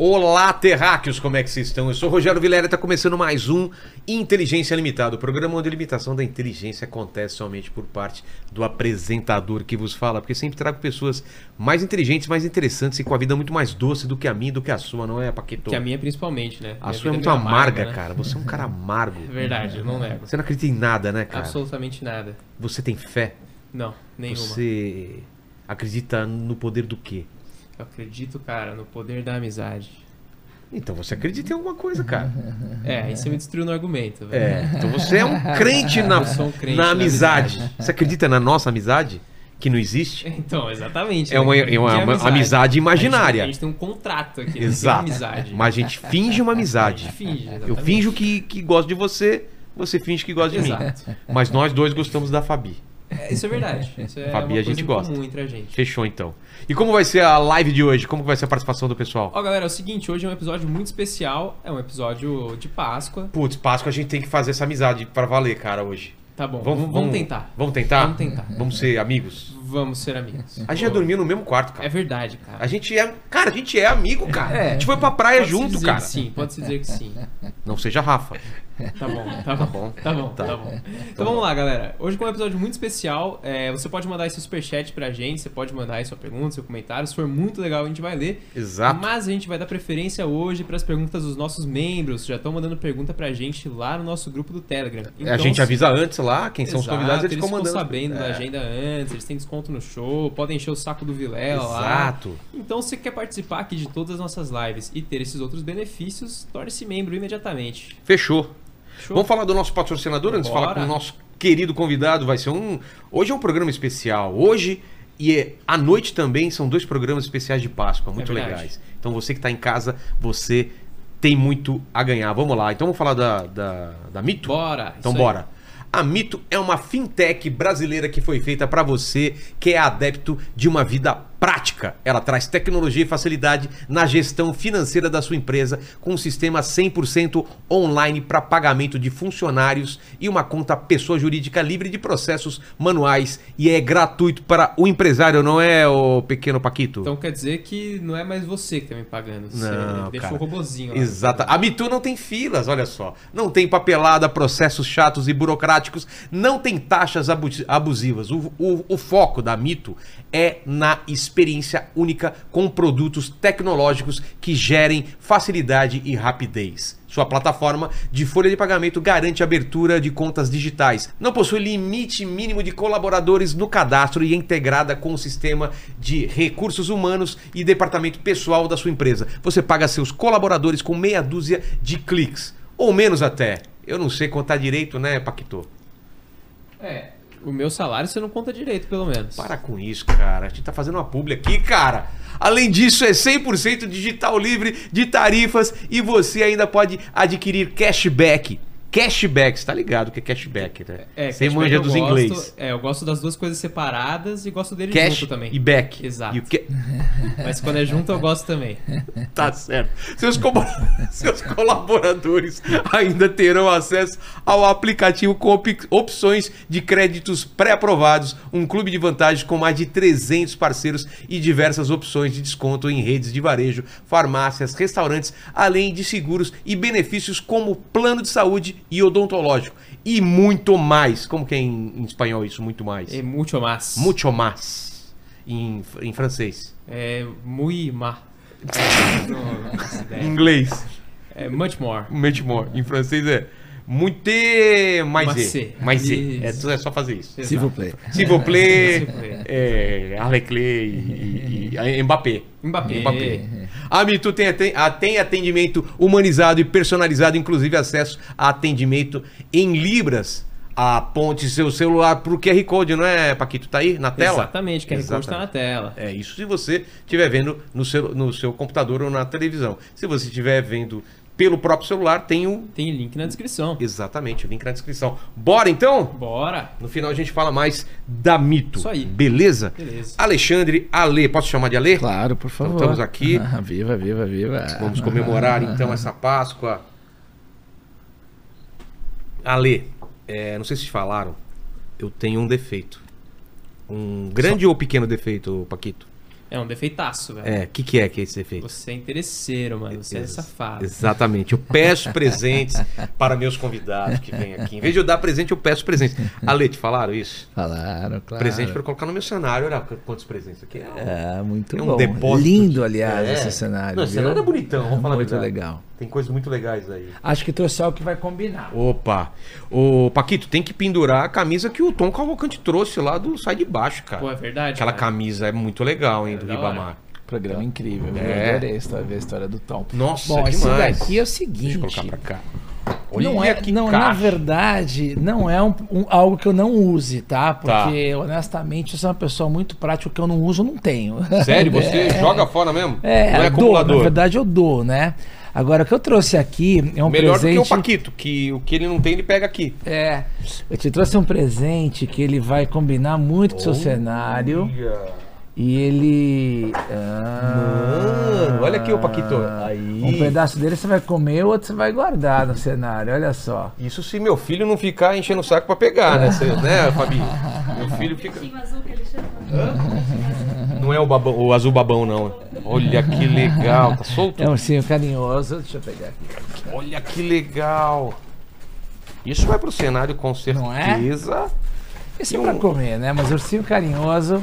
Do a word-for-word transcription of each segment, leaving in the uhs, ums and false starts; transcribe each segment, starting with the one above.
Olá, terráqueos, como é que vocês estão? Eu sou o Rogério Vilela e está começando mais um Inteligência Limitada, o programa onde a limitação da inteligência acontece somente por parte do apresentador que vos fala, porque sempre trago pessoas mais inteligentes, mais interessantes e com a vida muito mais doce do que a minha, do que a sua, não é, Paquito? Que a minha principalmente, né? A Minha sua é vida muito amarga, amarga, né? cara. Você é um cara amargo. É verdade, eu não nego. Você não acredita em nada, né, cara? Absolutamente nada. Você tem fé? Não, nenhuma. Você acredita no poder do quê? Eu acredito, cara, no poder da amizade. Então você acredita em alguma coisa, cara. É, aí você me destruiu no argumento, velho. É, então você é um crente na, Eu sou um crente na na amizade. amizade. Você acredita na nossa amizade? Que não existe? Então, exatamente. É uma, né? é uma- Que uma amizade imaginária. A gente, tem- a gente tem um contrato aqui, Exato. não tem amizade. Mas a gente finge uma A amizade. gente finge, exatamente. Eu finjo que, que gosto de você, você finge que gosta de mim. Exato. Mas nós dois gostamos da Fabi. É, isso é verdade. Isso é Fabi, uma a gente coisa em gosta. comum entre a gente. Fechou então. E como vai ser a live de hoje? Como vai ser a participação do pessoal? Ó, galera, é o seguinte, hoje é um episódio muito especial. É um episódio de Páscoa. Putz, Páscoa, a gente tem que fazer essa amizade pra valer, cara, hoje. Tá bom, vamos, vamos tentar. Vamos tentar? Vamos tentar. Vamos ser amigos? Vamos ser amigos. A gente já dormiu no mesmo quarto, cara. É verdade, cara. A gente é. Cara, a gente é amigo, cara. É. A gente foi pra praia Pode-se junto, dizer cara. que sim, pode-se dizer que sim. Não seja Rafa. Tá bom, tá bom, bom. tá bom, Tá. tá bom. Então vamos lá, galera. Hoje com um episódio muito especial, é, você pode mandar aí seu superchat pra gente, você pode mandar aí sua pergunta, seu comentário. Se for muito legal, a gente vai ler. Exato. Mas a gente vai dar preferência hoje pras perguntas dos nossos membros. Já estão mandando pergunta pra gente lá no nosso grupo do Telegram. a gente se- avisa antes lá, quem são os Exato, convidados, eles eles ficam ficam mandando. sabendo da É. agenda antes, eles têm desconto no show, podem encher o saco do Vilela lá. Exato. Então, se você quer participar aqui de todas as nossas lives e ter esses outros benefícios, torne-se membro imediatamente. Fechou. Show? Vamos falar do nosso patrocinador antes de Bora. falar com o nosso querido convidado. Vai ser um. Hoje é um programa especial. Hoje e é- à noite também são dois programas especiais de Páscoa, muito É verdade. legais. Então você que está em casa, você tem muito a ganhar. Vamos lá. Então vamos falar da, da, da Mito? Bora! Então isso aí. bora. A Mito é uma fintech brasileira que foi feita para você que é adepto de uma vida prática. Ela traz tecnologia e facilidade na gestão financeira da sua empresa com um sistema cem por cento online para pagamento de funcionários e uma conta pessoa jurídica livre de processos manuais e é gratuito para o empresário, não é, o pequeno Paquito? Então quer dizer que não é mais você que tá me pagando. Você Não, deixou cara. o robozinho lá. Exato. A Mitu não tem filas, olha só. Não tem papelada, processos chatos e burocráticos, não tem taxas abu- abusivas. O, o- o foco da Mito é na experiência única com produtos tecnológicos que gerem facilidade e rapidez. Sua plataforma de folha de pagamento garante abertura de contas digitais. Não possui limite mínimo de colaboradores no cadastro e é integrada com o sistema de recursos humanos e departamento pessoal da sua empresa. Você paga seus colaboradores com meia dúzia de cliques. Ou menos até. Eu não sei contar direito, né, Paquito? É, o meu salário você não conta direito, pelo menos. Para com isso, cara. A gente tá fazendo uma publi aqui, cara. Além disso, é cem por cento digital livre de tarifas e você ainda pode adquirir cashback. Cashback, você tá ligado que é cashback, né? É, você cashback manja eu dos gosto, inglês. É, eu gosto das duas coisas separadas e gosto deles Cash junto também. e back. Exato. E o que... Mas quando é junto eu gosto também. Tá certo. Seus, co- Seus colaboradores ainda terão acesso ao aplicativo com op- opções de créditos pré-aprovados, um clube de vantagens com mais de trezentos parceiros e diversas opções de desconto em redes de varejo, farmácias, restaurantes, além de seguros e benefícios como plano de saúde e odontológico. E muito mais. Como que é em, em espanhol isso? Muito mais. É muito mais. Mucho más. Em, em francês. É muy ma. Não, não faço Em ideia. inglês. É much more. Much more. Em francês é muito mais Mais e. e. Mais e. Isso. É, tudo é só fazer isso. Exato. S'il vous plaît. S'il vous plaît, S'il vous plaît. é, Arleclé e, e, e Mbappé. Mbappé. Mbappé. A Mitu tem, aten- a- tem atendimento humanizado e personalizado, inclusive acesso a atendimento em Libras. Aponte seu celular pro Q R Code, não é, Paquito? Tá aí na tela? Exatamente, o Q R Code está na tela. É isso se você estiver vendo no seu, no seu computador ou na televisão. Se você estiver vendo pelo próprio celular, tem o... Tem link na descrição. Exatamente, o link na descrição. Bora então? Bora! No final a gente fala mais da Mito. Isso aí. Beleza? Beleza. Alexandre, Ale, posso chamar de Ale? Claro, por favor. estamos aqui. Ah, viva, viva, viva. Vamos comemorar então essa Páscoa. Ale, é, não sei se te falaram, eu tenho um defeito. Um grande ou pequeno defeito, Paquito? É um defeitaço, velho. É, o que, que é que é esse defeito? Você é interesseiro, mano. Você Ex é safado. Exatamente. Eu peço presentes para meus convidados que vêm aqui. Em vez de eu dar presente, eu peço presentes. Ale, te falaram isso? Falaram, claro. Presente para colocar no meu cenário. Olha quantos presentes aqui. É, muito é um bom. depósito. Lindo, aliás, É. esse cenário. Não, esse viu? cenário é bonitão, vamos falar a Muito verdade. legal. Tem coisas muito legais aí. Acho que trouxe algo que vai combinar. Opa! Ô, Paquito, tem que pendurar a camisa que o Tom Cavalcante trouxe lá do Sai de Baixo, cara. Pô, é verdade, Aquela cara. camisa é muito legal, hein, É do da hora. Ribamar. Programa incrível. É. Eu adorei a história, ver a história do Tom. Nossa, Bom, demais. esse daqui é o Deixa seguinte. eu colocar pra cá. Olha Não é, que não, na caixa. verdade, não é um, um- algo que eu não use, tá? Tá. Porque, honestamente, eu sou uma pessoa muito prática, o que eu não uso, eu não tenho. Sério? Você É. joga fora mesmo? É, Não é eu dou, acumulador? na verdade eu dou, né? Agora, o que eu trouxe aqui é um Melhor presente... do que o Paquito, que o que ele não tem, ele pega aqui. É, eu te trouxe um presente que ele vai combinar muito com o seu cenário. E ele... Ah, Mano, olha aqui o Paquito. Aí. Um pedaço dele você vai comer, o outro você vai guardar no cenário, olha só. Isso se meu filho não ficar enchendo o saco pra pegar, né? Cê, né, Fabi? Meu filho fica... azul que ele chama. Não é o, babão, o azul babão, não. Olha que legal. Tá solto? É um ursinho carinhoso, deixa eu pegar aqui. Olha que legal. Isso vai pro cenário com Não é? certeza. Isso é pra comer, né? Mas ursinho carinhoso...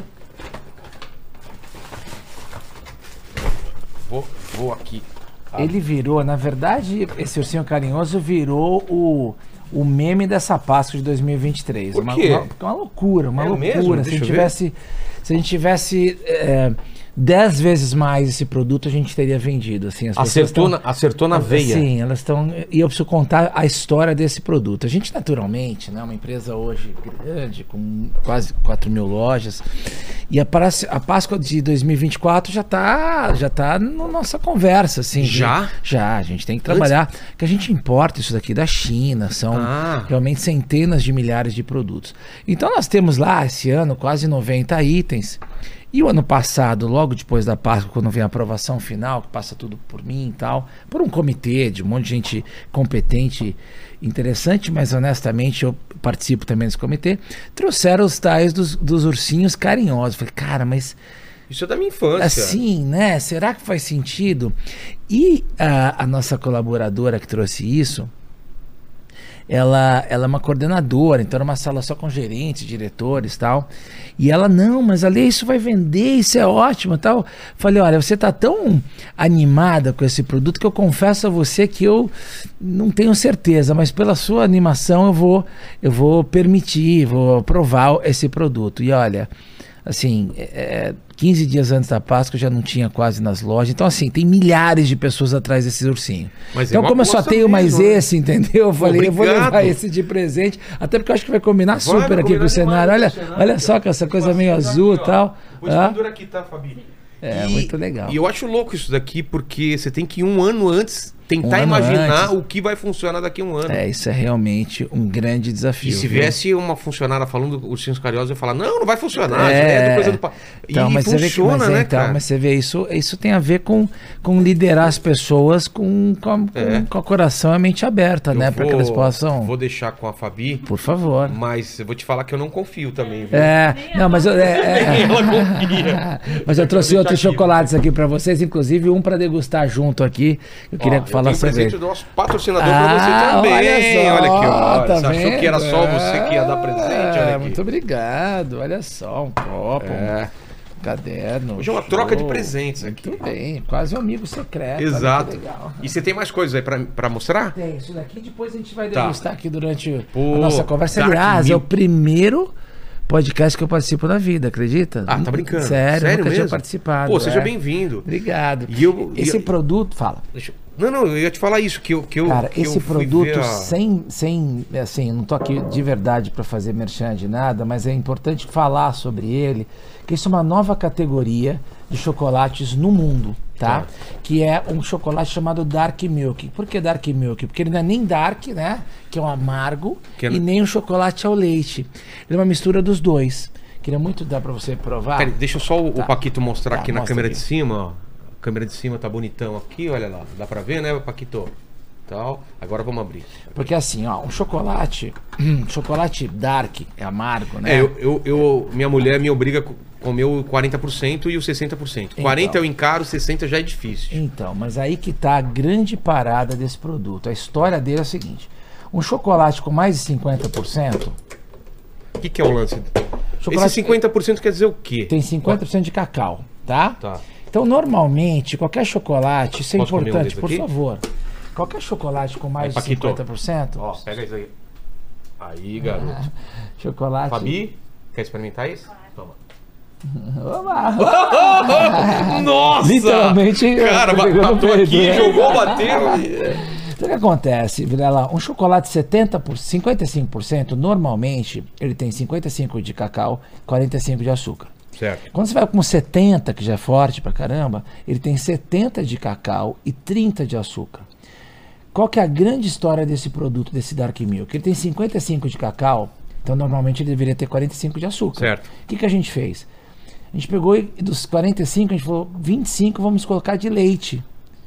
Vou, vou aqui. Ele virou, na verdade, esse ursinho carinhoso virou o, o meme dessa Páscoa de dois mil e vinte e três. Por Uma, quê? uma, uma loucura, uma É loucura. mesmo? Se, a Deixa gente eu ver. tivesse, se a gente tivesse é, dez vezes mais esse produto, a gente teria vendido. Assim, as pessoas Acertou, tão- na, acertou na veia. Sim, elas estão. E eu preciso contar a história desse produto. A gente, naturalmente, né, uma empresa hoje grande, com quase quatro mil lojas, e a, Pás- a Páscoa de dois mil e vinte e quatro já está já tá na nossa conversa. Assim, Já? Já, a gente tem que trabalhar, que a gente importa isso daqui da China, são Ah. realmente centenas de milhares de produtos. Então nós temos lá, esse ano, quase noventa itens. E o ano passado, logo depois da Páscoa, quando vem a aprovação final, que passa tudo por mim e tal, por um comitê de um monte de gente competente, interessante, mas honestamente eu participo também desse comitê, trouxeram os tais dos, dos ursinhos carinhosos. Falei, cara, mas Isso é da minha infância. assim, né? Será que faz sentido? E a, a nossa colaboradora que trouxe isso, ela, ela é uma coordenadora, então era uma sala só com gerentes, diretores e tal. E ela, não, mas ali isso vai vender, isso é ótimo e tal. Falei, olha, você tá tão animada com esse produto que eu confesso a você que eu não tenho certeza, mas pela sua animação eu vou, eu vou permitir, vou aprovar esse produto. E olha, assim, é, quinze dias antes da Páscoa já não tinha quase nas lojas. Então, assim, tem milhares de pessoas atrás desse ursinho. Mas é então, uma como eu só aposta tenho mais mesmo, né? esse, entendeu? Eu falei, eu vou Obrigado. levar esse de presente. Até porque eu acho que vai combinar Vai, super vai aqui com combinar o cenário. demais Olha, com o cenário, olha aqui, só ó. com essa coisa Vou meio passar azul e aqui, ó. tal. Vou Ah, pendurar aqui, tá, Fabi? É, E- muito legal. E eu acho louco isso daqui, porque você tem que ir um ano antes tentar Um ano imaginar antes. o que vai funcionar daqui a um ano. É, isso é realmente um grande desafio. E se viu? viesse uma funcionária falando ursinhos carinhosos, eu ia falar, não, não vai funcionar, É. isso aí é do coisa do... pa-" Então, e mas você vê que, funciona, mas, é, né, então, cara? mas você vê isso, isso tem a ver com, com liderar as pessoas com, com, com, É. com o coração e a mente aberta, Eu né? Para que elas possam. Vou deixar com a Fabi, Por favor. mas eu vou te falar que eu não confio também, viu? É, não, mas eu, é, é, Ela confia. mas eu trouxe Deixa outros aqui. chocolates aqui pra vocês, inclusive um pra degustar junto aqui. Eu queria Ó, falar eu tenho sobre presente ele. do nosso patrocinador Ah, pra você também. olha só, Olha aqui, ó. tá Você achou que era vendo? só você que ia dar presente? Olha É, aqui. muito obrigado. Olha só, um copo, É. um caderno. Hoje é uma troca de show. presentes aqui. Muito bem, quase um amigo secreto. olha que Exato. legal. E você tem mais coisas aí pra, pra mostrar? Tem, isso daqui depois a gente vai Tá. degustar aqui durante Pô, a nossa conversa. Dark Aliás, é o Milk. primeiro podcast que eu participo na vida, acredita? Ah, tá brincando? Sério, Sério nunca tinha mesmo? participado. Pô, seja é. bem-vindo. Obrigado. E eu- Esse e eu- produto, fala. Deixa eu- Não, não, eu ia te falar isso, que eu que eu, Cara, que esse eu fui produto ver a- sem, sem, assim, não tô aqui de verdade para fazer merchan de nada, mas é importante falar sobre ele, que isso é uma nova categoria de chocolates no mundo, tá? Tá. Que é um chocolate chamado Dark Milk. Por que Dark Milk? Porque ele não é nem dark, né? Que é um amargo, Que é- e nem um chocolate ao leite. Ele é uma mistura dos dois. Queria muito dar para você provar. Peraí, deixa só o, o Tá. Paquito mostrar Tá, aqui na mostra câmera aqui. de cima, ó. A câmera de cima tá bonitão aqui, olha lá. Dá pra ver, né, Paquito? Tal. Agora vamos abrir. Porque assim, ó, um chocolate, chocolate dark, é amargo, né? É, eu, eu, eu- minha mulher me obriga, comer o quarenta por cento e o sessenta por cento. Então. quarenta por cento é o encaro, sessenta por cento já é difícil. Então, mas aí que tá a grande parada desse produto. A história dele é a seguinte: um chocolate com mais de cinquenta por cento. O que, que é o lance? Chocolate Esse cinquenta por cento quer dizer o quê? tem cinquenta por cento de cacau, tá? Tá. Então, normalmente, qualquer chocolate, isso é Posso comer um importante, desse por aqui? favor. Qualquer chocolate com mais É, de Paquito. cinquenta por cento. Ó, pega isso aí. Aí, garoto. Chocolate. Fabi, quer experimentar isso? Toma. Oba! Nossa! Literalmente, Cara, eu tô pegando bateu peito, aqui, né? jogou, bateu. Então o que acontece, Vilela? Um chocolate setenta por cento, cinquenta e cinco por cento, normalmente, ele tem cinquenta e cinco por cento de cacau, quarenta e cinco por cento de açúcar. Certo. Quando você vai com setenta, que já é forte pra caramba, ele tem setenta de cacau e trinta de açúcar. Qual que é a grande história desse produto, desse Dark Milk? Ele tem cinquenta e cinco de cacau, então normalmente ele deveria ter quarenta e cinco de açúcar. Certo. O que, que a gente fez? A gente pegou e dos quarenta e cinco, a gente falou, vinte e cinco vamos colocar de leite.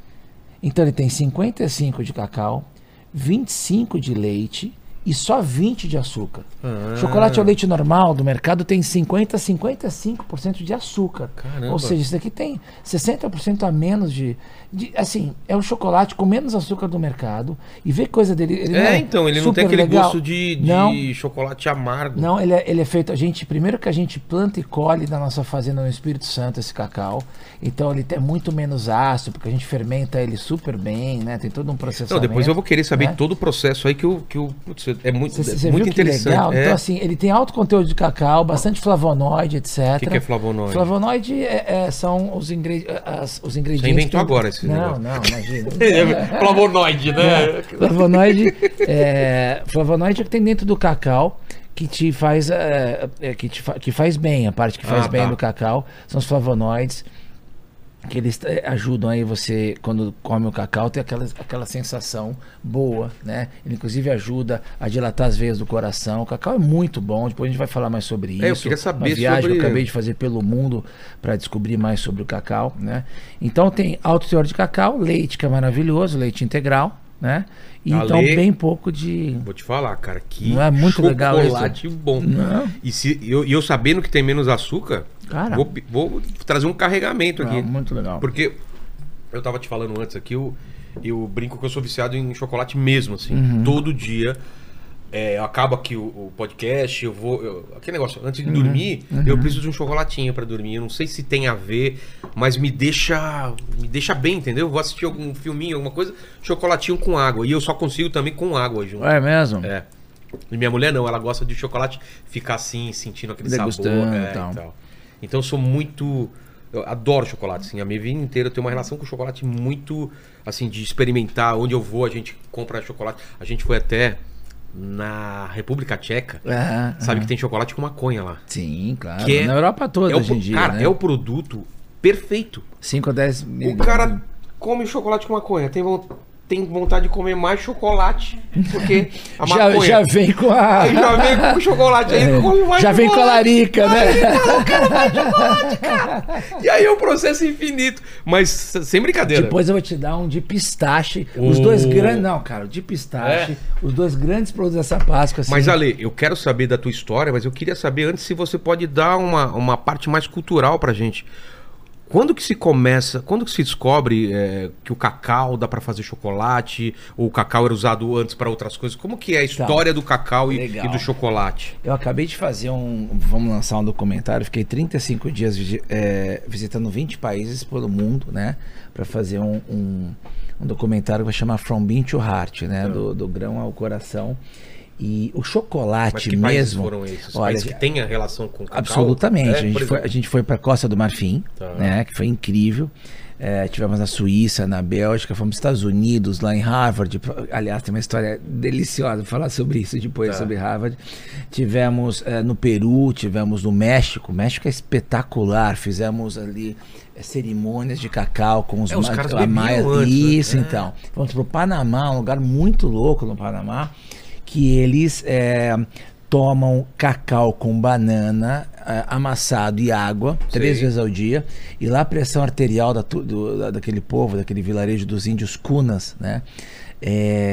Então ele tem cinquenta e cinco de cacau, vinte e cinco de leite e só vinte de açúcar. Ah. Chocolate ao leite normal do mercado tem cinquenta a cinquenta e cinco por cento de açúcar. Caramba. Ou seja, isso daqui tem sessenta por cento a menos de, de... Assim, é o chocolate com menos açúcar do mercado. E vê coisa dele... Ele não É, então, ele não tem super aquele legal. gosto de, de Não. chocolate amargo. Não, ele é, ele é feito, a gente, primeiro que a gente planta e colhe na nossa fazenda no Espírito Santo esse cacau, então ele é muito menos ácido, porque a gente fermenta ele super bem, né, tem todo um processamento. Não, depois eu vou querer saber né? todo o processo aí que o que o putz, é muito, Você, é você muito viu que interessante. legal? É. Então assim, ele tem alto conteúdo de cacau, bastante flavonoide, etcétera. O que, que é flavonoide? Flavonoide é, é, são os, ingre, as, os ingredientes... Você inventou que- agora esse Não, negócio. não, imagina. Flavonoide, né? Flavonoide é, flavonoide é o que tem dentro do cacau que te faz é, é, que, te fa- que faz bem, a parte que faz Ah, bem tá. do cacau são os flavonoides, que eles é, ajudam aí você, quando come o cacau, ter aquela, aquela sensação boa, né? Ele inclusive ajuda a dilatar as veias do coração. O cacau é muito bom, depois a gente vai falar mais sobre isso. É, eu queria saber Uma viagem sobre- que eu acabei de fazer pelo mundo para descobrir mais sobre o cacau, né? Então tem alto teor de cacau, leite que é maravilhoso, leite integral, né? E Ale- então bem pouco de... Vou te falar, cara, que Não é muito legal isso? chocolate bom. Não. E se eu, e eu sabendo que tem menos açúcar, Cara. vou, vou trazer um carregamento aqui. Não, muito legal. Porque eu tava te falando antes aqui, eu, eu brinco que eu sou viciado em chocolate mesmo, assim. Uhum. Todo dia. É, acaba aqui o, o podcast, eu vou. eu- aquele negócio, antes Uhum. de dormir, eu preciso de um chocolatinho pra dormir. Eu não sei se tem a ver, mas me deixa. Me deixa bem, entendeu? Eu vou assistir algum filminho, alguma coisa, chocolatinho com água. E eu só consigo também com água junto. É mesmo? É. E minha mulher não, ela gosta de chocolate ficar assim, sentindo aquele Degustando sabor. e É, tal. e tal. Então eu sou muito. Eu adoro chocolate, assim. A minha vida inteira eu tenho uma relação com o chocolate muito, assim, de experimentar. Onde eu vou, a gente compra chocolate. A gente foi até na República Tcheca. Aham, Sabe aham. que tem chocolate com maconha lá. Sim, claro. Que é- Na Europa toda é o, hoje em dia, cara, né? é o produto perfeito. cinco a dez O miligramas. cara come chocolate com maconha. Tem, von- tem vontade de comer mais chocolate porque a já, maconha. já vem com a... Aí já vem com o chocolate, aí ele come mais já vem com a chocolate. larica, né? E aí é um processo infinito. Mas sem brincadeira. Depois eu vou te dar um de pistache. Oh. Os dois grandes... Não, cara, o de pistache. É. Os dois grandes produtos dessa Páscoa. Assim, Mas, Ale, eu quero saber da tua história, mas eu queria saber antes se você pode dar uma, uma parte mais cultural pra gente. Quando que se começa, quando que se descobre é, que o cacau dá pra fazer chocolate, ou o cacau era usado antes pra outras coisas? Como que é a história do cacau e, legal. e do chocolate? Eu acabei de fazer um... Vamos lançar um documentário. Fiquei trinta e cinco dias visi- é, visitando vinte países pelo mundo, né? Pra fazer um, um, um documentário que vai chamar From Bean to Heart, né? Do, do grão ao coração. E o Mas chocolate que países mesmo... foram esses? Olha, Países que têm a relação com o cacau? absolutamente. É, a, gente por foi, exemplo. a gente foi para Costa do Marfim, Tá. né? Que foi incrível. É, tivemos na Suíça, na Bélgica, fomos nos Estados Unidos, lá em Harvard. Aliás, tem uma história deliciosa, vou falar sobre isso depois, Tá. sobre Harvard. Tivemos é, no Peru, tivemos no México. O México é espetacular. Fizemos ali é, cerimônias de cacau com os, É, os ma- caras a bebiam maia- antes, né? Isso, É. então. Fomos pro Panamá, um lugar muito louco no Panamá, que eles é, tomam cacau com banana é, amassado e água três Sei. vezes ao dia, e lá a pressão arterial da, tu- do- da- daquele povo, daquele vilarejo dos índios cunas, né, é,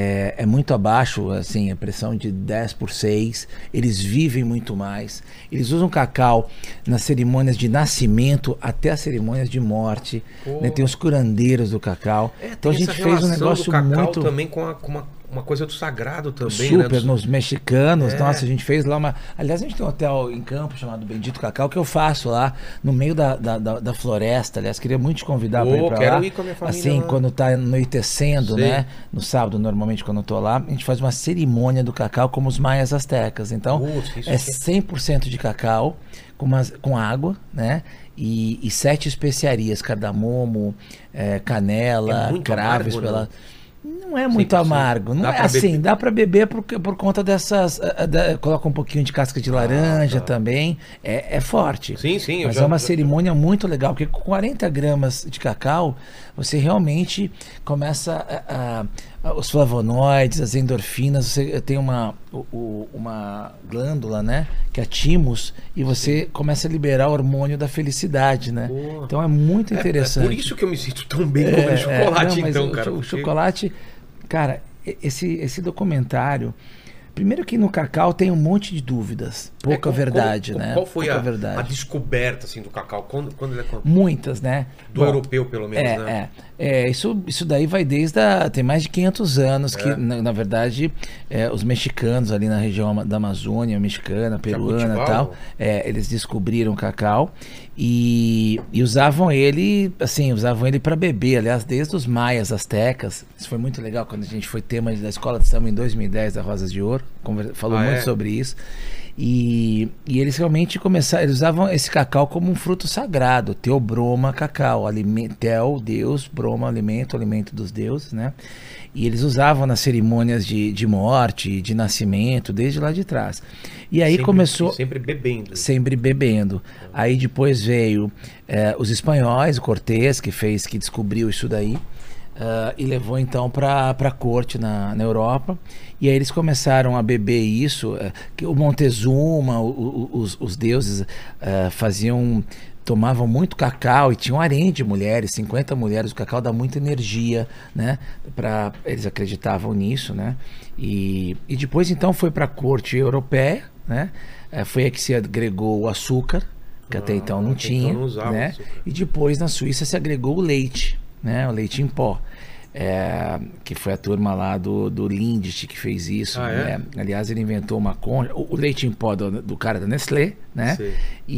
é muito abaixo, assim, a pressão de dez por seis, eles vivem muito mais, eles usam cacau nas cerimônias de nascimento até as cerimônias de morte, né? Tem os curandeiros do cacau, É, então a tem gente essa fez um relação negócio do cacau muito... também com, a, com uma, uma coisa do sagrado também, Super, né? Do- nos mexicanos, É. nossa, a gente fez lá uma... Aliás, a gente tem um hotel em Campo chamado Bendito Cacau, que eu faço lá, no meio da, da, da, da floresta, aliás, queria muito te convidar para Ô, ir pra quero lá. ir com a minha família Assim, lá. quando tá anoitecendo, Sei. né, no sábado, normalmente, quando eu tô lá, a gente faz uma cerimônia do cacau como os maias astecas, então Putz, isso é aqui é- cem por cento de cacau, com, umas, com água, né, e, e sete especiarias, cardamomo, eh, canela, É muito craves, amargo, né? pela... Não é muito cem por cento. amargo, não Dá é pra assim, beber. dá pra beber por, por conta dessas, ah, da- coloca um pouquinho de casca de laranja tá. também, é, é forte. Sim, sim. eu Mas já- é uma já- cerimônia muito legal, porque com quarenta gramas de cacau, você realmente começa a, a- a- os flavonoides, as endorfinas, você tem uma, o- o- uma glândula, né, que é a thymus, e você começa a liberar o hormônio da felicidade, né? Pô. Então é muito É- interessante. É, por isso que eu me sinto tão bem comendo chocolate, não, mas então, o, cara. o porque- chocolate, cara, e- esse, esse documentário, primeiro que no cacau tem um monte de dúvidas, É, pouca como- verdade, como- né? Qual foi pouca a, verdade. a descoberta assim, do cacau? Quando, quando ele é quando? Muitas, né? Do Bom, europeu, pelo menos, é, né? é, é, isso, isso daí vai desde a, tem mais de quinhentos anos que, É. na, na verdade, é, os mexicanos ali na região ama- da Amazônia, mexicana, peruana e cultivavam? tal, é, eles descobriram o cacau e, e usavam ele, assim, usavam ele para beber, aliás, desde os maias, astecas. Isso foi muito legal quando a gente foi tema da escola de samba em dois mil e dez da Rosas de Ouro, conver- falou Ah, muito é? sobre isso. E, e eles realmente começaram, eles usavam esse cacau como um fruto sagrado, teobroma cacau, alimento, tel, Deus, broma, alimento, alimento dos deuses, né? E eles usavam nas cerimônias de, de morte, de nascimento, desde lá de trás. E aí Sempre- começou e sempre bebendo. sempre bebendo. Aí depois veio eh, os espanhóis, o Cortés, que fez, que descobriu isso daí. ah, e levou então para a corte na, na Europa, e aí eles começaram a beber isso, eh, que o Montezuma, o- o- os, os deuses eh, faziam, tomavam muito cacau e tinham um harém de mulheres, cinquenta mulheres, o cacau dá muita energia, né, pra, eles acreditavam nisso, né, e, e depois então foi para a corte europeia, né, eh, foi aí que se agregou o açúcar, que até Ah, então não até tinha, então não usava né, açúcar. e depois na Suíça se agregou o leite, né, o leite em pó. É, que foi a turma lá do, do Lindt que fez isso, Ah, é? né? Aliás, ele inventou uma concha, o, o leite em pó do, do cara da Nestlé, né? Sei.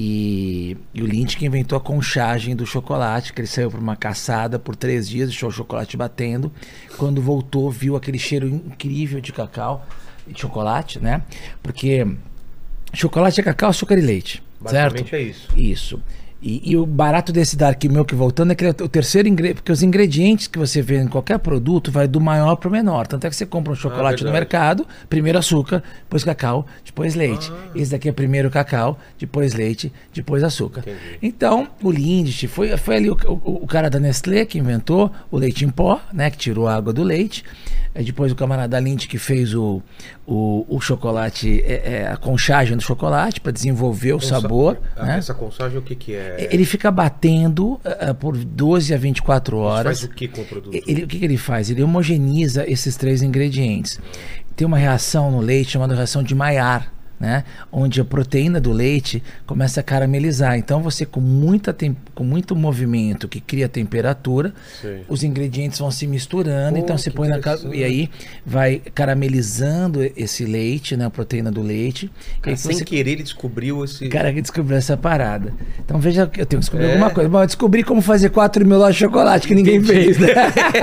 E, e o Lindt que inventou a conchagem do chocolate, que ele saiu para uma caçada por três dias, deixou o chocolate batendo. Quando voltou, viu aquele cheiro incrível de cacau, de chocolate, né? Porque chocolate é cacau, açúcar e leite, certo? Basicamente é isso. Isso. E, e o barato desse Dark Milk, voltando, é que ele é o terceiro ingrediente, porque os ingredientes que você vê em qualquer produto vai do maior para o menor. Tanto é que você compra um chocolate no verdade. mercado, primeiro açúcar, depois cacau, depois leite. Esse daqui é primeiro cacau, depois leite, depois açúcar. Entendi. Então, o Lindt foi, foi ali o, o, o cara da Nestlé que inventou o leite em pó, né, que tirou a água do leite. Aí depois o camarada Lindt que fez o, o, o chocolate, é, é, a conchagem do chocolate para desenvolver o Consa- sabor. Ah, né? Essa consagem o que que é? Ele fica batendo ah, por doze a vinte e quatro Isso horas. faz o que com o produto? Ele, o que, que ele faz? Ele homogeniza esses três ingredientes. Tem uma reação no leite chamada reação de Maillard, né? Onde a proteína do leite começa a caramelizar. Então você com, muita tem, com muito movimento que cria temperatura, Sei. os ingredientes vão se misturando, Pô, então você que põe na ca- interessante. e aí vai caramelizando esse leite, né? A proteína do leite. E Cara, aí sem você querer ele descobriu esse... o cara que descobriu essa parada. Então veja que eu tenho que descobrir É. alguma coisa. Bom, eu descobri como fazer quatro mil lojas de chocolate que ninguém fez, né?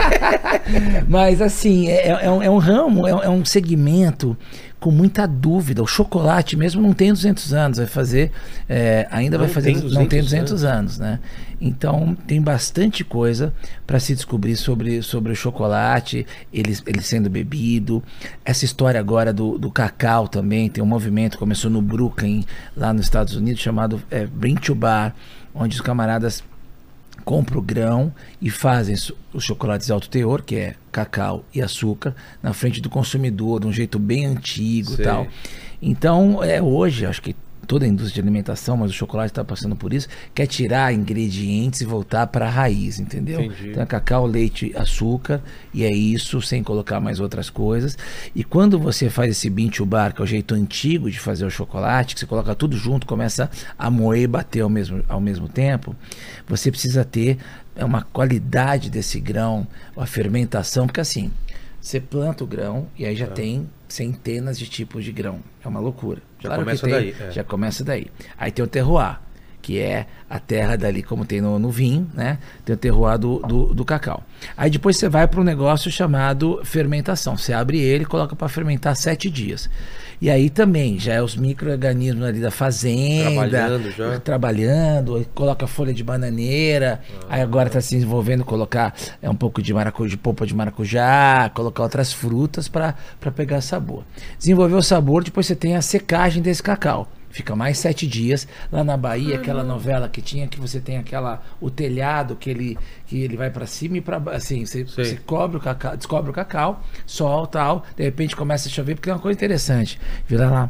Mas assim, é, é um, é um ramo, é um, é um segmento com muita dúvida. O chocolate mesmo não tem duzentos anos, vai fazer, é, ainda Não vai fazer, tem não tem duzentos duzentos anos, né? Então tem bastante coisa para se descobrir sobre, sobre o chocolate, ele, ele sendo bebido. Essa história agora do, do cacau também, tem um movimento, começou no Brooklyn, lá nos Estados Unidos, chamado é, Bring to Bar, onde os camaradas compram o grão e fazem su- os chocolates de alto teor, que é cacau e açúcar, na frente do consumidor, de um jeito bem antigo e Sei. tal. Então, é, hoje, acho que toda a indústria de alimentação, mas o chocolate está passando por isso, quer tirar ingredientes e voltar para a raiz, entendeu? Entendi. Então é cacau, leite, açúcar, e é isso, sem colocar mais outras coisas. E quando você faz esse bean to bar, que é o jeito antigo de fazer o chocolate, que você coloca tudo junto, começa a moer e bater ao mesmo, ao mesmo tempo, você precisa ter uma qualidade desse grão, a fermentação, porque assim, você planta o grão e aí já é. tem centenas de tipos de grão. É uma loucura. Já claro começa que tem, daí. É. Já começa daí. Aí tem o terroir, que é a terra dali, como tem no, no vinho, né? Tem o terroir do, do, do cacau. Aí depois você vai para um negócio chamado fermentação. Você abre ele e coloca para fermentar sete dias. E aí também já é os micro-organismos ali da fazenda. Trabalhando já. Trabalhando, coloca folha de bananeira. Ah, aí agora está se desenvolvendo colocar é, um pouco de maracujá, de polpa de maracujá, colocar outras frutas para pegar sabor. Desenvolver o sabor, depois você tem a secagem desse cacau. Fica mais sete dias. Lá na Bahia, aquela novela que tinha, que você tem aquela, o telhado que ele, que ele vai para cima e para baixo, assim, você, você cobre o cacau, descobre o cacau, solta, tal, de repente começa a chover, porque é uma coisa interessante. Vira lá.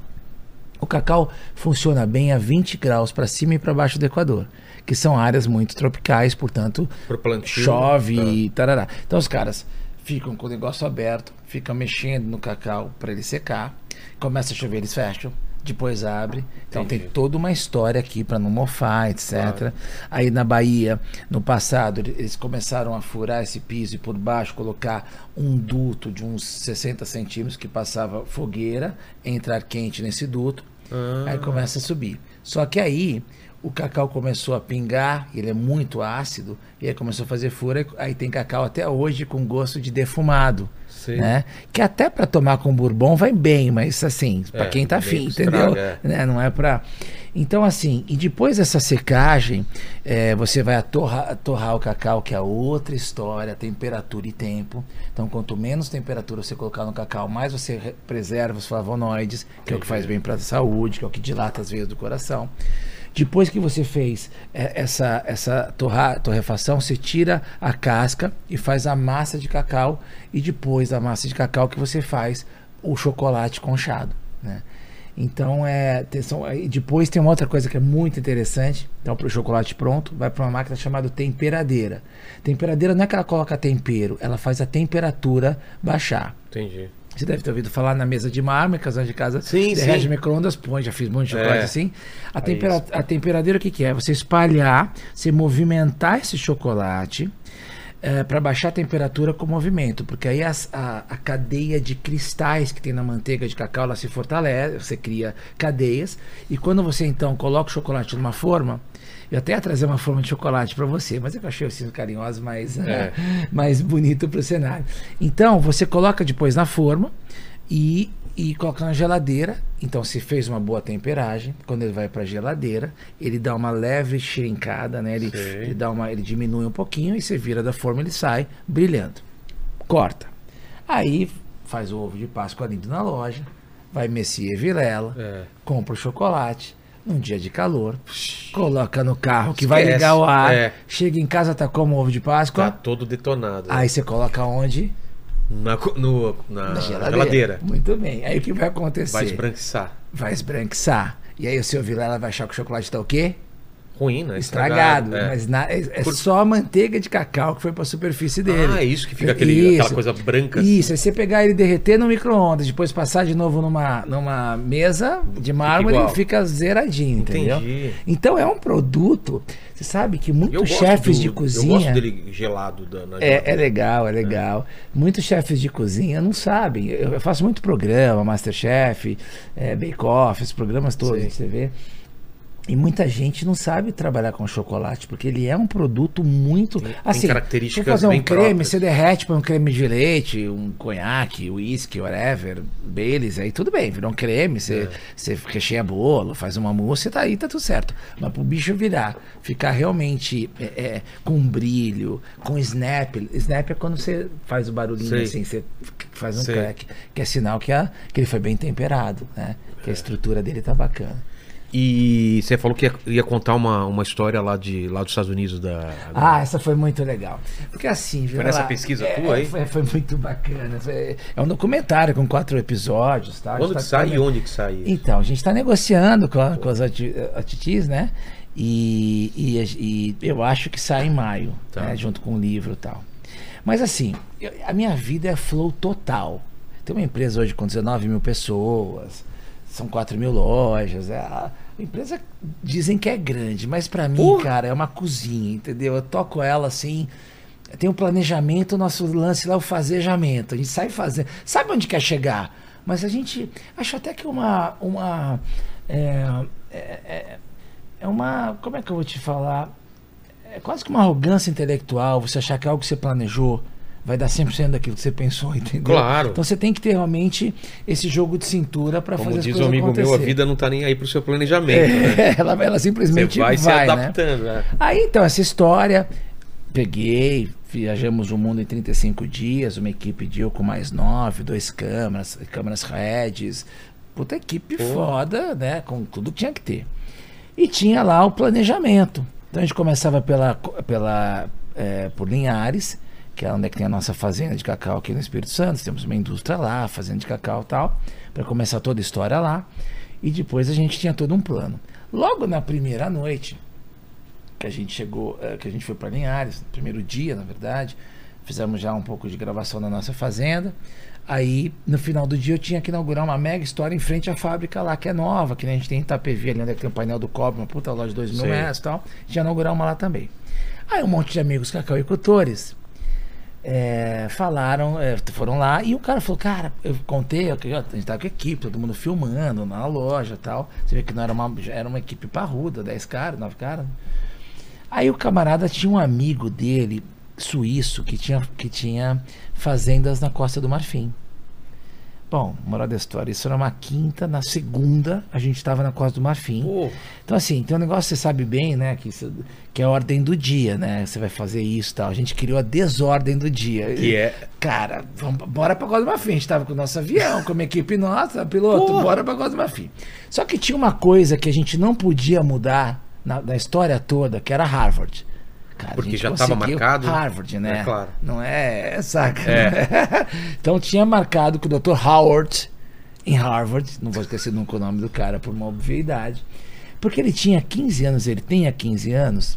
O cacau funciona bem a vinte graus para cima e para baixo do Equador, que são áreas muito tropicais, portanto, plantio, chove tá. e tarará. Então os caras ficam com o negócio aberto, ficam mexendo no cacau para ele secar, começa a chover, eles fecham. Depois abre, então Entendi. tem toda uma história aqui para não mofar, etcétera. Claro. Aí na Bahia, no passado, eles começaram a furar esse piso e por baixo colocar um duto de uns sessenta centímetros que passava fogueira, entrar quente nesse duto, ah. aí começa a subir. Só que aí o cacau começou a pingar, ele é muito ácido, e aí começou a fazer fura, aí tem cacau até hoje com gosto de defumado. Né? Que até para tomar com bourbon vai bem, mas assim, para é, quem tá afim, estraga, entendeu? É. Né? Não é para. Então, assim, e depois dessa secagem, é, você vai atorrar, torrar o cacau, que é outra história, temperatura e tempo. Então, quanto menos temperatura você colocar no cacau, mais você preserva os flavonoides, que Entendi. é o que faz bem para a saúde, que é o que dilata as veias do coração. Depois que você fez é, essa, essa torra, torrefação, você tira a casca e faz a massa de cacau, e depois da massa de cacau que você faz o chocolate conchado, né? Então, é, tem, são, depois tem uma outra coisa que é muito interessante. Então, para o chocolate pronto, vai para uma máquina chamada temperadeira. Temperadeira não é que ela coloca tempero, ela faz a temperatura baixar. Entendi. Você deve ter ouvido falar na mesa de mármore, casal de casa, sim, derrete sim. micro-ondas, põe, já fiz um monte de chocolate é. assim. A, tempera a temperadeira, o que, que é? Você espalhar, você movimentar esse chocolate é, para baixar a temperatura com movimento, porque aí as, a, a cadeia de cristais que tem na manteiga de cacau, ela se fortalece, você cria cadeias, e quando você então coloca o chocolate numa forma, eu até ia trazer uma forma de chocolate para você, mas eu achei assim carinhoso, mais, é. uh, mais bonito para o cenário. Então, você coloca depois na forma e, e coloca na geladeira. Então, se fez uma boa temperagem, quando ele vai para a geladeira, ele dá uma leve shrinkada, né? Ele, ele, dá uma, ele diminui um pouquinho e você vira da forma, ele sai brilhando. Corta. Aí, faz o ovo de Páscoa lindo na loja, vai Messier Vilela, é. compra o chocolate, num dia de calor, coloca no carro que Esquece. vai ligar o ar, é. chega em casa, tá como ovo de Páscoa. Tá todo detonado. Aí você coloca onde? Na, no, na, na geladeira. geladeira. Muito bem. Aí o que vai acontecer? Vai esbranquiçar. Vai esbranquiçar. E aí o seu Vilela vai achar que o chocolate tá o quê? Ruim, né? Estragado. Estragado é. Mas na, é, é Por... só a manteiga de cacau que foi para a superfície dele. Ah, é isso que fica aquele, isso. aquela coisa branca. Isso, aí você pegar ele e derreter no micro-ondas, depois passar de novo numa, numa mesa de mármore, fica, fica zeradinho, entendeu? Entendi. Então é um produto, você sabe que muitos chefes do, de cozinha... Eu gosto dele gelado. Da, na é, é legal, é legal. É. Muitos chefes de cozinha não sabem. Eu, eu faço muito programa, Masterchef, é, Bake Off, esses programas todos Sim. de T V. E muita gente não sabe trabalhar com chocolate, porque ele é um produto muito... Tem, assim, tem características fazer um bem creme, próprias. Você derrete para um creme de leite, um conhaque, whisky, whatever, Baileys, aí tudo bem, virou um creme, você, é. você recheia bolo, faz uma mousse, tá aí, tá tudo certo. Mas pro bicho virar, ficar realmente é, é, com brilho, com snap, snap é quando você faz o barulhinho Sei. assim, você faz um Sei. crack, que é sinal que, a, que ele foi bem temperado, né? Que a estrutura dele tá bacana. E você falou que ia, ia contar uma, uma história lá, de, lá dos Estados Unidos. Da... Ah, essa foi muito legal. Porque assim, viu? Foi nessa lá, pesquisa é, tua aí? Foi, foi muito bacana. Foi- é um documentário com quatro episódios. Tá? A gente Quando tá- que sai tá- e onde que sai? isso? Então, a gente está negociando com, a- com as ati- atitis, né? E, e- e eu acho que sai em maio, Tá. né? Junto com o livro e tal. Mas assim, eu- a minha vida é flow total. Tem uma empresa hoje com dezenove mil pessoas, são quatro mil lojas. É, a a empresa dizem que é grande, mas para mim, Porra! cara, é uma cozinha, entendeu? Eu toco ela assim. Tem o planejamento, o nosso lance lá é o fazejamento. A gente sai fazendo. Sabe onde quer chegar? Mas a gente. Acho até que uma. uma é, é, é- é uma. Como é que eu vou te falar? É quase que uma arrogância intelectual você achar que algo que você planejou vai dar cem por cento daquilo que você pensou, entendeu? Claro. Então você tem que ter realmente esse jogo de cintura para fazer Como as diz coisas um amigo acontecer. meu, a vida não tá nem aí pro seu planejamento. Né? É, ela, ela Você simplesmente vai, se vai, né? adaptando. Né? Aí então, essa história, peguei, viajamos o mundo em trinta e cinco dias, uma equipe de eu com mais nove, dois câmeras, câmeras redes, puta equipe Pô. foda, né? Com tudo que tinha que ter. E tinha lá o planejamento. Então a gente começava pela, pela, é, por Linhares, que é onde é que tem a nossa fazenda de cacau aqui no Espírito Santo. Temos uma indústria lá, fazenda de cacau e tal, para começar toda a história lá. E depois a gente tinha todo um plano. Logo na primeira noite, que a gente chegou, eh, que a gente foi para Linhares, no primeiro dia, na verdade, fizemos já um pouco de gravação na nossa fazenda. Aí, no final do dia, eu tinha que inaugurar uma mega história em frente à fábrica lá, que é nova, que nem a gente tem em Itapevi, ali onde é que tem o painel do cobre, uma puta loja de dois mil Sei. metros e tal. A gente ia inaugurar uma lá também. Aí um monte de amigos cacauicultores eh, falaram, eh, foram lá, e o cara falou, cara, eu contei, eu- a gente tava com a equipe, todo mundo filmando na loja e tal. Você vê que não era uma, já era uma equipe parruda, dez caras, nove caras. Aí o camarada tinha um amigo dele, suíço, que tinha, que tinha fazendas na Costa do Marfim. Bom, moral da história, isso era uma quinta, na segunda a gente estava na Costa do Marfim. Pô, Então assim, tem um negócio que você sabe bem, né, que, isso- que é a ordem do dia, né, você vai fazer isso e tal. A gente criou a desordem do dia. que é. Cara, vamos, bora pra Costa do Marfim. A gente tava com o nosso avião, com a minha equipe nossa, piloto, Porra. bora pra Costa do Marfim. Só que tinha uma coisa que a gente não podia mudar na, na história toda, que era Harvard. Cara, a Porque gente já tava conseguiu marcado, né? Harvard, né? É claro. Não é, saca? É. Então tinha marcado com o doutor Howard em Harvard, não vou esquecer nunca o nome do cara por uma obviedade, porque ele tinha quinze anos, ele tem há quinze anos,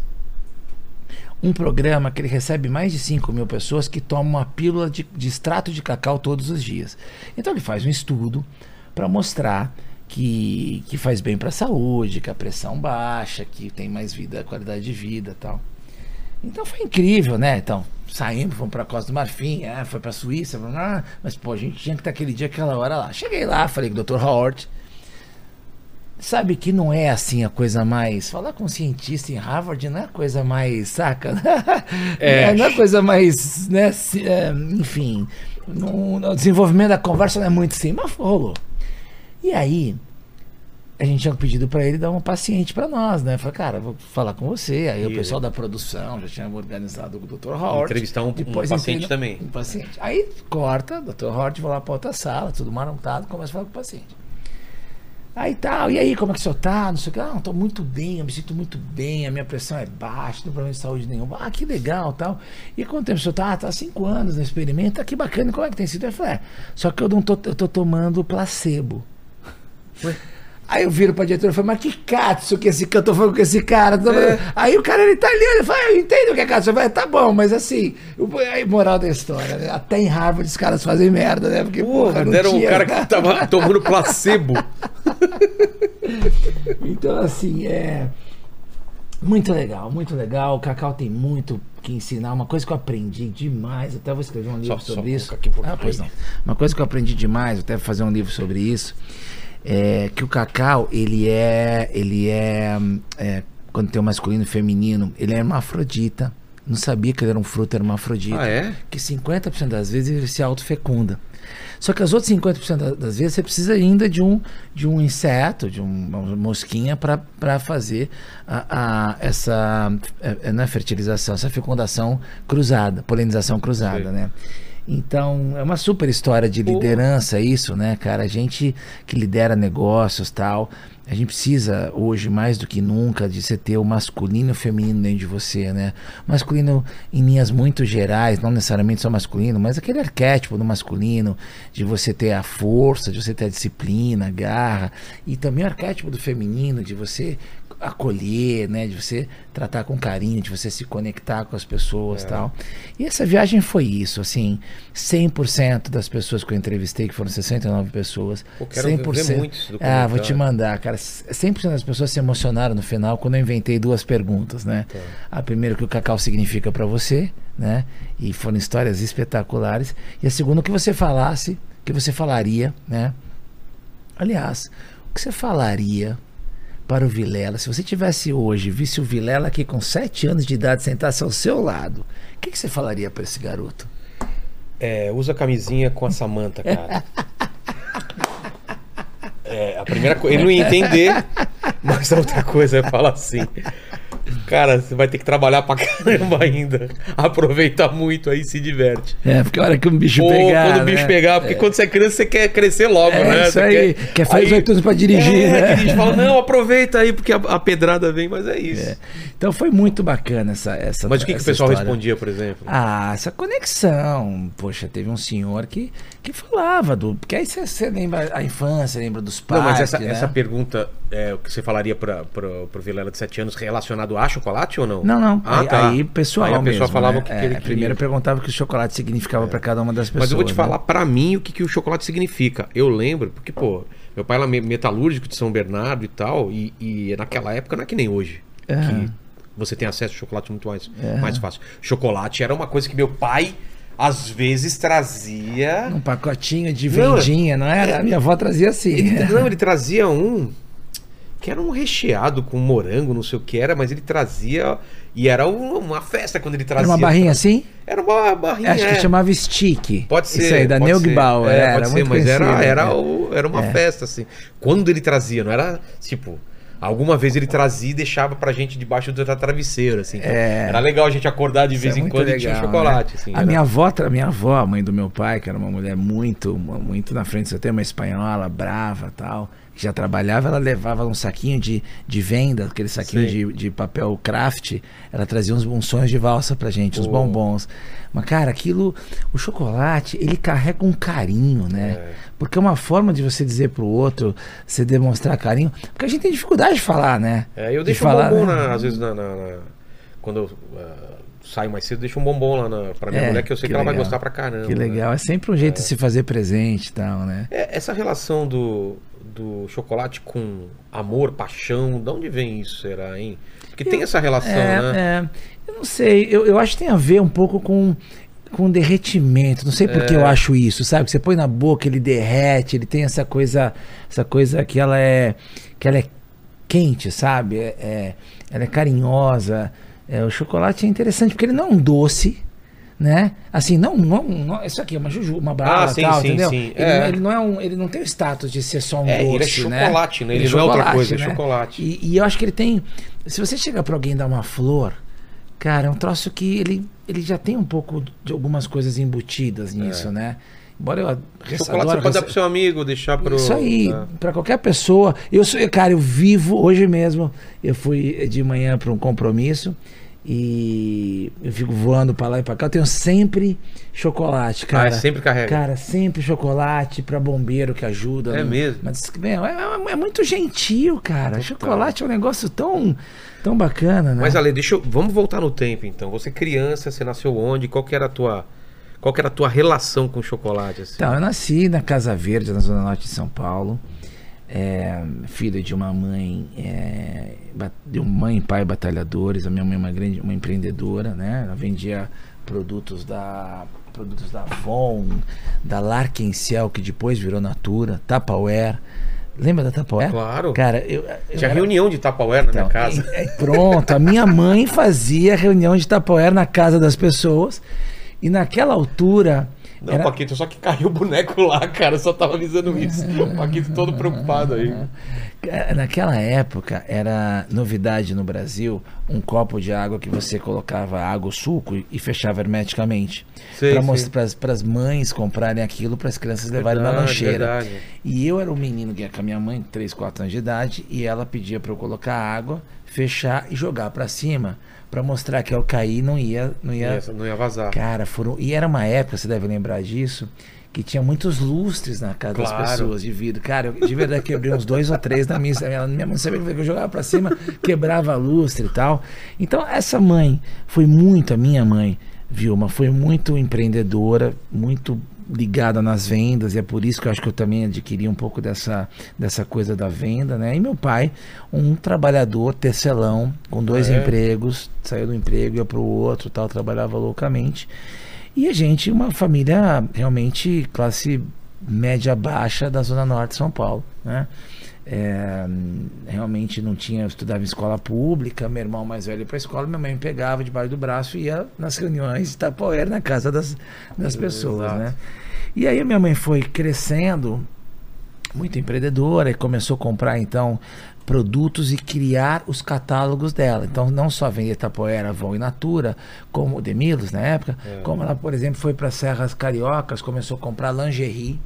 um programa que ele recebe mais de cinco mil pessoas que tomam uma pílula de, de extrato de cacau todos os dias. Então ele faz um estudo para mostrar que, que faz bem para a saúde, que a pressão baixa, que tem mais vida, qualidade de vida e tal. Então foi incrível, né? Então, saímos, fomos pra Costa do Marfim, é, foi pra Suíça, fomos lá, mas pô, a gente tinha que estar aquele dia, aquela hora lá. Cheguei lá, falei com o doutor Howard. Sabe que não é assim a coisa mais. Falar com um cientista em Harvard não é a coisa mais. Saca? É. Não é a coisa mais. Né, se- é, enfim, no, no desenvolvimento da conversa não é muito assim, mas rolou. E aí, a gente tinha pedido para ele dar um paciente para nós, né? Falei, cara, vou falar com você. Aí E o pessoal da produção já tinha organizado com o doutor Howard. Entrevistar um- um Depois paciente entrei no- também. Um paciente. Aí corta, doutor Howard vai lá para outra sala, tudo marontado, começa a falar com o paciente. Aí tal, e aí, como é que o senhor tá? Não sei o que, ah, tô muito bem, eu me sinto muito bem, a minha pressão é baixa, não tem problema de saúde nenhum. Ah, que legal tal. E quanto tempo o senhor tá? Ah, tá há cinco anos no experimento, ah, que bacana, como é que tem sido? Eu falei, é, só que eu não tô, eu tô tomando placebo. Aí eu viro pra diretora e falo, mas que katsu que, esse, que eu tô falando com esse cara? Tô falando- Aí o cara era italiano, eu falei, eu entendo o que é katsu. Eu falei, tá bom, mas assim, o- aí moral da história, né? Até em Harvard os caras fazem merda, né? Porque, Porra, porra, não deram um tinha- cara que tava tomando placebo. Então, assim, é muito legal, muito legal. O Cacau tem muito que ensinar. Uma coisa que eu aprendi demais, até vou escrever um livro Só- só sobre isso. colocar aqui um pouquinho Ah, pois aí. não. Uma coisa que eu aprendi demais, até vou fazer um livro sobre isso, é que o cacau, ele é, ele é, é, quando tem o masculino e o feminino, ele é hermafrodita. Não sabia que ele era um fruto hermafrodita. Ah, é? Que cinquenta por cento das vezes ele se autofecunda. Só que as outras cinquenta por cento da- das vezes você precisa ainda de um, de um inseto, de um- uma mosquinha para fazer a, a- essa é, não é fertilização, essa fecundação cruzada, polinização cruzada, Sei. né? Então, é uma super história de liderança isso, né, cara? A gente que lidera negócios e tal, a gente precisa hoje, mais do que nunca, de você ter o masculino e o feminino dentro de você, né? Masculino em linhas muito gerais, não necessariamente só masculino, mas aquele arquétipo do masculino, de você ter a força, de você ter a disciplina, a garra, e também o arquétipo do feminino, de você acolher, né, de você tratar com carinho, de você se conectar com as pessoas e é. tal. E essa viagem foi isso, assim, cem por cento das pessoas que eu entrevistei, que foram sessenta e nove pessoas, eu quero cem por cento, ver muito esse ah, vou te mandar, cara, cem por cento das pessoas se emocionaram no final quando eu inventei duas perguntas, né? Tá. A primeira, o que o cacau significa para você, né? E foram histórias espetaculares. E a segunda, o que você falasse, o que você falaria, né? Aliás, o que você falaria para o Vilela, se você tivesse hoje, visse o Vilela aqui com sete anos de idade, sentasse ao seu lado, o que, que você falaria para esse garoto? É, usa camisinha com a Samanta, cara. É, a primeira coisa, ele não ia entender, mas a outra coisa é falar assim: cara, você vai ter que trabalhar pra caramba ainda. Aproveita muito aí, se diverte. É, porque a hora que o bicho Pô, pegar. Quando o bicho né? pegar, porque é. quando você é criança, você quer crescer logo, é, né? Isso você aí, quer, quer fazer oito anos pra dirigir, é, né? Que a gente fala, não, aproveita aí, porque a, a pedrada vem, mas é isso. É. Então foi muito bacana essa. essa mas o que, que o pessoal história. respondia, por exemplo? Ah, essa conexão. Poxa, teve um senhor que, que falava do. Porque aí você, você lembra a infância, lembra dos pais. Não, mas essa, né? essa pergunta, é, o que você falaria para o Vilela de sete anos relacionado a chocolate ou não? Não, não. Ah, aí, tá. aí pessoal aí a pessoa mesmo, falava né? o que, é, que ele Primeiro queria. eu perguntava o que o chocolate significava é. para cada uma das pessoas. Mas eu vou te né? falar para mim o que, que o chocolate significa. Eu lembro, porque, pô, meu pai era metalúrgico de São Bernardo e tal, e, e naquela época não é que nem hoje. É. Que você tem acesso a chocolate muito mais, é. mais fácil. Chocolate era uma coisa que meu pai às vezes trazia... Um pacotinho de vendinha, não, não era? A minha avó trazia assim. Ele, não, ele trazia um... que era um recheado com morango, não sei o que era, mas ele trazia... E era uma festa quando ele trazia. Era uma barrinha assim? Era uma barrinha, Acho que é. chamava Stick. Pode ser. Isso aí, da Neugbauer. É, era pode ser, muito mas era, era, né? o, era uma é. festa, assim. Quando ele trazia, não era, tipo... Alguma vez ele trazia e deixava pra gente debaixo do travesseiro, assim. Então, é. Era legal a gente acordar de vez em quando legal, e tinha um chocolate, né? assim. A era... minha avó, a minha avó, a mãe do meu pai, que era uma mulher muito, muito na frente, você tem uma espanhola, brava e tal, que já trabalhava, ela levava um saquinho de, de venda, aquele saquinho de, de papel craft, ela trazia uns, uns sonhos de valsa pra gente, uns oh. bombons. Mas, cara, aquilo, o chocolate, ele carrega um carinho, né? É. Porque é uma forma de você dizer pro outro, você demonstrar carinho, porque a gente tem dificuldade de falar, né? É, eu deixo de um falar, bombom, né? na, às vezes, na, na, na, quando eu uh, saio mais cedo, deixo um bombom lá na, pra minha é, mulher, que eu sei que, que ela vai gostar pra caramba. Que legal, né? É sempre um jeito é. de se fazer presente e tal, né? É, essa relação do, do chocolate com amor, paixão, de onde vem isso, será, hein? Porque eu, tem essa relação, é, né? É, eu não sei, eu, eu acho que tem a ver um pouco com... com derretimento, não sei por que é. eu acho isso, sabe? Que você põe na boca, ele derrete, ele tem essa coisa, essa coisa que ela é, que ela é quente, sabe? É, é, ela é carinhosa. É, o chocolate é interessante porque ele não é um doce, né? Assim, não, não, não isso aqui é uma juju, uma bala, ah, sim, tal, sim, entendeu? Sim. Ele, é. ele não é um, ele não tem o status de ser só um é, doce, ele é chocolate, né? né? Ele, ele não é outra coisa, né? É chocolate. E, e eu acho que ele tem, se você chegar para alguém e dar uma flor, cara, é um troço que ele, ele já tem um pouco de algumas coisas embutidas nisso, é. né? Embora eu chocolate você pode dar pro seu amigo, deixar pro... Isso aí, é. para qualquer pessoa. Eu sou, cara, eu vivo, hoje mesmo, eu fui de manhã para um compromisso e eu fico voando para lá e para cá. Eu tenho sempre chocolate, cara. Ah, é sempre carrega? Cara, sempre chocolate para bombeiro que ajuda. É no, mesmo? Mas, meu, é, é, é muito gentil, cara. Total. Chocolate é um negócio tão... tão bacana, né? Mas Ale, deixa eu, vamos voltar no tempo então. Você criança, você nasceu onde? Qual que era a tua, qual que era a tua relação com o chocolate? Assim? Então, eu nasci na Casa Verde, na Zona Norte de São Paulo. É, filho de uma mãe, é, de uma mãe e pai batalhadores. A minha mãe é uma grande, uma empreendedora, né? Ela vendia produtos da produtos da Avon, da Larkenciel, que depois virou Natura, Tupperware. Lembra da Tupperware? Claro. Cara, eu, eu tinha era... reunião de Tupperware na então, minha casa. É, é, pronto, a minha mãe fazia reunião de Tupperware na casa das pessoas. E naquela altura... Não, era... Paquito, só que caiu o boneco lá, cara. Eu só tava avisando isso. O Paquito todo preocupado aí. Naquela época era novidade no Brasil um copo de água que você colocava água ou suco e fechava hermeticamente. Para as mães comprarem aquilo para as crianças levarem na lancheira. Verdade. E eu era um menino que ia com a minha mãe, três, quatro anos de idade, e ela pedia para eu colocar água, fechar e jogar para cima para mostrar que ao cair não ia, não ia, não ia vazar. Cara, foram, e era uma época, você deve lembrar disso, que tinha muitos lustres na casa claro. das pessoas de vidro. Cara, eu de verdade quebrei uns dois ou três na minha. Minha mãe não sabia que eu jogava pra cima, quebrava lustre e tal. Então, essa mãe foi muito, a minha mãe, Vilma, foi muito empreendedora, muito ligada nas vendas, e é por isso que eu acho que eu também adquiri um pouco dessa, dessa coisa da venda, né? E meu pai, um trabalhador tecelão, com dois é. empregos, saiu do emprego, ia pro outro, tal, trabalhava loucamente. E a gente, uma família realmente classe média baixa da Zona Norte de São Paulo, né? É, realmente não tinha, eu estudava em escola pública, meu irmão mais velho ia para a escola, minha mãe me pegava debaixo do braço e ia nas reuniões de Itapoera, na casa das, das pessoas, né? E aí a minha mãe foi crescendo, muito empreendedora, e começou a comprar então produtos e criar os catálogos dela. Então não só vender Itapoera, Avon e Natura, como Demilos na época, é. como ela, por exemplo, foi para Serras Cariocas, começou a comprar lingerie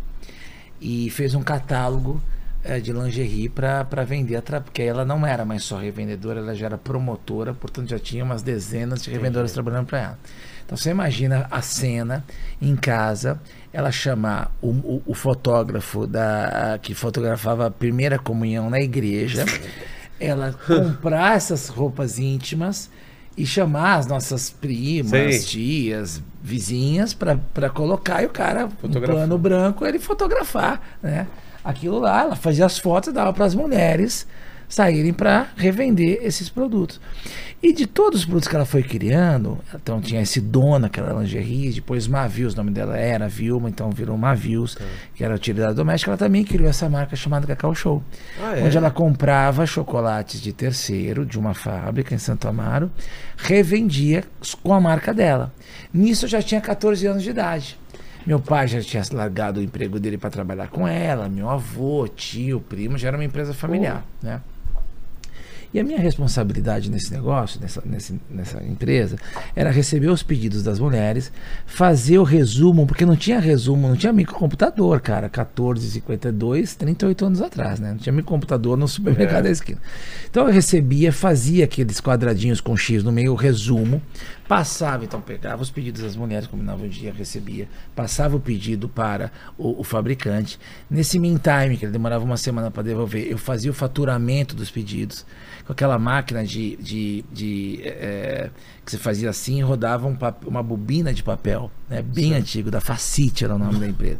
e fez um catálogo é, de lingerie para vender, porque ela não era mais só revendedora, ela já era promotora, portanto já tinha umas dezenas de revendedoras trabalhando para ela. Então você imagina a cena em casa, ela chamar o, o, o fotógrafo da, que fotografava a primeira comunhão na igreja, ela comprar essas roupas íntimas e chamar as nossas primas, Sim. tias, vizinhas para colocar, e o cara, um plano branco, ele fotografar, né? Aquilo lá, ela fazia as fotos e dava para as mulheres saírem para revender esses produtos. E de todos os produtos que ela foi criando, então tinha esse Dona, que era lingerie, depois Mavius, o nome dela era Vilma, então virou Mavius, tá. que era utilidade doméstica. Ela também criou essa marca chamada Cacau Show, ah, é? onde ela comprava chocolates de terceiro, de uma fábrica em Santo Amaro, revendia com a marca dela. Nisso eu já tinha catorze anos de idade. Meu pai já tinha largado o emprego dele para trabalhar com ela, meu avô, tio, primo, já era uma empresa familiar, oh. né? E a minha responsabilidade nesse negócio, nessa, nesse, nessa empresa, era receber os pedidos das mulheres, fazer o resumo, porque não tinha resumo, não tinha microcomputador, cara, quatorze, cinquenta e dois, trinta e oito anos atrás, né? Não tinha microcomputador no supermercado é. da esquina. Então eu recebia, fazia aqueles quadradinhos com X no meio, o resumo, passava, então pegava os pedidos das mulheres, combinava um dia, recebia, passava o pedido para o, o fabricante. Nesse meantime, que ele demorava uma semana para devolver, eu fazia o faturamento dos pedidos, com aquela máquina de, de, de é, que você fazia assim, rodava um uma bobina de papel, né? Bem Sim. antigo, da Facite era o nome da empresa.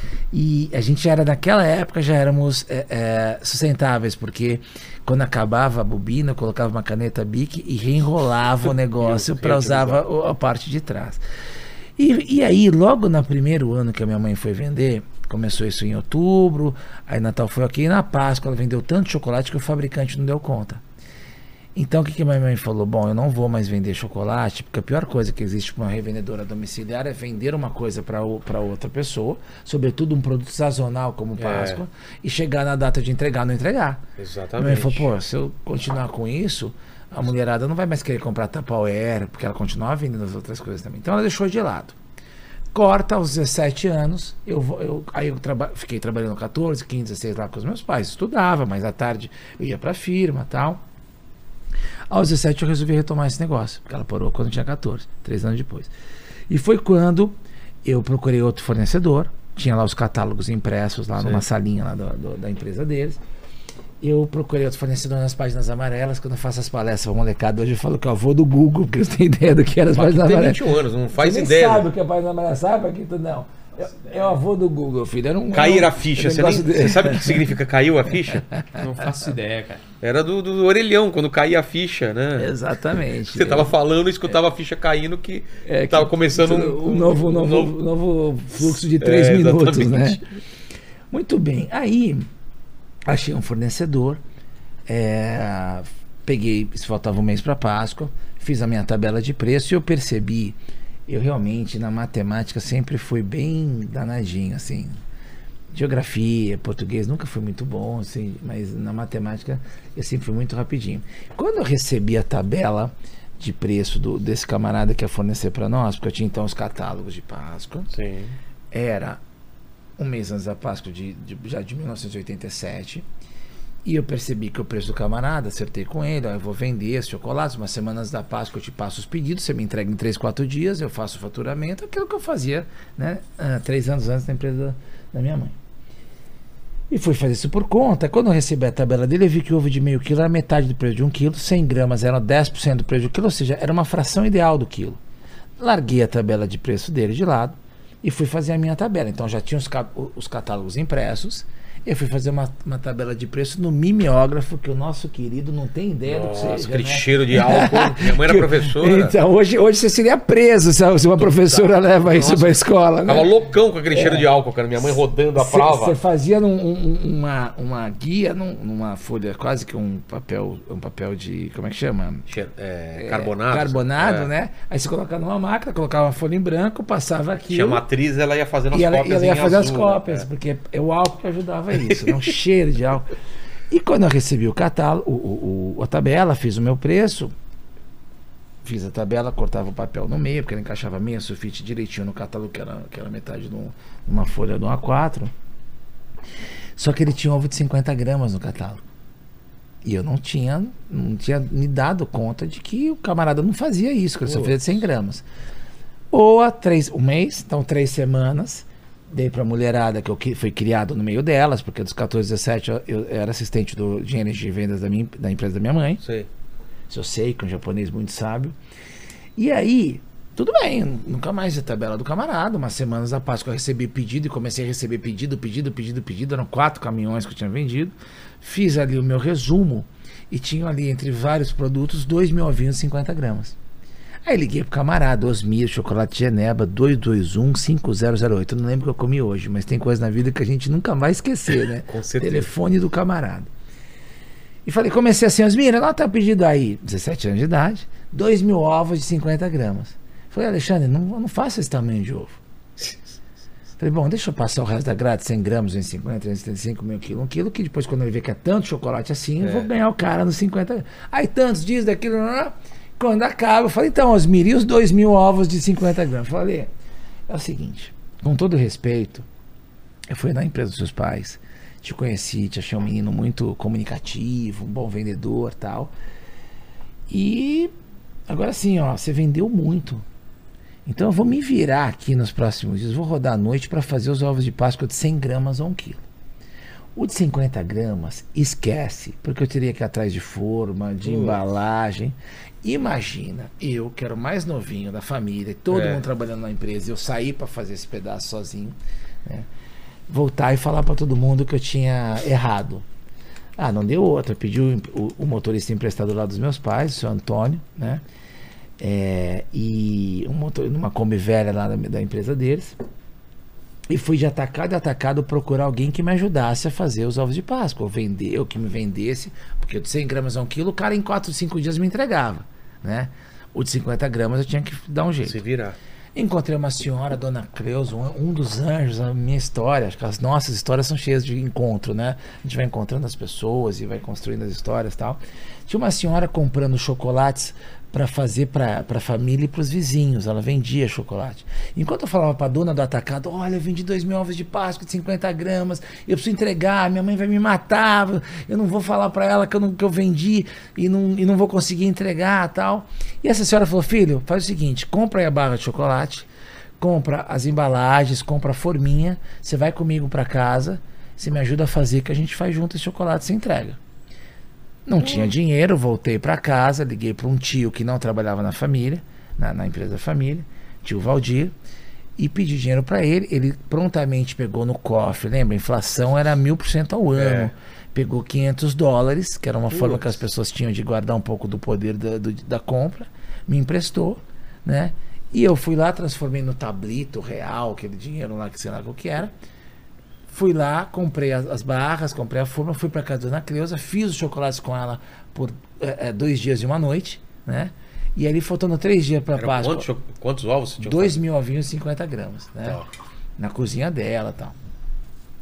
E a gente era, naquela época, já éramos é, é, sustentáveis, porque quando acabava a bobina, eu colocava uma caneta Bic e reenrolava o negócio para usar a, a parte de trás. E, e aí, logo no primeiro ano que a minha mãe foi vender, começou isso em outubro, aí Natal foi aqui, e na Páscoa ela vendeu tanto chocolate que o fabricante não deu conta. Então o que, que a minha mãe falou? Bom, eu não vou mais vender chocolate, porque a pior coisa que existe para uma revendedora domiciliar é vender uma coisa para outra pessoa, sobretudo um produto sazonal como Páscoa, é. e chegar na data de entregar, não entregar. Exatamente. A minha mãe falou, pô, se eu continuar com isso, a mulherada não vai mais querer comprar Tupperware, porque ela continuava vendendo as outras coisas também. Então ela deixou de lado. Corta aos dezessete anos, eu, eu, aí eu traba, fiquei trabalhando quatorze, quinze, dezesseis lá com os meus pais, estudava, mas à tarde eu ia para a firma e tal. Aos dezessete eu resolvi retomar esse negócio, porque ela parou quando eu tinha quatorze, três anos depois. E foi quando eu procurei outro fornecedor, tinha lá os catálogos impressos lá Sim. numa salinha lá do, do, da empresa deles. Eu procurei outro fornecedor nas páginas amarelas. Quando eu faço as palestras para molecada, hoje eu falo que eu vou do Google, porque eles têm ideia do que era as páginas amarelas. Tem vinte e um anos, não faz Você ideia. Você sabe o que é a página amarela, sabe, Paquito? Não. É o avô do Google, filho. Era um, Cair era um, a ficha. Você, nem, você sabe o que significa caiu a ficha? Não faço ideia, cara. Era do, do orelhão, quando caía a ficha, né? Exatamente. Você estava falando e escutava é, a ficha caindo que estava é, começando um, um, novo, um, novo, novo, novo fluxo de três é, minutos, né? Muito bem. Aí, achei um fornecedor, é, peguei, se faltava um mês para Páscoa, fiz a minha tabela de preço e eu percebi... Eu realmente, na matemática, sempre fui bem danadinho, assim. Geografia, português, nunca fui muito bom, assim, mas na matemática eu sempre fui muito rapidinho. Quando eu recebi a tabela de preço do, desse camarada que ia fornecer para nós, porque eu tinha então os catálogos de Páscoa, Sim. era um mês antes da Páscoa, de, de, já de mil novecentos e oitenta e sete, e eu percebi que o preço do camarada, acertei com ele, ó, eu vou vender esse chocolate, umas semanas da Páscoa eu te passo os pedidos, você me entrega em três, quatro dias, eu faço o faturamento, aquilo que eu fazia, né, ah, três anos antes da empresa da, da minha mãe. E fui fazer isso por conta. Quando eu recebi a tabela dele, eu vi que o ovo de meio quilo era metade do preço de um quilo, cem gramas era dez por cento do preço do quilo, ou seja, era uma fração ideal do quilo. Larguei a tabela de preço dele de lado e fui fazer a minha tabela. Então já tinha os, ca os catálogos impressos. Eu fui fazer uma, uma tabela de preço no mimeógrafo, que o nosso querido não tem ideia Nossa, do que seja, aquele né? cheiro de álcool. Minha mãe era professora. Então, hoje, hoje você seria preso se se uma professora leva isso Nossa, para a escola, né? Tava loucão com aquele cheiro de álcool, cara. Minha mãe rodando a prova. Você fazia num, um, uma, uma guia, num, numa folha, quase que um papel, um papel de, como é que chama? Cheiro- é, É, carbonado. Carbonado, É. né? Aí você colocava numa máquina, colocava uma folha em branco, passava aquilo. Tinha matriz, ela ia fazendo as E ela, e cópias ela ia em fazer as azul, cópias, né? porque é o álcool que ajudava isso, né? Um cheiro de álcool. E quando eu recebi o catálogo, o, o, a tabela, fiz o meu preço, fiz a tabela, cortava o papel no meio, porque ela encaixava meia sulfite direitinho no catálogo, que era, que era metade de um- uma folha do A quatro. Só que ele tinha ovo de cinquenta gramas no catálogo. E eu não tinha, não tinha me dado conta de que o camarada não fazia isso, que ele só fazia de cem gramas. Ou há três, um mês, então três semanas, dei pra mulherada, que eu que- fui criado no meio delas, porque dos catorze, dezessete eu, eu era assistente do gerente de vendas da, minha, da empresa da minha mãe. Sei. Isso eu sei, que é um japonês muito sábio. E aí, tudo bem, eu nunca mais a tabela do camarada. Umas semanas da Páscoa eu recebi pedido e comecei a receber pedido, pedido, pedido, pedido. Eram quatro caminhões que eu tinha vendido. Fiz ali o meu resumo e tinha ali entre vários produtos dois mil ovinhos de cinquenta gramas. Aí liguei pro camarada, Osmir, chocolate Genebra, dois dois um cinco zero zero oito. Eu não lembro o que eu comi hoje, mas tem coisa na vida que a gente nunca vai esquecer, né? Com certeza. Telefone do camarada. E falei, comecei assim, Osmir, anota o pedido aí, dezessete anos de idade, dois mil ovos de cinquenta gramas. Falei, Alexandre, não, não faça esse tamanho de ovo. Falei, bom, deixa eu passar o resto da grade, cem gramas, duzentos e cinquenta, trezentos e setenta e cinco, meio quilo, um quilo, que depois quando ele vê que é tanto chocolate assim, eu É. vou ganhar o cara nos cinquenta. Aí tantos dias daquilo, quando acaba, eu falei, então, Osmir, e os dois mil ovos de cinquenta gramas? Eu falei, é o seguinte, com todo respeito, eu fui na empresa dos seus pais, te conheci, te achei um menino muito comunicativo, um bom vendedor e tal. E agora sim, ó, você vendeu muito. Então eu vou me virar aqui nos próximos dias, vou rodar à noite para fazer os ovos de Páscoa de cem gramas a um quilo. O de cinquenta gramas, esquece, porque eu teria que ir atrás de forma, de Putz. embalagem. Imagina, eu que era o mais novinho da família, e todo É. mundo trabalhando na empresa, eu saí para fazer esse pedaço sozinho, né? Voltar e falar para todo mundo que eu tinha errado. Ah, não deu outra. Pedi o, o, o motorista emprestado lá dos meus pais, o seu Antônio, né? É, e um motor, numa Kombi velha lá da, da empresa deles. E fui de atacado a atacado procurar alguém que me ajudasse a fazer os ovos de Páscoa, ou vender, ou que me vendesse, porque o de cem gramas a um quilo, o cara em quatro, cinco dias me entregava, né? O de cinquenta gramas eu tinha que dar um jeito. Se virar. Encontrei uma senhora, Dona Creuza, um, um dos anjos da minha história. Acho que as nossas histórias são cheias de encontro, né? A gente vai encontrando as pessoas e vai construindo as histórias e tal. Tinha uma senhora comprando chocolates para fazer para a família e para os vizinhos. Ela vendia chocolate. Enquanto eu falava para a dona do atacado, olha, eu vendi dois mil ovos de Páscoa de cinquenta gramas, eu preciso entregar, minha mãe vai me matar, eu não vou falar para ela que eu, não, que eu vendi e não, e não vou conseguir entregar tal. E essa senhora falou, filho, faz o seguinte, compra aí a barra de chocolate, compra as embalagens, compra a forminha, você vai comigo para casa, você me ajuda a fazer que a gente faz junto esse chocolate e você entrega. Não tinha dinheiro, voltei para casa, liguei para um tio que não trabalhava na família, na, na empresa da família, tio Valdir, e pedi dinheiro para ele. Ele prontamente pegou no cofre, lembra? A inflação era mil por cento ao ano. É. Pegou quinhentos dólares, que era uma Putz. forma que as pessoas tinham de guardar um pouco do poder da, do- da compra, me emprestou, né? E eu fui lá, transformei no tablito real, aquele dinheiro lá que sei lá o que era. Fui lá, comprei as, as barras, comprei a forma, fui para casa da Dona Cleusa, fiz os chocolates com ela por é, é, dois dias e uma noite, né? E ali faltando três dias para Eram Páscoa, quantos, cho- quantos ovos você tinha dois feito? mil ovinhos e cinquenta gramas, né? Tá. Na cozinha dela e tal.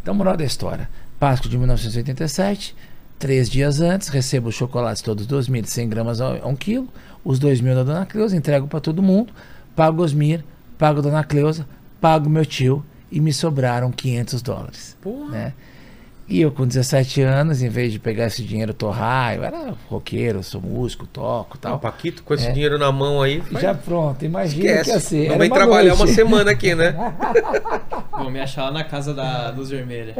Então, moral da história. Páscoa de mil novecentos e oitenta e sete, três dias antes, recebo os chocolates todos dois mil e cem gramas a um quilo, os dois mil da Dona Cleusa, entrego para todo mundo, pago Osmir, pago a Dona Cleusa, pago meu tio e me sobraram quinhentos dólares. Porra. Né? E eu com dezessete anos, em vez de pegar esse dinheiro torrar, eu era roqueiro, sou músico, toco e tal. O Paquito, com esse É. dinheiro na mão aí, faz- Já pronto, imagina esquece. que ia ser. Não Era vem uma trabalhar noite. uma semana aqui, né? Vou me achar lá na casa da Luz Vermelha.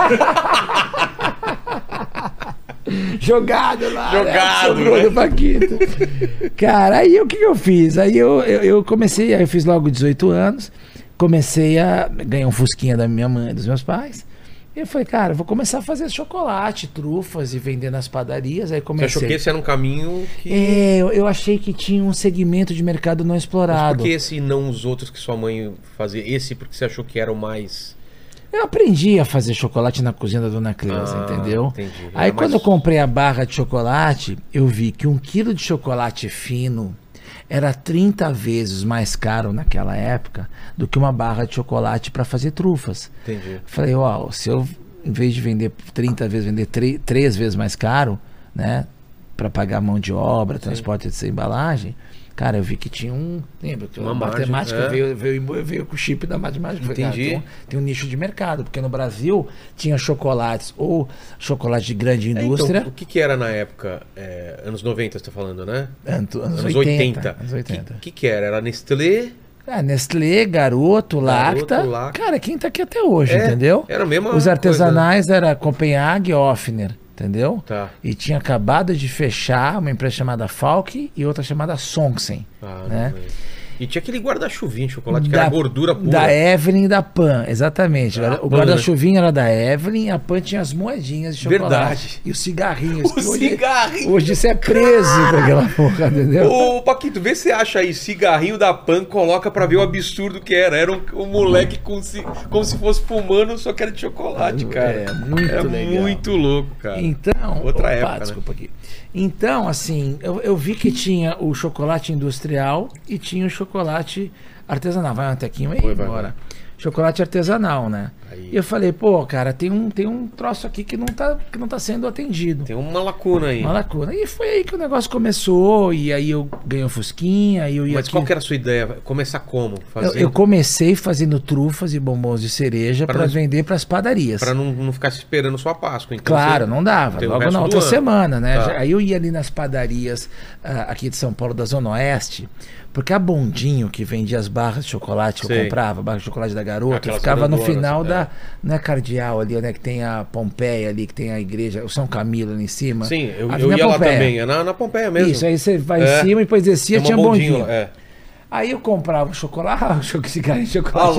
Jogado lá. Jogado, Né? Sobrou né? do Paquito. Cara, aí o que, que eu fiz? Aí eu, eu, eu comecei, aí eu fiz logo dezoito anos, comecei a ganhar um fusquinha da minha mãe, dos meus pais. E eu falei, cara, eu vou começar a fazer chocolate, trufas e vender nas padarias. Aí Você comecei. achou que esse era um caminho que... É, eu, eu achei que tinha um segmento de mercado não Mas explorado. por que esse e não os outros que sua mãe fazia? Esse porque você achou que era o mais... Eu aprendi a fazer chocolate na cozinha da Dona Cleusa, Ah, entendeu? entendi. Aí Era quando mais- eu comprei a barra de chocolate, eu vi que um quilo de chocolate fino era trinta vezes mais caro naquela época do que uma barra de chocolate para fazer trufas. Entendi. Falei, ó, se eu, em vez de vender trinta vezes, vender três vezes mais caro, né? Para pagar mão de obra, transporte dessa embalagem, cara, eu vi que tinha um. Lembra? Que Uma a margem, matemática é. veio, veio, veio com o chip da matemática. Falei, cara, Entendi. tem, um, tem um nicho de mercado, porque no Brasil tinha chocolates, ou chocolate de grande É, indústria. então, o que, que era na época? É, anos noventa, você tá falando, né? anos, anos Anos oitenta. oitenta. Anos O oitenta. que, que, que era? Era Nestlé? Ah, Nestlé, Garoto, Lacta. Lacta. Cara, quem tá aqui até hoje, É, entendeu? era a mesma Os coisa. artesanais era Copenhague e Offner, entendeu? Tá. E tinha acabado de fechar uma empresa chamada Falk e outra chamada Songsen. Ah, né? não lembro. E tinha aquele guarda-chuvinho de chocolate que Da- era gordura pura. Da Evelyn e da Pan, exatamente. Ah, o Pan, guarda-chuvinho era da Evelyn e a Pan tinha as moedinhas de chocolate. Verdade. E os cigarrinhos. O que hoje, cigarrinho. hoje você é preso com aquela porra, entendeu? Ô, Paquito, vê se você acha aí, cigarrinho da Pan, coloca pra ver o absurdo que era. Era um, um moleque com ci- como se fosse fumando, só que era de chocolate, cara. É, muito Era legal. muito louco, cara. Então, Outra opa, época, né? desculpa aqui. Então, assim, eu, eu vi que tinha o chocolate industrial e tinha o chocolate artesanal. Vai um tequinho aí, Vai, vai, bora. Chocolate artesanal, né? Aí. E eu falei, pô, cara, tem um, tem um troço aqui que não tá, que não tá sendo atendido. Tem uma lacuna aí. Uma lacuna. E foi aí que o negócio começou, e aí eu ganhei um Fusquinha, aí eu ia Mas aqui- qual que era a sua ideia? Começar como? eu, Fazer? eu comecei fazendo trufas e bombons de cereja Pra para não- vender para as padarias. Pra não, não ficar esperando sua Páscoa. Então Claro, você- não dava. tem o Logo resto na do outra ano. semana, né? Tá. Já- Aí eu ia ali nas padarias ah, aqui de São Paulo, da Zona Oeste, porque a Bondinho, que vendia as barras de chocolate que Sei. eu comprava, barra de chocolate da Garota, Aquelas ficava no grandonas, final é. da né, Cardeal ali, né? Que tem a Pompeia ali, que tem a igreja, o São Camilo ali em cima. Sim, eu, eu Avenida ia lá Pompeia. também. É na, na Pompeia mesmo. Isso, aí você vai É. em cima e depois descia, Tem tinha uma bondinho. lá, É. Aí eu comprava chocolate, ah, cigarrinho de Olha chocolate.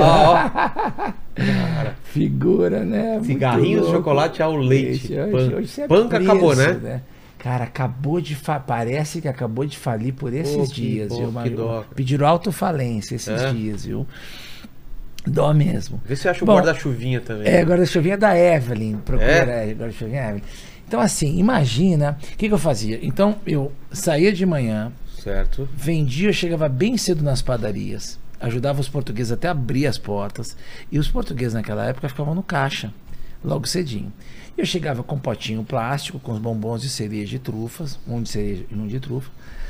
lá, Figura, né? Muito Cigarrinhos de louco. chocolate ao leite. Hoje, Pan- hoje você é Panca preso, acabou, né? Cara, acabou de fa... parece que acabou de falir por esses Pô, que- dias, pô, viu, que Mário? dó, cara. Pediram autofalência esses É? dias, viu? Dó mesmo. Vê se você acha Bom, o guarda-chuvinha também. É, guarda-chuvinha da Evelyn. Procura, É? é? Guarda-chuvinha Evelyn. Então, assim, imagina, o que, que eu fazia? Então, eu saía de manhã, Certo. vendia, eu chegava bem cedo nas padarias, ajudava os portugueses até a abrir as portas, e os portugueses naquela época ficavam no caixa, logo cedinho. Eu chegava com um potinho plástico, com os bombons de cereja e trufas, um de cereja e um de trufa,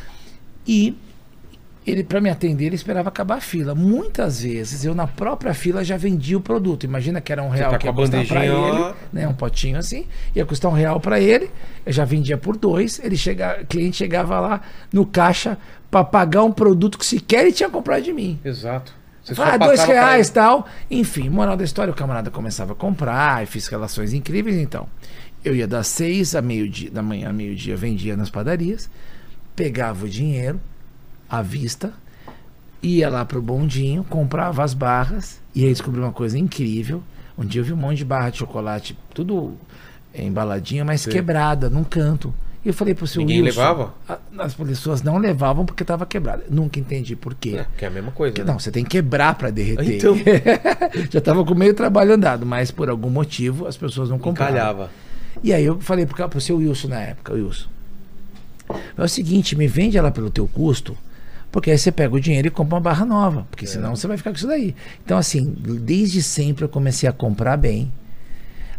e ele, para me atender, ele esperava acabar a fila. Muitas vezes eu na própria fila já vendia o produto. Imagina que era um real tá que com ia a custar para bandejinha ele, lá. né, um potinho assim, ia custar um real para ele. Eu já vendia por dois. Ele chega, o cliente chegava lá no caixa para pagar um produto que sequer ele tinha comprado de mim. Exato. Você só Ah, dois passava pra reais ele. tal. Enfim, moral da história, o camarada começava a comprar, e fiz relações incríveis, então. Eu ia das seis a meio-dia, da manhã a meio-dia, vendia nas padarias, pegava o dinheiro à vista, ia lá pro bondinho, comprava as barras, e aí descobri uma coisa incrível. Um dia eu vi um monte de barra de chocolate, tudo embaladinha, mas Sim. quebrada, num canto. E eu falei pro seu Ninguém Wilson, levava? a- as pessoas não levavam porque estava quebrada. Nunca entendi por quê. É, que é a mesma coisa. Porque, né? não, você tem que quebrar para derreter. Então. Já estava com meio trabalho andado, mas por algum motivo as pessoas não compravam. Encalhava. E aí eu falei pro, ca- pro seu Wilson na época, Wilson, é o seguinte, me vende ela pelo teu custo, porque aí você pega o dinheiro e compra uma barra nova, porque senão você vai ficar com isso daí. Então assim, desde sempre eu comecei a comprar bem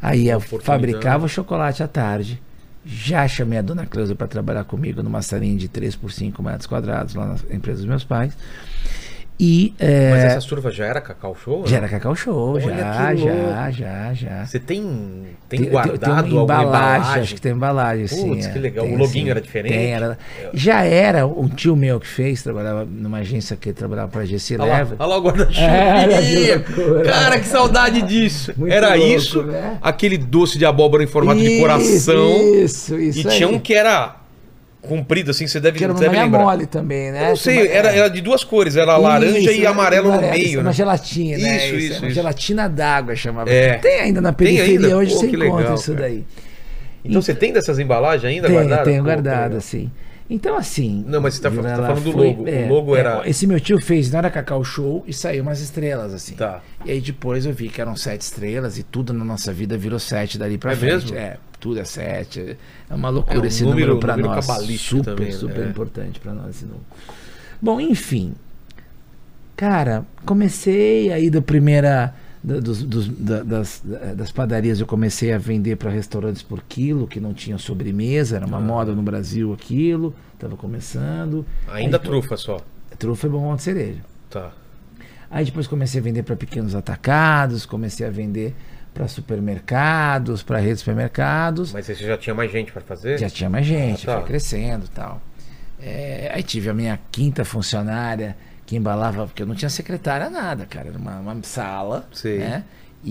Aí eu Oportunidade. fabricava o chocolate à tarde. Já chamei a dona Cleusa para trabalhar comigo numa salinha de três por cinco metros quadrados lá na empresa dos meus pais. E, é, Mas essa turva já era Cacau Show? já né? era Cacau Show, Olha já, que louco. já, já, já. Você tem, tem, Tem- guardado tem uma alguma embalagem, embalagem? acho que tem embalagem, sim. Putz, é. que legal. Tem, O loginho assim, era diferente? tem, era- Já era um tio meu que fez, trabalhava numa agência que trabalhava para a G C Olha lá, Lever. olha lá o guarda-chuva. Era, que loucura. Cara, que saudade disso. Muito Era louco, isso, né? aquele doce de abóbora em formato de coração. Isso, isso E tinha aí. um que era comprido, assim, você deve, Que era uma deve malha lembrar. mole também, né? Eu não sei, Uma- era, era de duas cores, era laranja Isso, e amarelo no amarelo, meio, Uma né? gelatina, né? Isso, isso, é uma isso. gelatina d'água chamava. É. Tem ainda na Tem periferia, ainda? hoje Pô, você que encontra legal, isso cara. daí. Então você tem dessas embalagens ainda Tem, guardadas? tenho Pô, que guardado, legal. assim. Então, assim. Não, mas você tá, ela você tá falando do foi- logo. O logo era... Esse meu tio fez, não era Cacau Show, e saiu umas estrelas, assim. Tá. E aí depois eu vi que eram sete estrelas e tudo na nossa vida virou sete dali pra É frente. mesmo? É, tudo é sete. É uma loucura É um esse número- número, pra número nós. cabalístico Super, também, né? super É. importante pra nós esse número. Bom, enfim. Cara, comecei aí da primeira. da- dos- dos- da- das, da- das padarias eu comecei a vender para restaurantes por quilo, que não tinham sobremesa, era uma Ah. moda no Brasil aquilo, estava começando. Ainda Aí, trufa só. Trufa é bom de cereja. Tá. Aí depois comecei a vender para pequenos atacados, comecei a vender para supermercados, para redes de supermercados. Mas você já tinha mais gente pra fazer? Já tinha mais gente, Ah, tá. foi crescendo e tal. É, aí tive a minha quinta funcionária que embalava, porque eu não tinha secretária nada, cara. Era uma, uma sala, Sei. né?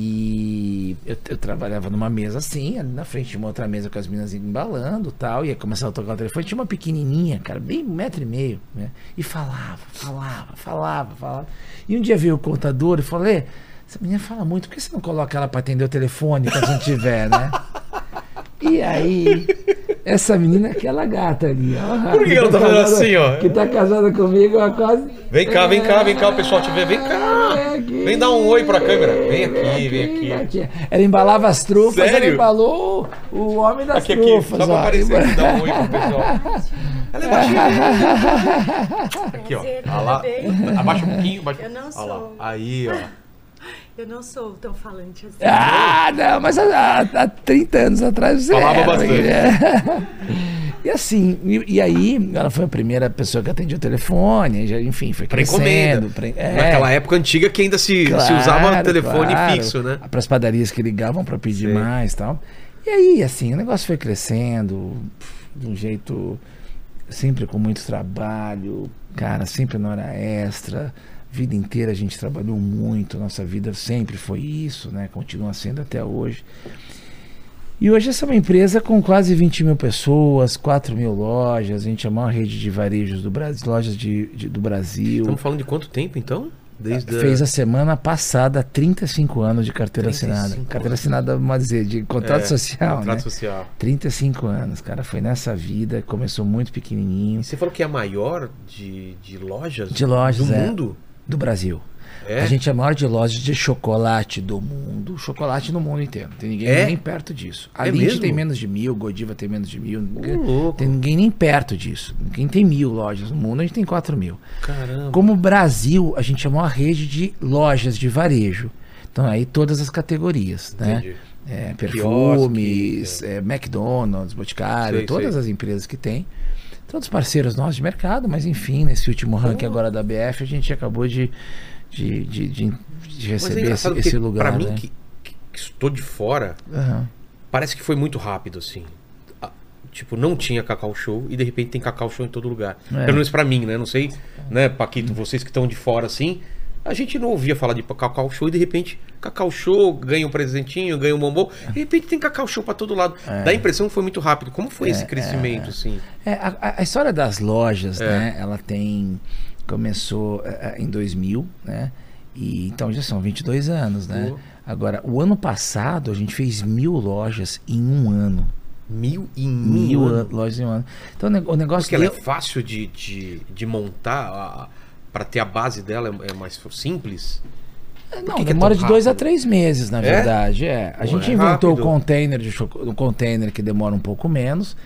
E eu, eu trabalhava numa mesa assim, ali na frente de uma outra mesa com as meninas embalando e tal. Ia começar a tocar o telefone. Tinha uma pequenininha, cara, bem um metro e meio, né? E falava, falava, falava, falava. E um dia veio o contador e falou: "Lê, essa menina fala muito, por que você não coloca ela para atender o telefone quando não tiver, né?" E aí, essa menina é aquela gata ali, ó. Por que ela tá fazendo casada- assim, ó? Que tá casada comigo há quase. Vem cá, vem cá, vem cá, o pessoal te vê. Vem cá. É aqui. Vem dar um oi pra câmera. Vem aqui, vem aqui. Ela embalava as trufas, Sério? ela embalou o, o homem das Aqui, aqui, trufas. só pra ó. aparecer aqui, dar um oi pro pessoal. Ela é baixinha. Aqui, ó. Prazer, Olha lá. tudo bem? Abaixa um pouquinho. Abaixa. Eu não Olha lá. sou. Aí, ó. Eu não sou tão falante assim. Ah, não, mas há, há- há trinta anos atrás você Falava era, bastante. né? E assim, e, e aí ela foi a primeira pessoa que atendeu o telefone, já, enfim, foi Pra crescendo. encomenda. pra- é. Naquela época antiga que ainda se, se usava telefone fixo, né? Para as padarias que ligavam para pedir Sei. mais e tal. E aí, assim, o negócio foi crescendo de um jeito sempre com muito trabalho, cara, sempre na hora extra. A vida inteira a gente trabalhou muito, nossa vida sempre foi isso, né? Continua sendo até hoje. E hoje essa é uma empresa com quase vinte mil pessoas, quatro mil lojas, a gente é a maior rede de varejos do Brasil, lojas de, de- do Brasil. Estamos falando de quanto tempo, então? Desde Fez a semana passada trinta e cinco anos de carteira trinta e cinco assinada. Carteira anos. assinada, vamos dizer, de contrato É, social, Contrato né? social. trinta e cinco anos, cara. Foi nessa vida, começou muito pequenininho. E você falou que é a maior de, de lojas De lojas, do é. mundo? Do Brasil. É? A gente é a maior de lojas de chocolate do mundo. Chocolate no mundo inteiro. Não tem ninguém É? nem perto disso. A É Lindt mesmo? tem menos de mil, Godiva tem menos de mil. Ninguém, louco. tem ninguém nem perto disso. Ninguém tem mil lojas no mundo, a gente tem quatro mil. Caramba. Como o Brasil, a gente é a maior rede de lojas de varejo. Então aí todas as categorias, né? Entendi. É, Quiosque, perfumes, é, McDonald's, Boticário, Sei, todas sei. as empresas que tem. Todos parceiros nossos de mercado, mas enfim, nesse último ranking agora da B F, a gente acabou de, de, de, de, de Mas é receber esse, engraçado esse porque, lugar. pra mim, né? que, que, que estou de fora, Aham. parece que foi muito rápido, assim. Ah, Tipo, não tinha Cacau Show e de repente tem Cacau Show em todo lugar. É. Pelo menos pra mim, né? Não sei, né, Paquito, vocês que estão de fora, assim, a gente não ouvia falar de Cacau Show e de repente Cacau Show ganha um presentinho, ganha um bombom. De repente tem Cacau Show pra todo lado. Dá a impressão que foi muito rápido. Como foi esse crescimento, assim? É, a, a- a história das lojas, É. né? Ela tem. Começou é, é, em dois mil, né? E, então já são vinte e dois anos, né? Pô. Agora, o ano passado a gente fez mil lojas em um ano. Mil e Mil mil an- anos. lojas em um ano. Então o ne- o negócio Porque ela é deu- fácil de, de, de montar, a- pra ter a base dela é, é mais simples? Não, que que é demora tão de dois a rápido? três meses, na É? verdade. É. A Pô, gente é inventou o rápido. container de choco... um container que demora um pouco menos,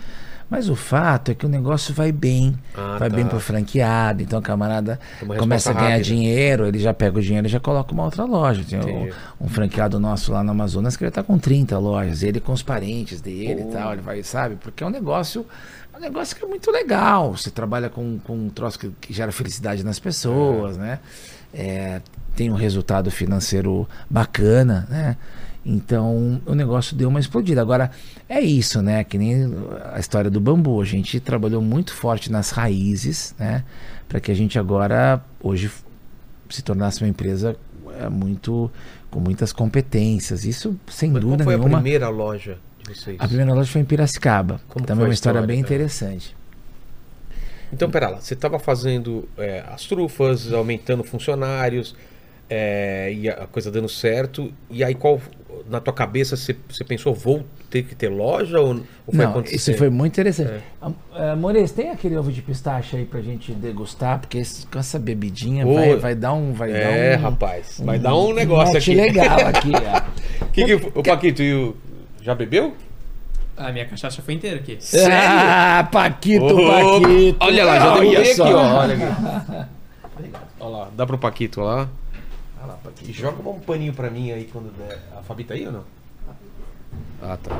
Mas o fato é que o negócio vai bem, Ah, vai tá. bem pro franqueado, então o camarada Uma começa a resposta ganhar rápida. dinheiro, ele já pega o dinheiro e já coloca uma outra loja. Tem Entendi. um, um franqueado nosso lá no Amazonas que ele tá com trinta lojas, ele com os parentes dele Pô. e tal, ele vai, sabe? Porque é um negócio, é um negócio que é muito legal. Você trabalha com, com um troço que, que gera felicidade nas pessoas, né? É, tem um resultado financeiro bacana, né? Então o negócio deu uma explodida. Agora é isso, né? Que nem a história do bambu. A gente trabalhou muito forte nas raízes, né? Para que a gente agora hoje se tornasse uma empresa é, muito com muitas competências. Isso sem Mas dúvida qual foi nenhuma. a primeira loja de vocês? A primeira loja foi em Piracicaba. Como Também foi a uma história história, bem cara? interessante. Então, pera lá, você estava fazendo é, as trufas, aumentando funcionários, é, e a coisa dando certo, e aí qual, na tua cabeça, você, você pensou, vou ter que ter loja ou, ou foi Não, acontecer? isso foi muito interessante. É. Ah, ah, Moreira, tem aquele ovo de pistache aí pra gente degustar? Porque esse- com essa bebidinha Pô, vai, vai dar um... Vai É, dar um, rapaz, vai dar um negócio match aqui. legal aqui. ó. Que que, o Paquito, e o, já bebeu? A minha cachaça foi inteira aqui. Ah, Paquito, Ô, Paquito. olha lá, já Olha derrubei aqui, só. ó. Olha aqui. Olha lá, dá pro Paquito lá. Olha lá, Paquito. E joga um paninho pra mim aí quando der. A Fabi tá aí ou não? Ah, tá.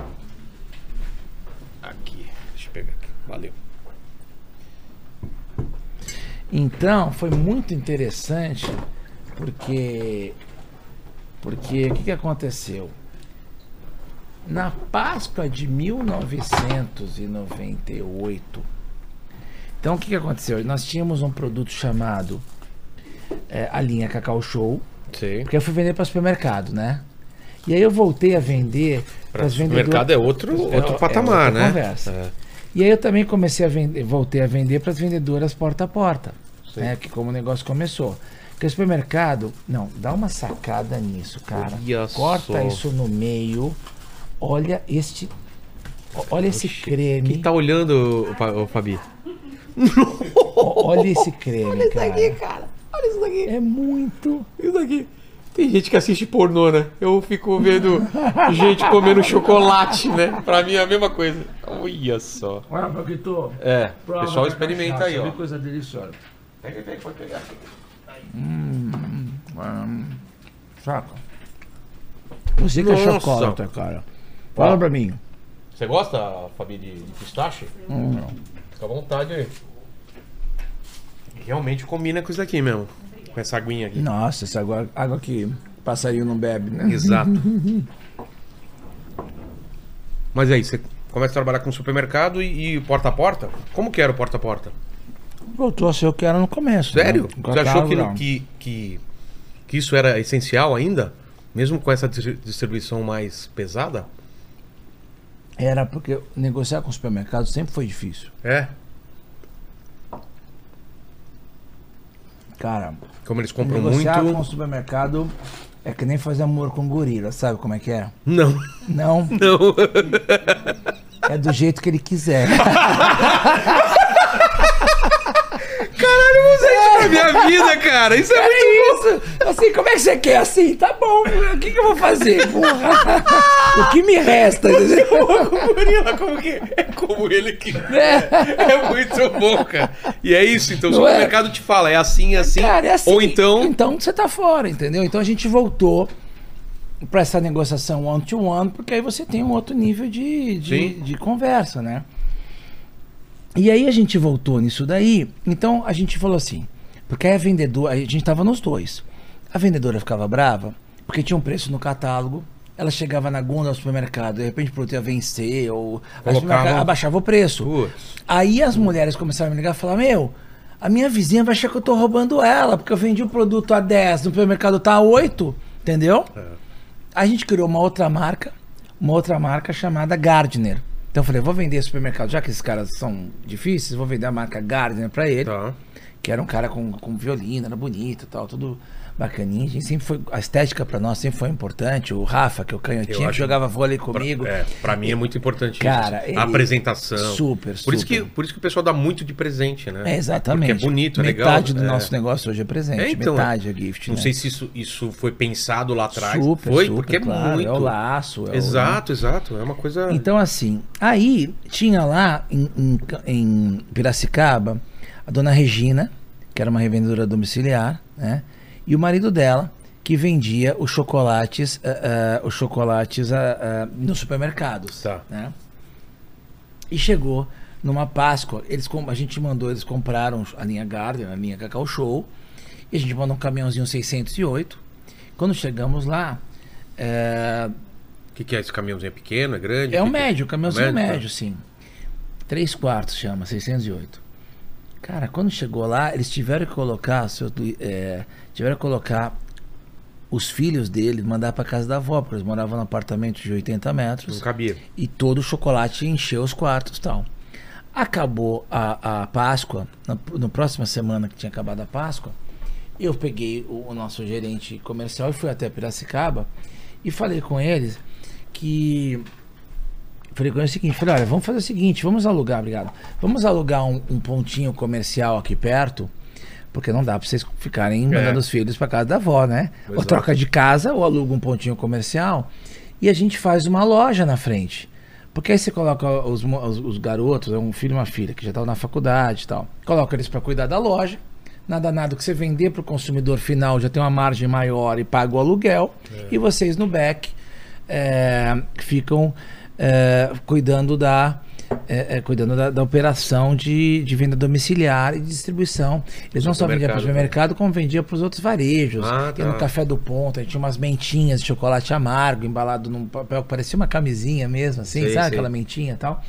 Aqui, deixa eu pegar aqui. Valeu. Então, foi muito interessante porque porque o que, que aconteceu? Na Páscoa de mil novecentos e noventa e oito, então o que, que aconteceu? Nós tínhamos um produto chamado é, a linha Cacau Show, Sim. porque eu fui vender para supermercado, né? E aí eu voltei a vender para Pra as o mercado é outro, é- outro é patamar, outra né? conversa. É. E aí eu também comecei a vender, voltei a vender para as vendedoras porta a porta, Sim. né? Que como o negócio começou. Porque o supermercado, não, dá uma sacada nisso, cara. Olha Corta só. isso no meio. Olha este, olha esse creme. Quem tá olhando, o, Pa- o Fabi? o- Olha esse creme, cara. cara. Olha isso daqui. É muito. Isso daqui. Tem gente que assiste pornô, né? Eu fico vendo gente comendo chocolate, né? Pra mim é a mesma coisa. Olha só. Olha, Paquito. É, o pessoal experimenta aí, ó. coisa deliciosa. Pega, pega, pode pegar. Hum, saca? Você que é Nossa. chocolate, cara. Fala Ó. pra mim. Você gosta, Fabi, de, de pistache? Hum. Fica à vontade aí. Realmente combina com isso aqui mesmo. Com essa aguinha aqui. Nossa, essa água, água que passarinho não bebe, né? Exato. Mas aí, você começa a trabalhar com supermercado e, e porta a porta? Como que era o porta a porta? Voltou a ser o que era no começo. Sério? Né? Você achou que, Catálogo, que, que, que isso era essencial ainda? Mesmo com essa dis- distribuição mais pesada? Era porque negociar com o supermercado sempre foi difícil. É? Cara, Como eles compram muito... negociar com o supermercado é que nem fazer amor com gorila, sabe como é que é? Não, Não, não. é do jeito que ele quiser. Caralho, eu usei isso pra minha vida, cara. Isso é muito É isso! Assim, como é que você quer? Assim, tá bom, o que, que eu vou fazer? Porra. O que me resta? Entendeu? bom. Gorila, como que é como ele que... É muito bom, cara. E é isso, então o Não é? supermercado te fala, é assim, assim. Cara, é assim. Ou então... Então você tá fora, entendeu? Então a gente voltou pra essa negociação one-to-one, porque aí você tem um outro nível de, de, Sim. de conversa, né? E aí a gente voltou nisso daí, então a gente falou assim, porque aí a vendedora, a gente tava nos dois. A vendedora ficava brava, porque tinha um preço no catálogo, ela chegava na gôndola do supermercado, de repente o produto ia vencer, ou a Colocava- supermercado abaixava o preço. Putz. Aí as mulheres começaram a me ligar e falar, meu, a minha vizinha vai achar que eu tô roubando ela, porque eu vendi o produto a dez, no supermercado tá a oito, entendeu? É. A gente criou uma outra marca, uma outra marca chamada Gardner. Então eu falei, vou vender supermercado, já que esses caras são difíceis, vou vender a marca Gardner pra ele, Tá. que era um cara com, com violino, era bonito e tal, tudo bacaninha. A gente sempre foi, a estética pra nós sempre foi importante. O Rafa, que é o canhotinho, que acho- jogava vôlei comigo. Pra, é, pra mim é muito importante Cara, isso. ele- A apresentação. Super, Por isso, super. que, por isso que o pessoal dá muito de presente, né? É, exatamente. Porque é bonito, é legal. Metade do é. nosso negócio hoje é presente. É, então, metade é gift. Não né? sei se isso, isso foi pensado lá atrás. Super, foi, super, porque é claro, muito. É o laço. É o- Exato, exato. É uma coisa. Então, assim, aí tinha lá em, em, em Piracicaba a dona Regina, que era uma revendedora domiciliar, né? E o marido dela, que vendia os chocolates, ah, ah, os chocolates ah, ah, nos supermercados. Tá. Né? E chegou numa Páscoa, eles, com- a gente mandou, eles compraram a linha Garden, a linha Cacau Show, e a gente mandou um caminhãozinho seiscentos e oito. Quando chegamos lá, é, O que, que é esse caminhãozinho? É pequeno, é grande? é O um que que médio, o caminhãozinho Médio, médio, tá. sim. Três quartos chama, seiscentos e oito. Cara, quando chegou lá, eles tiveram que colocar, seu, é, tiveram que colocar os filhos dele, mandar pra casa da avó, porque eles moravam num apartamento de oitenta metros. Não cabia. E todo o chocolate encheu os quartos e tal. Acabou a, a Páscoa, na, na próxima semana que tinha acabado a Páscoa, eu peguei o, o nosso gerente comercial e fui até Piracicaba e falei com eles que... Falei com eles o seguinte, falei, olha, vamos fazer o seguinte, vamos alugar, obrigado, vamos alugar um, um pontinho comercial aqui perto, porque não dá pra vocês ficarem mandando os filhos pra casa da avó, né? Ou Exato. troca de casa, ou aluga um pontinho comercial, e a gente faz uma loja na frente. Porque aí você coloca os, mo- os, os garotos, é um filho e uma filha, que já estão na faculdade e tal, coloca eles pra cuidar da loja, nada nada que você vender pro consumidor final já tem uma margem maior e paga o aluguel, e vocês no back é, ficam é, cuidando da é, é, cuidando da, da operação de, de venda domiciliar e de distribuição. Eles não só vendiam para o Supermercado, supermercado, como vendiam para os outros varejos. Ah, Ia no tá. Café do Ponto, aí tinha umas mentinhas de chocolate amargo embalado num papel que parecia uma camisinha mesmo, assim, Sei, sabe? sei. Aquela mentinha e tal.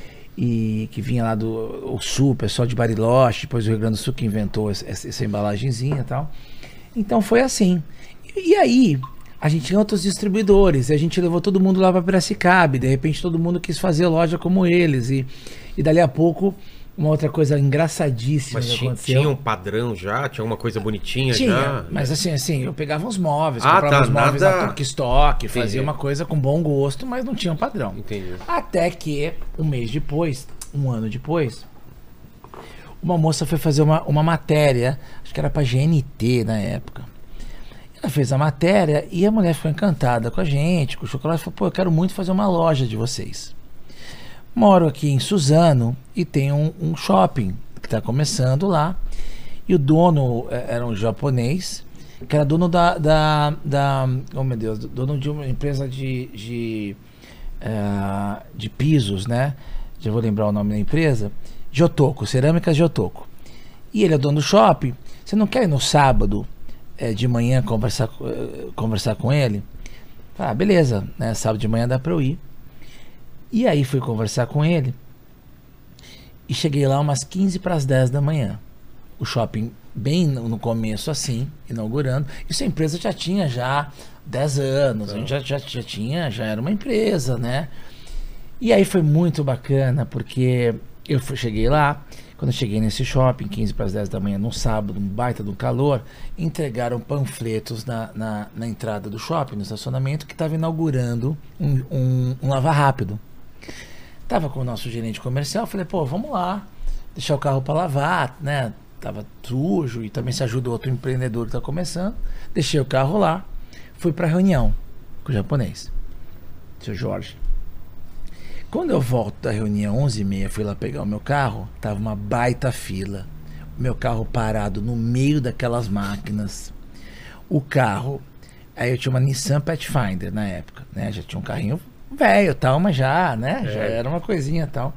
E que vinha lá do o Sul, pessoal de Bariloche, depois o Rio Grande do Sul que inventou essa, essa embalagenzinha e tal. Então foi assim. E, e aí, a gente tinha outros distribuidores, e a gente levou todo mundo lá para Piracicaba, e de repente todo mundo quis fazer loja como eles. E, e dali a pouco, uma outra coisa engraçadíssima Mas que tinha, aconteceu. tinha um padrão já? Tinha uma coisa bonitinha Tinha, já? mas assim, assim, eu pegava uns móveis, Ah, comprava tá, uns móveis nada- na Turk Stock, Entendi. fazia uma coisa com bom gosto, mas não tinha um padrão. Entendi. Até que, um mês depois, um ano depois, uma moça foi fazer uma, uma matéria, acho que era pra G N T na época. Ela fez a matéria e a mulher ficou encantada com a gente, com o chocolate, falou, pô, eu quero muito fazer uma loja de vocês. Moro aqui em Suzano e tem um, um shopping que está começando lá. E o dono eh, era um japonês, que era dono da, da, da oh meu Deus, dono de uma empresa de, de, eh, de pisos, né? Já vou lembrar o nome da empresa. Jotoko, Cerâmicas Jotoko. E ele é dono do shopping. Você não quer ir no sábado eh, de manhã conversar, co- eh, conversar com ele? Ah, beleza, né? Sábado de manhã dá para eu ir. E aí fui conversar com ele e cheguei lá umas quinze para as dez da manhã. O shopping bem no no começo assim, inaugurando. Isso a empresa já tinha já dez anos, a gente já, já, já tinha, já era uma empresa, né? E aí foi muito bacana, porque eu fui- cheguei lá, quando eu cheguei nesse shopping, quinze para as dez da manhã, num sábado, um baita do calor, entregaram panfletos na, na, na entrada do shopping, no estacionamento, que estava inaugurando um, um, um lava rápido. Tava com o nosso gerente comercial, falei, pô, vamos lá, deixar o carro para lavar, né? Tava sujo e também se ajuda outro empreendedor que tá começando. Deixei o carro lá, fui para reunião com o japonês, seu Jorge. Quando eu volto da reunião, onze e meia, fui lá pegar o meu carro, tava uma baita fila. O meu carro parado no meio daquelas máquinas. O carro, aí eu tinha uma Nissan Pathfinder na época, né? Já tinha um carrinho velho tal, mas já, né? Já era uma coisinha tal.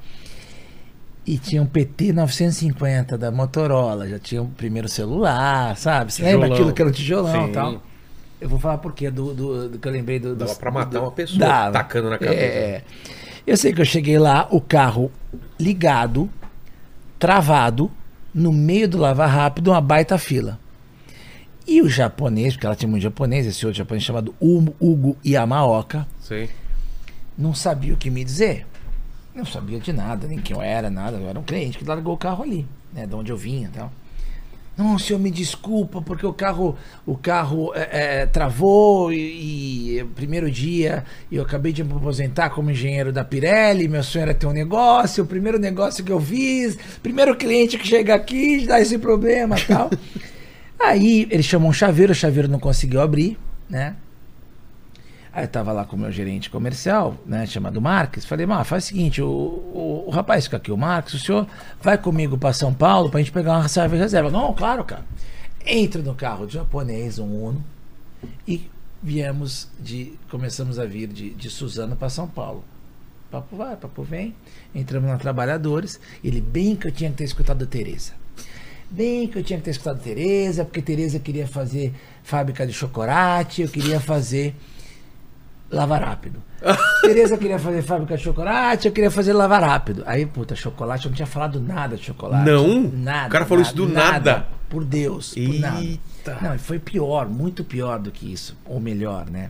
E tinha um P T novecentos e cinquenta da Motorola, já tinha o primeiro celular, sabe? Você lembra Tijolão. aquilo que era um tijolão e Sim. tal? Eu vou falar por quê, do, do, do que eu lembrei do... Dava do- pra matar do- uma pessoa Dava. tacando na cabeça. É. Eu sei que eu cheguei lá, o carro ligado, travado, no meio do lava rápido, uma baita fila. E o japonês, porque ela tinha muito japonês, esse outro japonês chamado Hugo Hugo Yamaoka, Sei. não sabia o que me dizer. Não sabia de nada, nem quem eu era, nada. Eu era um cliente que largou o carro ali, né? De onde eu vinha e tal. Não, senhor, me desculpa, porque o carro, o carro é, é, travou e, e primeiro dia eu acabei de me aposentar como engenheiro da Pirelli, meu sonho era ter um negócio, o primeiro negócio que eu fiz, primeiro cliente que chega aqui dá esse problema e tal. Aí ele chamou um chaveiro, o chaveiro não conseguiu abrir, né? Aí eu tava lá com o meu gerente comercial, né, chamado Marques, falei, mas faz o seguinte, o, o, o rapaz fica aqui, o Marques, o senhor vai comigo para São Paulo pra gente pegar uma reserva e reserva. Não, claro, cara. Entra no carro de japonês, um Uno, e viemos de, começamos a vir de, de Suzano para São Paulo. Papo vai, papo vem, entramos na Trabalhadores, ele bem que eu tinha que ter escutado Tereza. Bem que eu tinha que ter escutado Tereza, porque Tereza queria fazer fábrica de chocolate, eu queria fazer Lava Rápido. Tereza queria fazer fábrica de chocolate, eu queria fazer Lava Rápido. Aí, puta, chocolate, eu não tinha falado nada de chocolate. Não? Nada. O cara falou nada, isso do nada. nada. Por Deus, por Eita. nada. Não, foi pior, muito pior do que isso. Ou melhor, né?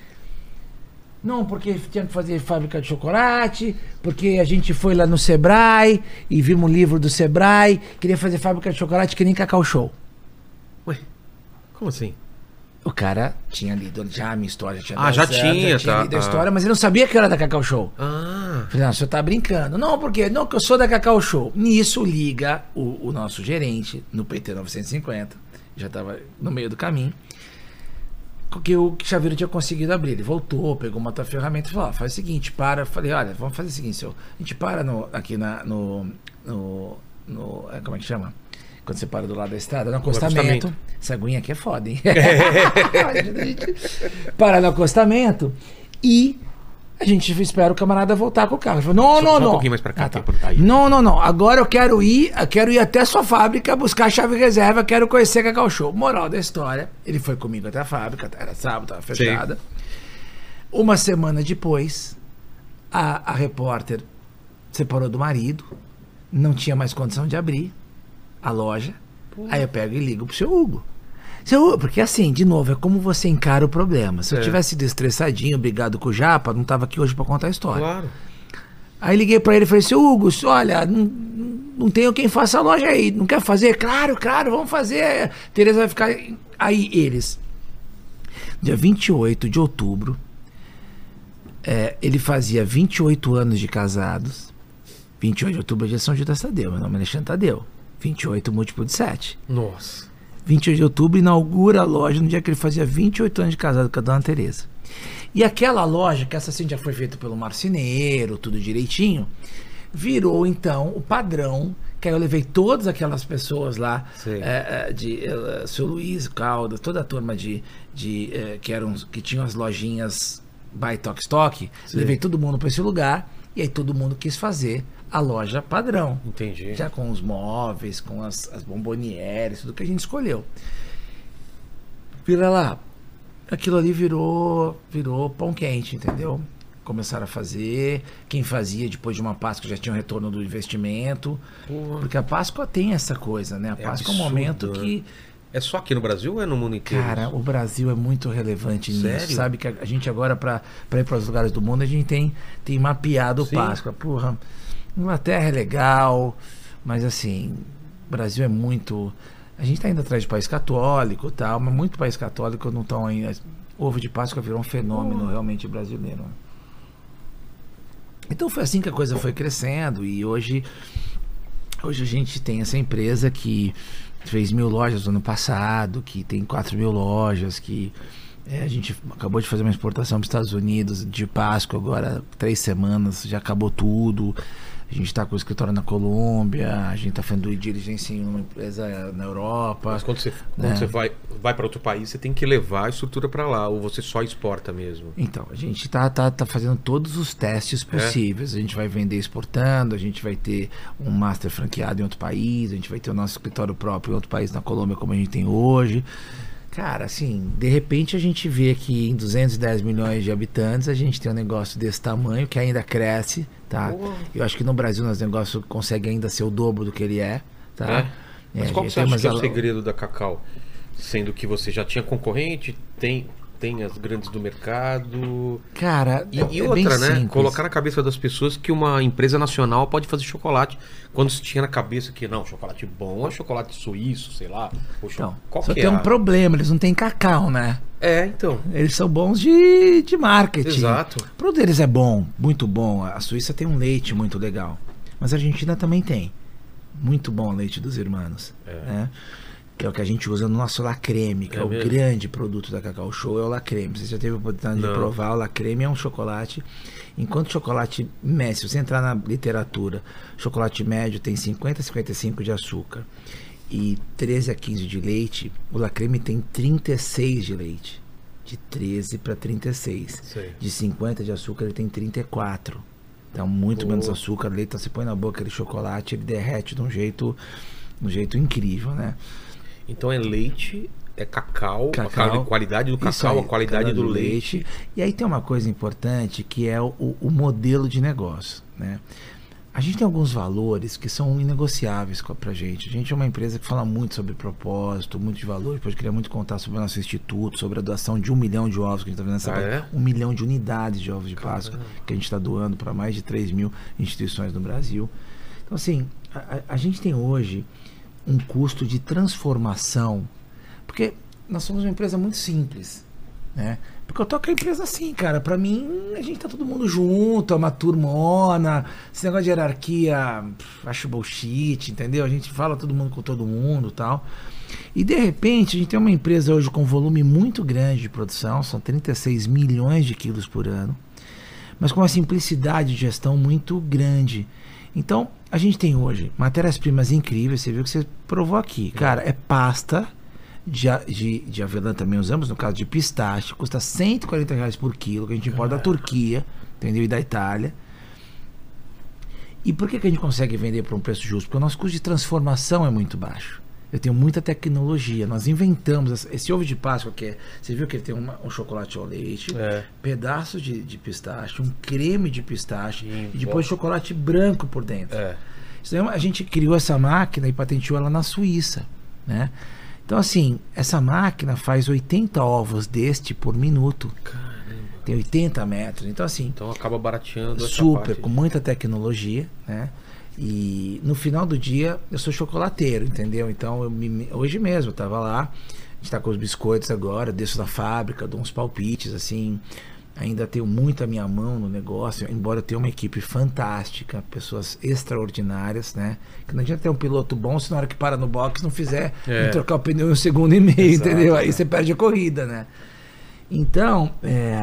Não, porque tinha que fazer fábrica de chocolate, porque a gente foi lá no Sebrae e vimos o livro do Sebrae, queria fazer fábrica de chocolate que nem Cacau Show. Ué, como assim? O cara tinha lido já a minha história. Tinha Ah, dado já certo, tinha, já tinha tá, lido a ah. história, mas ele não sabia que era da Cacau Show. Ah, Falei, não, o senhor tá brincando. Não, porque não, que eu sou da Cacau Show. Nisso liga o, o nosso gerente no P T novecentos e cinquenta, já tava no meio do caminho, porque o chaveiro tinha conseguido abrir. Ele voltou, pegou uma outra ferramenta e falou, ó, faz o seguinte, para. Eu falei, olha, vamos fazer o seguinte, senhor. A gente para no, aqui na, no, no, no... é, como é que chama? Quando você para do lado da estrada, no acostamento. acostamento. Essa aguinha aqui é foda, hein? A gente para no acostamento e a gente espera o camarada voltar com o carro. Ele falou, não, Só- não, só um não. pouquinho mais pra cá, Ah, tá. aqui, por aí. Não, não, não. Agora eu quero ir, eu quero ir até a sua fábrica buscar a chave reserva, quero conhecer a Cacau Show. Moral da história, ele foi comigo até a fábrica, era sábado, tava fechada. Uma semana depois, a, a repórter separou do marido, não tinha mais condição de abrir a loja. Aí eu pego e ligo pro seu Hugo. Seu Hugo, porque assim, de novo, é como você encara o problema. Se eu É. tivesse sido estressadinho, brigado com o Japa, não tava aqui hoje pra contar a história. claro. Aí liguei pra ele e falei, seu Hugo, olha, não, não tenho quem faça a loja aí, não quer fazer? Claro, claro, vamos fazer. Tereza vai ficar... Aí eles, dia vinte e oito de outubro, é, ele fazia vinte e oito anos de casados. vinte e oito de outubro é dia São Judas Tadeu, meu nome é Alexandre Tadeu. vinte e oito múltiplo de sete. Nossa. vinte e oito de outubro inaugura a loja no dia que ele fazia vinte e oito anos de casado com a dona Tereza. E aquela loja, que essa sim já foi feita pelo marceneiro, tudo direitinho, virou então o padrão, que aí eu levei todas aquelas pessoas lá, Sei. é, é, de é, seu Luiz Caldas, toda a turma de, de é, que, eram, que tinham as lojinhas by Tok Stock, Sei. levei todo mundo para esse lugar, e aí todo mundo quis fazer a loja padrão. Entendi. Já com os móveis, com as, as bombonieres, tudo que a gente escolheu. Vira lá, aquilo ali virou, virou pão quente, entendeu? Começaram a fazer, quem fazia depois de uma Páscoa já tinha um retorno do investimento, Porra. porque a Páscoa tem essa coisa, né? A É Páscoa é um absurdo, momento né? que, É só aqui no Brasil ou é no mundo inteiro? cara, o Brasil é muito relevante nisso, Sério? sabe? Que a, a gente agora, para ir para os lugares do mundo, a gente tem, tem mapeado o Sim. Páscoa. Porra, Inglaterra é legal, mas assim, o Brasil é muito... A gente tá indo atrás de país católico e tal, mas muito país católico não estão ainda... O ovo de Páscoa virou um fenômeno realmente brasileiro. Então foi assim que a coisa foi crescendo e hoje, hoje a gente tem essa empresa que fez mil lojas no ano passado, que tem quatro mil lojas, que é, a gente acabou de fazer uma exportação para os Estados Unidos de Páscoa agora, três semanas, já acabou tudo. A gente está com o escritório na Colômbia, a gente está fazendo due diligence em uma empresa na Europa. Mas quando você, quando É. você vai, vai para outro país, você tem que levar a estrutura para lá, ou você só exporta mesmo? Então, a gente tá, tá, tá fazendo todos os testes possíveis. A gente vai vender exportando, a gente vai ter um master franqueado em outro país, a gente vai ter o nosso escritório próprio em outro país, na Colômbia, como a gente tem hoje. Cara, assim, de repente a gente vê que em duzentos e dez milhões de habitantes a gente tem um negócio desse tamanho que ainda cresce, tá? Boa. Eu acho que no Brasil nosso negócio consegue ainda ser o dobro do que ele é, tá? É? Mas É, qual a que gente você acha tem que é o umas- segredo da Cacau? Sendo que você já tinha concorrente, tem, tem as grandes do mercado. Cara, E, é, e é outra, bem né? simples. Colocar na cabeça das pessoas que uma empresa nacional pode fazer chocolate. Quando se tinha na cabeça que não, chocolate bom é chocolate suíço, sei lá. Ou cho... Então, Qual só que tem é um a- problema, eles não têm cacau, né? É, então. Eles são bons de, de marketing. Exato. O produto deles é bom, muito bom. A Suíça tem um leite muito legal. Mas a Argentina também tem. Muito bom o leite dos irmãos. É. Né? Que é o que a gente usa no nosso La Creme, que é, É o mesmo? grande produto da Cacau Show, é o La Creme. Você já teve a oportunidade Não. de provar, o La Creme é um chocolate. Enquanto o chocolate médio, se você entrar na literatura, chocolate médio tem cinquenta a cinquenta e cinco de açúcar e treze a quinze de leite, o La Creme tem trinta e seis de leite. De treze para trinta e seis. Sei. De cinquenta de açúcar ele tem trinta e quatro. Então muito Boa. menos açúcar, leite, então você põe na boca aquele chocolate, ele derrete de um jeito, de um jeito incrível, né? Então é leite, é cacau, Cacau. a qualidade do Isso cacau, aí, a qualidade do qualidade leite. E aí tem uma coisa importante que é o, o modelo de negócio, né? A gente tem alguns valores que são inegociáveis co- pra gente. A gente é uma empresa que fala muito sobre propósito, muito de valor. Depois eu queria muito contar sobre o nosso instituto, sobre a doação de um milhão de ovos que a gente está vendo nessa Ah, é? um milhão de unidades de ovos de Páscoa que a gente está doando para mais de três mil instituições no Brasil. Então, assim, a, a- a gente tem hoje um custo de transformação, porque nós somos uma empresa muito simples, né? Porque eu toco a empresa assim, cara. Pra mim, a gente tá todo mundo junto, é uma turmona. Esse negócio de hierarquia, pff, acho bullshit, entendeu? A gente fala todo mundo com todo mundo e tal. E de repente, a gente tem uma empresa hoje com um volume muito grande de produção, são trinta e seis milhões de quilos por ano, mas com uma simplicidade de gestão muito grande. Então, a gente tem hoje matérias-primas incríveis, você viu que você provou aqui. Cara, é pasta de, a- de, de avelã também usamos, no caso de pistache, custa cento e quarenta reais por quilo, que a gente importa da Turquia, entendeu? E da Itália. E por que, que a gente consegue vender por um preço justo? Porque o nosso custo de transformação é muito baixo. Eu tenho muita tecnologia. Nós inventamos essa- esse ovo de Páscoa que é. Você viu que ele tem uma- um chocolate ao leite, É. pedaços de, de pistache, um creme de pistache Sim, e depois bom. chocolate branco por dentro. É. Isso daí, a gente criou essa máquina e patenteou ela na Suíça, né? Então, assim, essa máquina faz oitenta ovos deste por minuto. Caramba. Tem oitenta metros. Então, assim, Então acaba barateando essa super, parte. com muita tecnologia, né? E no final do dia, eu sou chocolateiro, entendeu? Então, eu me- hoje mesmo, eu tava lá, a gente tá com os biscoitos agora, eu desço da fábrica, dou uns palpites, assim. Ainda tenho muito a minha mão no negócio, embora eu tenha uma equipe fantástica, pessoas extraordinárias, né? Que não adianta ter um piloto bom se na hora que para no box não fizer É. não trocar o pneu em um segundo e meio, Exato, entendeu? Aí é. você perde a corrida, né? Então, é,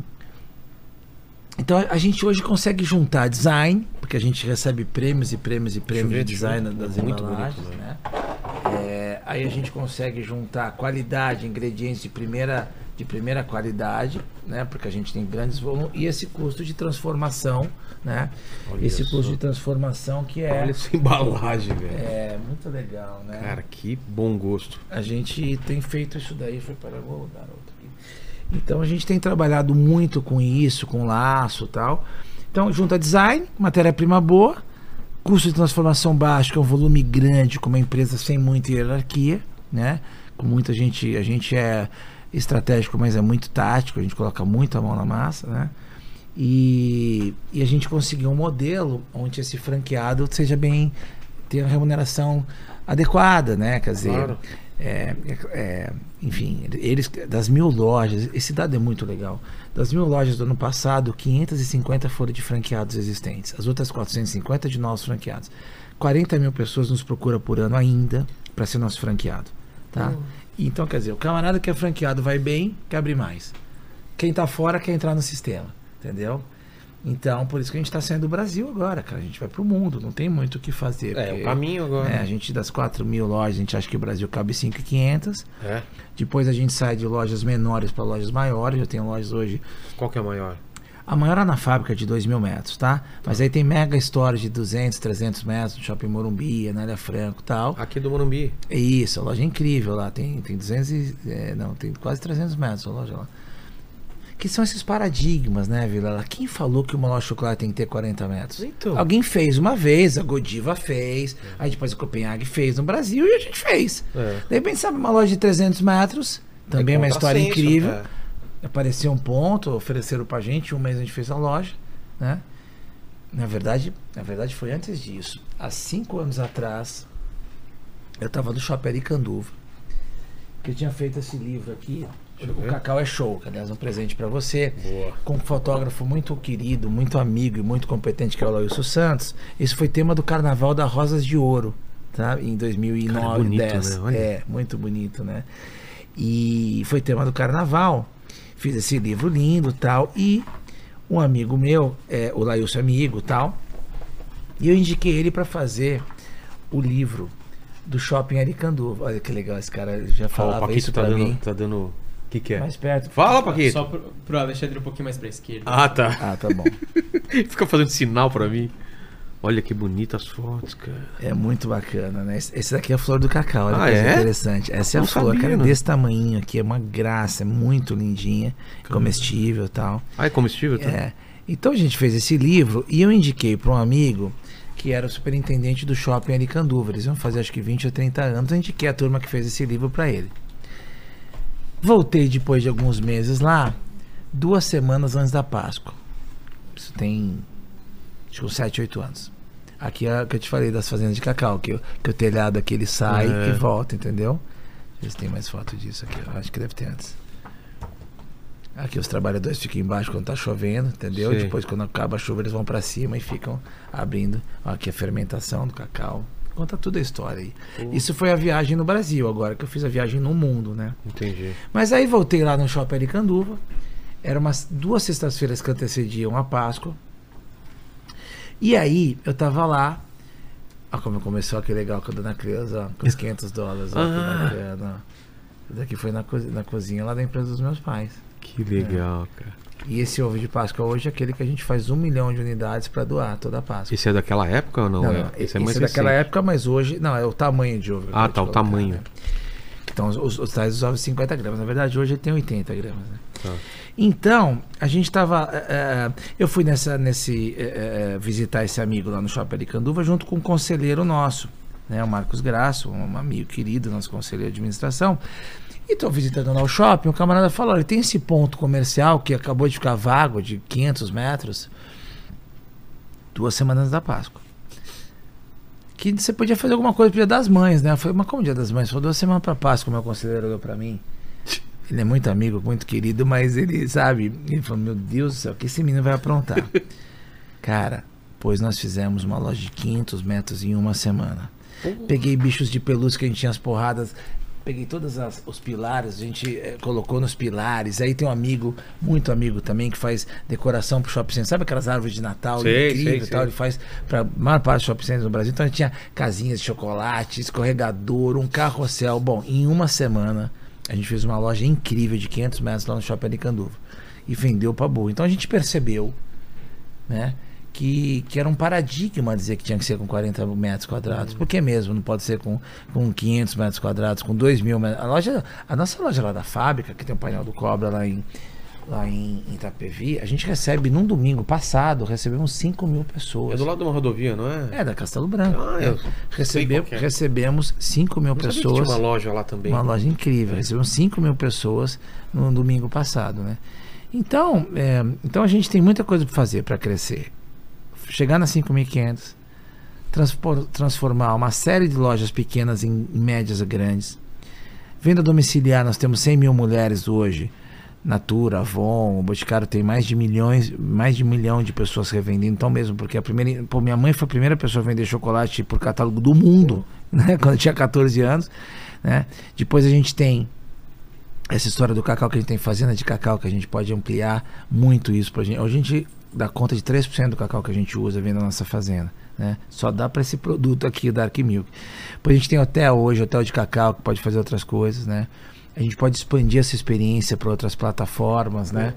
então a gente hoje consegue juntar design, porque a gente recebe prêmios e prêmios e prêmios ver, de deixa eu design ver. das Muito embalagens, bonito, né? É, aí a gente consegue juntar qualidade, ingredientes de primeira, de primeira qualidade, né? Porque a gente tem grandes volumes e esse custo de transformação, né? Olha esse custo só. de transformação que é, Olha essa embalagem, velho. é muito legal, né? Cara, que bom gosto. A gente tem feito isso daí, foi para o garoto aqui. Então a gente tem trabalhado muito com isso, com laço e tal. Então junta design, matéria-prima boa, custo de transformação baixo, que é um volume grande, com uma empresa sem muita hierarquia, né? Com muita gente, a gente é estratégico, mas é muito tático, a gente coloca muito a mão na massa, né? E, e a gente conseguiu um modelo onde esse franqueado seja bem, tenha uma remuneração adequada, né? Quer dizer, Claro. é, é, enfim, eles das mil lojas, esse dado é muito legal. Das mil lojas do ano passado, quinhentas e cinquenta foram de franqueados existentes, as outras quatrocentas e cinquenta de novos franqueados. quarenta mil pessoas nos procuram por ano ainda para ser nosso franqueado, tá? Então, quer dizer, o camarada que é franqueado vai bem, quer abrir mais. Quem tá fora quer entrar no sistema, entendeu? Então, por isso que a gente está saindo do Brasil agora, cara. A gente vai pro mundo, não tem muito o que fazer. É, porque, o caminho agora. é, a gente, das quatro mil lojas, a gente acha que o Brasil cabe cinco mil e quinhentas. É. Depois a gente sai de lojas menores para lojas maiores. Eu tenho lojas hoje. Qual que é a maior? A maior é na fábrica de dois mil metros, tá? Mas aí tem mega stores de duzentos, trezentos metros no Shopping Morumbi, Anália Franco e tal. Aqui do Morumbi. É isso, a loja é incrível lá. Tem, tem duzentos e, é, não, tem quase trezentos metros a loja lá. Que são esses paradigmas, né, Vila? Quem falou que uma loja de chocolate tem que ter quarenta metros? Então. Alguém fez uma vez, a Godiva fez, aí depois a Copenhague fez no Brasil e a gente fez. É. De repente, sabe, uma loja de trezentos metros, também é uma história contrassenso, incrível. é. apareceu um ponto, ofereceram pra gente, um mês a gente fez a loja, né? Na verdade, na verdade foi antes disso. Há cinco anos atrás, eu tava no Shopping Aricanduva, que eu tinha feito esse livro aqui, O Cacau é Show, que aliás é um presente para você. Boa. Com um fotógrafo muito querido, muito amigo e muito competente, que é o Laílson Santos. Isso foi tema do Carnaval da Rosas de Ouro, tá? Em dois mil e nove, Cara, bonito, dez. né? Olha. É, muito bonito, né? E foi tema do Carnaval. Fiz esse livro lindo e tal. E um amigo meu, é, o Laílson amigo e tal, e eu indiquei ele para fazer o livro do Shopping Aricanduva. Olha que legal, esse cara já Fala, falava o Paquito isso tá pra dando, mim. tá dando... O que que é? Mais perto. Fala, Paquito. Só pro, pro Alexandre um pouquinho mais pra esquerda. Ah, tá. Ah, tá bom. Fica fazendo sinal pra mim. Olha que bonitas fotos, cara. É muito bacana, né? Esse esse daqui é a flor do cacau, olha Ah, que coisa é? interessante. Essa é Não a flor, sabia, cara, não. desse tamanho aqui, é uma graça, é muito lindinha, comestível e tal. Ah, é comestível? Tá? É. Então a gente fez esse livro e eu indiquei para um amigo que era o superintendente do Shopping Aricanduva. Eles iam fazer acho que vinte ou trinta anos. Eu indiquei a turma que fez esse livro para ele. Voltei depois de alguns meses lá, duas semanas antes da Páscoa. Isso tem acho que uns sete, oito anos. Aqui é o que eu te falei das fazendas de cacau, que, o- que o telhado aqui ele sai É. e volta, entendeu? Eles têm mais foto disso aqui, eu acho que deve ter antes. Aqui os trabalhadores ficam embaixo quando tá chovendo, entendeu? Sei. E depois quando acaba a chuva eles vão para cima e ficam abrindo. Ó, aqui a fermentação do cacau. Conta toda a história aí. Isso foi a viagem no Brasil, agora que eu fiz a viagem no mundo, né? Entendi. Mas aí voltei lá no Shopping Aricanduva. Eram umas duas sextas-feiras que antecediam a Páscoa. E aí eu tava lá. Olha como começou aquele legal com a dona Cleusa, ó, com os quinhentos dólares. Ó, que Ah. bacana. Isso daqui foi na, co na cozinha lá da empresa dos meus pais. Que legal, cara. E esse ovo de Páscoa hoje é aquele que a gente faz um milhão de unidades para doar toda a Páscoa. Esse é daquela época ou não? Não, é? não, Esse esse é mais é daquela recente. época, mas hoje. Não, é o tamanho de ovo. que eu Ah, quero te tá, o colocar, tamanho. né? Então, os, os, os tais dos ovos cinquenta gramas. Na verdade, hoje ele tem oitenta gramas. Né? Tá. Então, a gente estava. eu fui nessa, nesse eh, eh, visitar esse amigo lá no Shopping Aricanduva junto com um conselheiro nosso, né, o Marcos Graço, um amigo querido, nosso conselheiro de administração. E estou visitando lá o shopping. O camarada falou: olha, tem esse ponto comercial que acabou de ficar vago de quinhentos metros, duas semanas da Páscoa. Que você podia fazer alguma coisa pro Dia das Mães, né? Eu falei: mas como Dia das Mães? Foi duas semanas para Páscoa. O meu conselheiro olhou para mim. Ele é muito amigo, muito querido, mas ele, sabe, ele falou: meu Deus do céu, o que esse menino vai aprontar? Cara, pois nós fizemos uma loja de quinhentos metros em uma semana. Peguei bichos de pelúcia que a gente tinha as porradas, peguei todos as, os pilares, a gente eh, colocou nos pilares. Aí tem um amigo, muito amigo também, que faz decoração pro shopping center. Sabe aquelas árvores de Natal Sei, incrível sei, e tal? sei. Ele faz pra maior parte dos shopping centers no Brasil. Então a gente tinha casinhas de chocolate, escorregador, um carrossel. Bom, em uma semana a gente fez uma loja incrível de quinhentos metros lá no Shopping Aricanduva e vendeu pra boa. Então a gente percebeu, né, que, que era um paradigma dizer que tinha que ser com quarenta metros quadrados. Por que mesmo não pode ser com, com quinhentos metros quadrados, com dois mil metros? A, loja, a nossa loja lá da fábrica, que tem o painel do Cobra lá em, lá em Itapevi, a gente recebe, num domingo passado, recebemos cinco mil pessoas. É do lado de uma rodovia, não é? É, da Castelo Branco. Ah, É. eu sei Recebe, qual que é. recebemos cinco mil Não sabia que pessoas. tinha uma loja lá também. Uma loja incrível. É. Recebemos cinco mil pessoas no domingo passado, né? Então, é, então a gente tem muita coisa para fazer para crescer. Chegar nas cinco mil e quinhentos, transpor- transformar uma série de lojas pequenas em, em médias a grandes. Venda domiciliar, nós temos cem mil mulheres hoje. Natura, Avon, o Boticário tem mais de milhões, mais de um milhão de pessoas revendendo. Então mesmo, porque a primeira, pô, minha mãe foi a primeira pessoa a vender chocolate por catálogo do mundo, né? Quando eu tinha catorze anos, né? Depois a gente tem essa história do cacau, que a gente tem fazenda de cacau, que a gente pode ampliar muito isso pra gente. Hoje a gente dá conta de três por cento do cacau que a gente usa vendo na nossa fazenda, né? Só dá para esse produto aqui, o Dark Milk. Depois a gente tem hotel hoje, hotel de cacau, que pode fazer outras coisas, né? A gente pode expandir essa experiência para outras plataformas, né?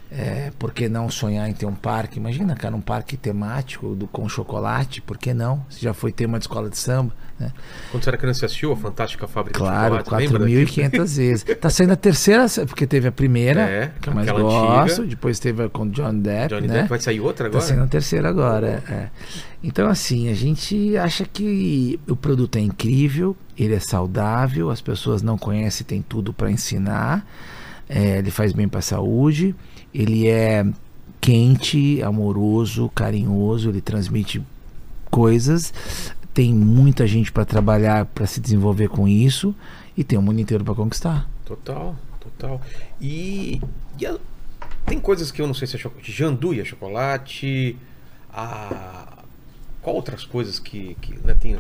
É, por que não sonhar em ter um parque? Imagina, cara, um parque temático do, com chocolate, por que não? Se já foi tema de escola de samba, né? Quando você era criança, você assistiu a Fantástica Fábrica Claro, de Chocolate? Lembra quatro mil e daquilo? quinhentas vezes. Tá saindo a terceira, porque teve a primeira, É, que eu mais aquela gosto, antiga. depois teve a com John Depp, Johnny né? Depp, vai sair outra Tá agora? saindo a terceira agora, é. Então, assim, a gente acha que o produto é incrível, ele é saudável, as pessoas não conhecem, tem tudo para ensinar, É, ele faz bem para a saúde, ele é quente, amoroso, carinhoso, ele transmite coisas, tem muita gente para trabalhar, para se desenvolver com isso, e tem um mundo inteiro para conquistar. Total, total. E, e a- tem coisas que eu não sei se é chocolate. Janduia, chocolate. A... Qual outras coisas que, que né, tem?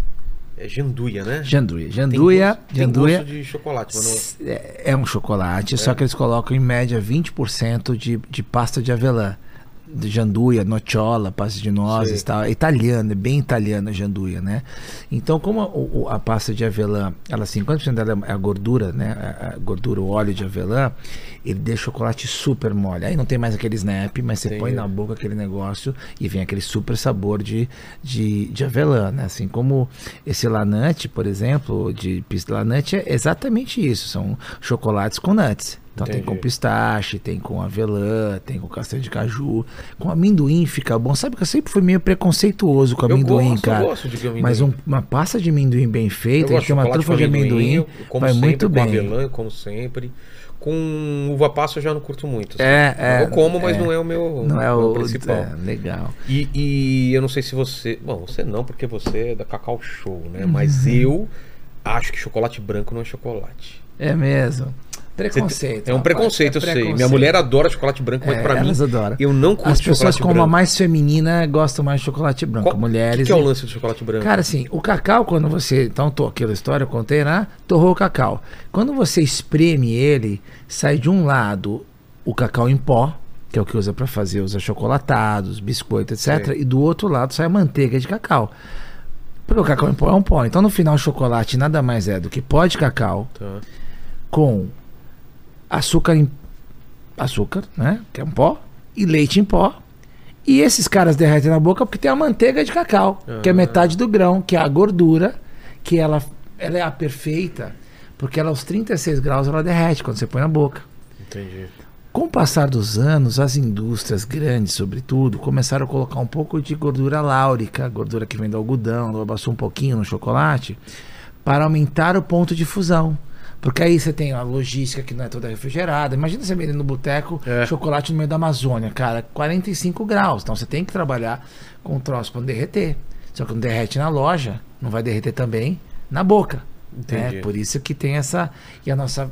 É janduia, né? Janduia, Tem janduia, gosto- tem janduia gosto de chocolate, mas não... é é um chocolate, só que eles colocam em média vinte por cento de, de pasta de avelã. De janduia, nocciola, pasta de nozes Sei. e tal. É italiano, é bem italiana a janduia, né? Então, como a, o- a pasta de avelã, ela cinquenta por cento dela é a gordura, né? A, a gordura, o óleo de avelã, ele deixa o chocolate super mole. Aí não tem mais aquele snap, mas você Entendi. põe na boca aquele negócio e vem aquele super sabor de, de, de avelã, né? Assim como esse lanante, por exemplo, de pista lanante é exatamente isso. São chocolates com nuts. Então tem Entendi. com pistache, tem com avelã, tem com castanha de caju. Com amendoim fica bom. Sabe que eu sempre fui meio preconceituoso com Eu amendoim, gosto, eu cara. gosto de amendoim. Mas um- uma pasta de amendoim bem Eu feita, gosto que tem uma chocolate trufa com de amendoim, eu como vai sempre, muito com bem. avelã, eu como sempre. Com uva passa eu já não curto muito. assim. É, é, Eu como, mas é. não é o meu, Não é meu o principal. é, legal. E, e eu não sei se você... Bom, você não, porque você é da Cacau Show, né? Uhum. Mas eu acho que chocolate branco não é chocolate. É mesmo. Você Preconceito. tem- É um rapaz, preconceito, é eu sei. preconceito. Minha mulher adora chocolate branco, mas É, pra mim, elas adoram. eu não curto As pessoas chocolate com uma branco. mais feminina gostam mais de chocolate branco. Qual- Mulheres. O que, que é o e- lance do chocolate branco? Cara, assim, o cacau, quando você. Então, tô, aquela história, eu contei, né? Torrou o cacau. Quando você espreme ele, sai de um lado o cacau em pó, que é o que usa pra fazer os achocolatados, biscoito, etcétera. Sim. E do outro lado sai a manteiga de cacau. Porque o cacau em pó é um pó. Então, no final, o chocolate nada mais é do que pó de cacau Tá. com açúcar em açúcar, né? Que é um pó, e leite em pó. E esses caras derretem na boca porque tem a manteiga de cacau, que é Ah. metade do grão, que é a gordura, que ela, ela é a perfeita, porque ela aos trinta e seis graus ela derrete quando você põe na boca. Entendi. Com o passar dos anos, as indústrias grandes, sobretudo, começaram a colocar um pouco de gordura láurica, gordura que vem do algodão, do abaçu um pouquinho no chocolate, para aumentar o ponto de fusão. Porque aí você tem a logística que não é toda refrigerada. Imagina você vender no boteco É. chocolate no meio da Amazônia, cara, quarenta e cinco graus. Então você tem que trabalhar com o troço para não derreter. Só que não derrete na loja, não vai derreter também na boca. Entendi. Né? Por isso que tem essa... E a nossa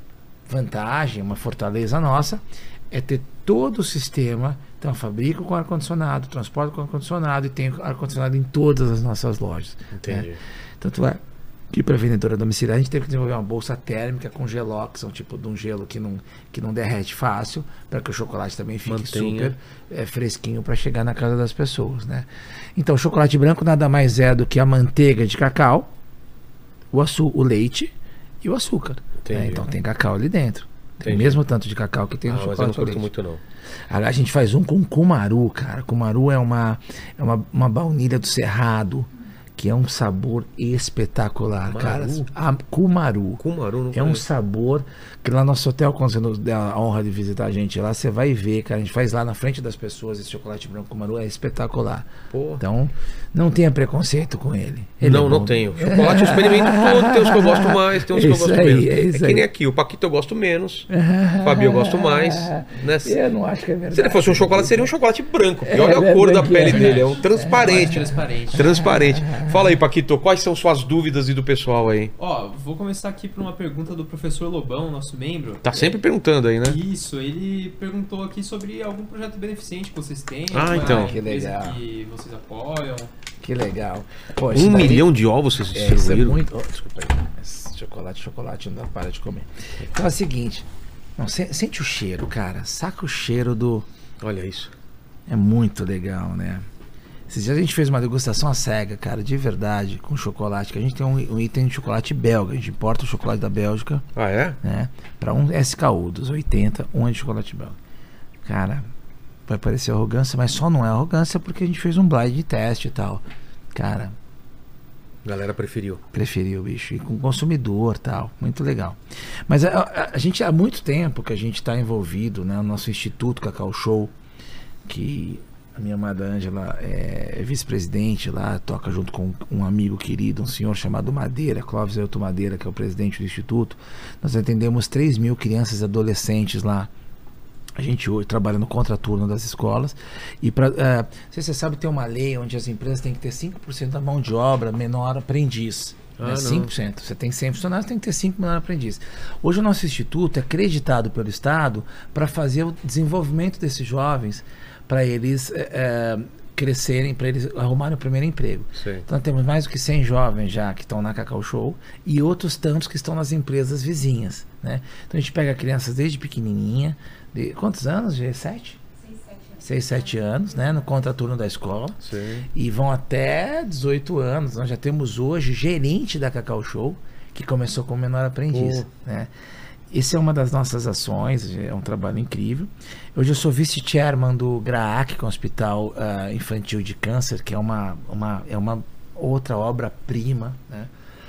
vantagem, uma fortaleza nossa, é ter todo o sistema. Então, eu fabrico com ar-condicionado, transporto com ar-condicionado e tenho ar-condicionado em todas as nossas lojas. Entendi. Né? Tanto é que para vendedora domiciliar a gente teve que desenvolver uma bolsa térmica com gelox, um tipo de um gelo que não, que não derrete fácil, para que o chocolate também fique Mantenha. super é, fresquinho para chegar na casa das pessoas. Né? Então, o chocolate branco nada mais é do que a manteiga de cacau, o, açu o leite e o açúcar. Né? Entendi. Então, tem cacau ali dentro. Tem o Entendi. mesmo tanto de cacau que tem Ah, no mas eu não chocolate ao curto leite. muito, não. A gente faz um com cumaru, cara. Cumaru é uma, é uma, uma baunilha do cerrado, que é um sabor espetacular, Cumaru? cara. A cumaru. Cumaru não É um conheço. sabor que lá no nosso hotel, quando você nos der a honra de visitar a gente lá, você vai ver, cara. A gente faz lá na frente das pessoas esse chocolate branco cumaru, é espetacular. Pô. Então, não tenha preconceito com ele. Ele não, é não bom. tenho. Chocolate eu experimento tudo, tem uns que eu gosto mais, tem uns que eu Isso gosto aí, menos. é isso que aí. nem aqui, o Paquito eu gosto menos, o Fabio eu gosto mais. Né? Eu não acho que é verdade. Se ele fosse um chocolate, seria um chocolate branco, porque É, olha é a cor da branquinho, pele é dele, é um Mais transparente. transparente. Transparente. Fala aí, Paquito, quais são suas dúvidas e do pessoal aí? Ó, vou começar aqui por uma pergunta do professor Lobão, nosso membro. Tá sempre perguntando aí, né? Isso, ele perguntou aqui sobre algum projeto beneficente que vocês têm. Ah, alguma então. Que empresa legal. que vocês apoiam. Que legal. Pô, isso Um daí- milhão de ovos vocês É, isso é distribuíram? muito. Oh, desculpa aí. Mas chocolate, chocolate, não dá para de comer. Então é o seguinte. Não, se- sente o cheiro, cara. Saca o cheiro do. Olha isso. É muito legal, né? Esses dias a gente fez uma degustação à cega, cara, de verdade, com chocolate. Que a gente tem um, um item de chocolate belga. A gente importa o chocolate da Bélgica, Ah, é? né? Pra um S K U dos oitenta, um é de chocolate belga. Cara, vai parecer arrogância, mas só não é arrogância porque a gente fez um blind teste e tal. Cara, A galera preferiu. preferiu, bicho, e com o consumidor e tal, muito legal. Mas a, a- a gente, há muito tempo que a gente está envolvido, né, no nosso Instituto Cacau Show, que A minha amada Ângela é vice-presidente lá, toca junto com um amigo querido, um senhor chamado Madeira, Clóvis Elton Madeira, que é o presidente do Instituto. Nós atendemos três mil crianças e adolescentes lá. A gente hoje trabalha no contraturno das escolas. E para, uh, não sei se você sabe, tem uma lei onde as empresas têm que ter cinco por cento da mão de obra menor aprendiz. Ah, né? cinco por cento. Você tem cem funcionários, tem que ter cinco menor aprendiz. Hoje o nosso instituto é acreditado pelo Estado para fazer o desenvolvimento desses jovens, para eles é, é, crescerem, para eles arrumarem o primeiro emprego. Sim. Então temos mais do que cem jovens já que estão na Cacau Show e outros tantos que estão nas empresas vizinhas, né? Então a gente pega crianças desde pequenininha, de quantos anos? De sete? seis, sete anos, né? No contraturno da escola. Sim. E vão até dezoito anos. Nós já temos hoje gerente da Cacau Show, que começou como menor aprendiz, Pô. né? Essa é uma das nossas ações, é um trabalho incrível. Hoje eu sou vice-chairman do GRAAC, que é um hospital uh, infantil de câncer, que é uma, uma, é uma outra obra-prima, né?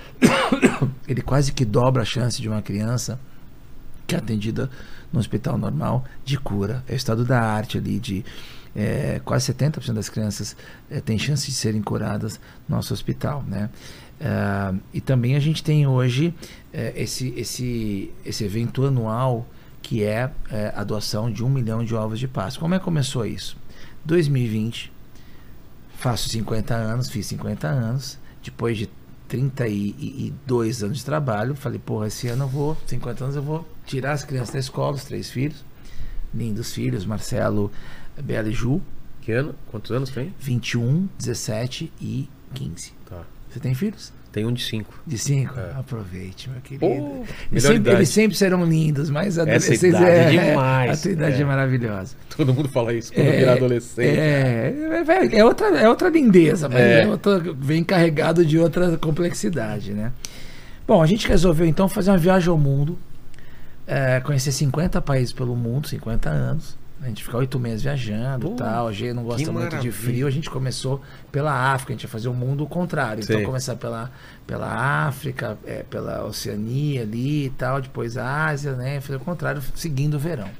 Ele quase que dobra a chance de uma criança que é atendida no hospital normal de cura. É o estado da arte ali, de é, quase setenta por cento das crianças é, têm chance de serem curadas no nosso hospital, né? Uh, e também a gente tem hoje uh, esse, esse, esse evento anual que é uh, a doação de um milhão de ovos de Páscoa. Como é que começou isso? dois mil e vinte, faço cinquenta anos, fiz cinquenta anos, depois de trinta e dois anos de trabalho, falei, porra, esse ano eu vou, cinquenta anos eu vou tirar as crianças da escola, os três filhos, lindos filhos, Marcelo, Bela e Ju. Que ano? Quantos anos tem? vinte e um, dezessete e quinze. Tá. Você tem filhos? Tem um de cinco. De cinco? É. Aproveite, meu querido. Pô, eles, melhor sempre, idade. eles sempre serão lindos, mas a Essa adolescência idade é, é demais. A tua idade É. é maravilhosa. Todo mundo fala isso quando virar adolescente. É, é, é, outra, é outra lindeza, mas É. é outra, vem carregado de outra complexidade, né? Bom, a gente resolveu então fazer uma viagem ao mundo, é, conhecer cinquenta países pelo mundo, cinquenta anos. A gente fica oito meses viajando e Pô, tal. A gente não gosta que muito de maravilha. frio. A gente começou pela África, a gente ia fazer o mundo contrário. Sim. Então começar pela, pela África, é, pela Oceania ali e tal, depois a Ásia, né? Fazer o contrário, seguindo o verão.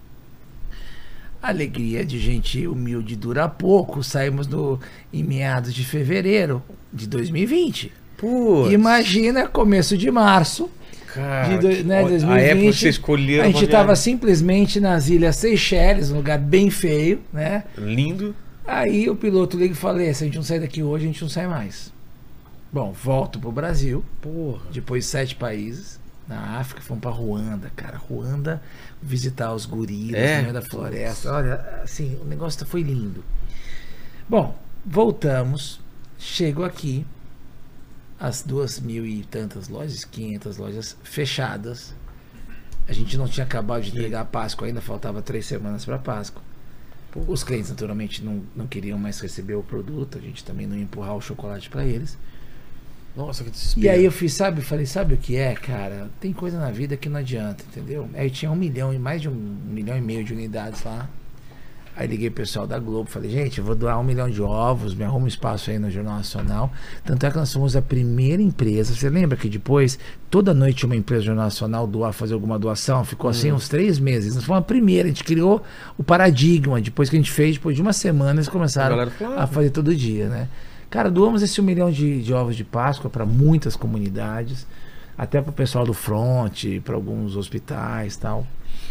A alegria de gente humilde dura pouco. Saímos no, em meados de fevereiro de dois mil e vinte. Putz, Imagina começo de março. cara, De do- né, que- dois mil e a época vinte, que você escolheu. a gente estava simplesmente nas Ilhas Seychelles, um lugar bem feio, né? lindo. Aí o piloto liga e fala: "E, se a gente não sair daqui hoje, a gente não sai mais." Bom, volto pro Brasil, Porra. depois sete países. Na África, fomos pra Ruanda, cara. Ruanda, visitar os gorilas É? no meio da floresta. Olha, assim, o negócio foi lindo. Bom, voltamos. Chego aqui, as duas mil e tantas lojas, quinhentas lojas fechadas. A gente não tinha acabado de entregar a Páscoa ainda, faltava três semanas para Páscoa. Os clientes naturalmente não, não queriam mais receber o produto, a gente também não ia empurrar o chocolate para eles. Nossa, que desespero. E aí eu fiz, sabe, falei, sabe o que é, cara? Tem coisa na vida que não adianta, entendeu? Aí tinha um milhão e mais de um, um milhão e meio de unidades lá. Aí liguei pro pessoal da Globo, falei, gente, eu vou doar um milhão de ovos, me arruma um espaço aí no Jornal Nacional. Tanto é que nós fomos a primeira empresa. Você lembra que depois, toda noite uma empresa do Jornal Nacional doar, fazer alguma doação? Ficou assim uns três meses. Nós fomos a primeira, a gente criou o paradigma. Depois que a gente fez, depois de uma semana, eles começaram A galera falou, a fazer todo dia, né? Cara, doamos esse um milhão de, de ovos de Páscoa para muitas comunidades, até para o pessoal do front, para alguns hospitais e tal.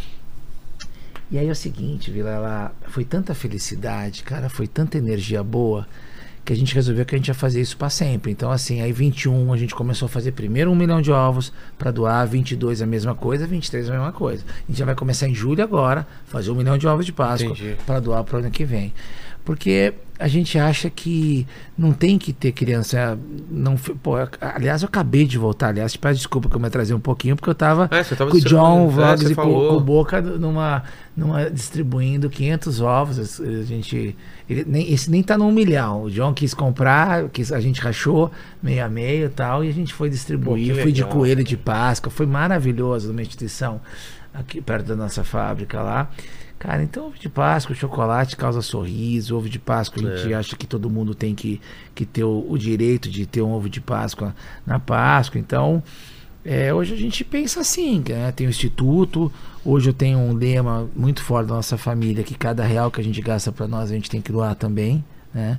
E aí é o seguinte, Vila, ela foi tanta felicidade, cara, foi tanta energia boa, que a gente resolveu que a gente ia fazer isso para sempre. Então, assim, aí vinte e um a gente começou a fazer primeiro um milhão de ovos para doar, vinte e dois a mesma coisa, vinte e três a mesma coisa. A gente já vai começar em julho agora, fazer um milhão de ovos de Páscoa para doar para o ano que vem. Porque a gente acha que não tem que ter criança. Não, pô, aliás, eu acabei de voltar. Aliás, te peço desculpa que eu me atrasei um pouquinho, porque eu estava É, você tava com o John distribuindo. Vlogs É, você e com, falou. com o Boca numa, numa, distribuindo quinhentos ovos. A gente, ele, nem, esse nem tá no um milhão. O John quis comprar, quis, a gente rachou meio a meio e tal, e a gente foi distribuir. Pô, que Fui de legal. coelho de Páscoa. Foi maravilhoso numa instituição aqui perto da nossa fábrica lá. Cara, então ovo de Páscoa, chocolate causa sorriso, ovo de Páscoa, a gente É. acha que todo mundo tem que, que ter o, o direito de ter um ovo de Páscoa na Páscoa, então É, hoje a gente pensa assim, né? Tem o Instituto, hoje eu tenho um lema muito forte da nossa família, que cada real que a gente gasta para nós, a gente tem que doar também, né?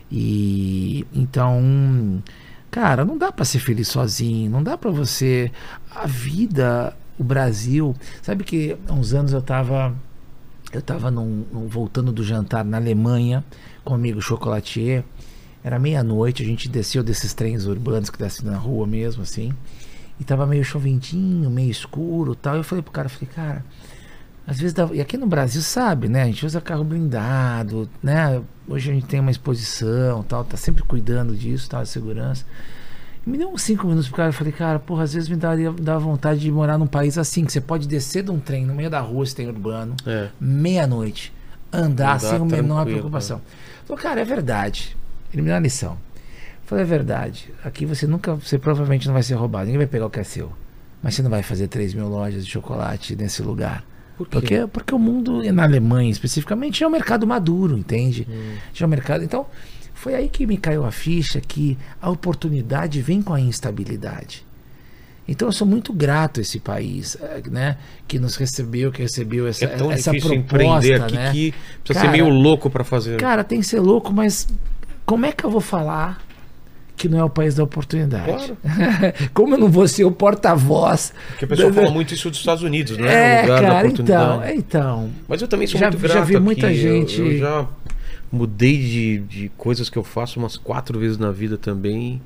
E então, cara, não dá para ser feliz sozinho, não dá para você... A vida, o Brasil... Sabe que há uns anos eu tava... Eu tava num, num, voltando do jantar na Alemanha com um amigo chocolatier. Era meia-noite, a gente desceu desses trens urbanos que descem na rua mesmo, assim. E tava meio choventinho, meio escuro e tal. Eu falei pro cara, falei, cara, às vezes dá... E aqui no Brasil, sabe, né? A gente usa carro blindado, né? Hoje a gente tem uma exposição tal, tá sempre cuidando disso, tal, de segurança. E me deu uns cinco minutos pro cara, eu falei, cara, porra, às vezes me daria, dá vontade de morar num país assim, que você pode descer de um trem no meio da rua, se tem urbano, é. meia-noite, andar, andar sem a menor preocupação. Né? Falei, cara, é verdade. Ele me dá uma lição. Falei, é verdade. Aqui você nunca, você provavelmente não vai ser roubado. Ninguém vai pegar o que é seu. Mas você não vai fazer três mil lojas de chocolate nesse lugar. Por quê? Porque, porque o mundo, na Alemanha especificamente, é um mercado maduro, entende? Hum. Já é um mercado... Então, foi aí que me caiu a ficha que a oportunidade vem com a instabilidade. Então eu sou muito grato a esse país, né, que nos recebeu, que recebeu essa, é tão essa difícil proposta, empreender aqui, né? Que precisa cara, ser meio louco para fazer. Cara, tem que ser louco, mas como é que eu vou falar que não é o país da oportunidade? Claro. Como eu não vou ser o porta-voz? Porque a pessoa da... fala muito isso dos Estados Unidos, né? É, o lugar cara, da oportunidade. então, então. Mas eu também sou já, muito grato já vi muita aqui. gente. Eu, eu já mudei de, de coisas que eu faço umas quatro vezes na vida também.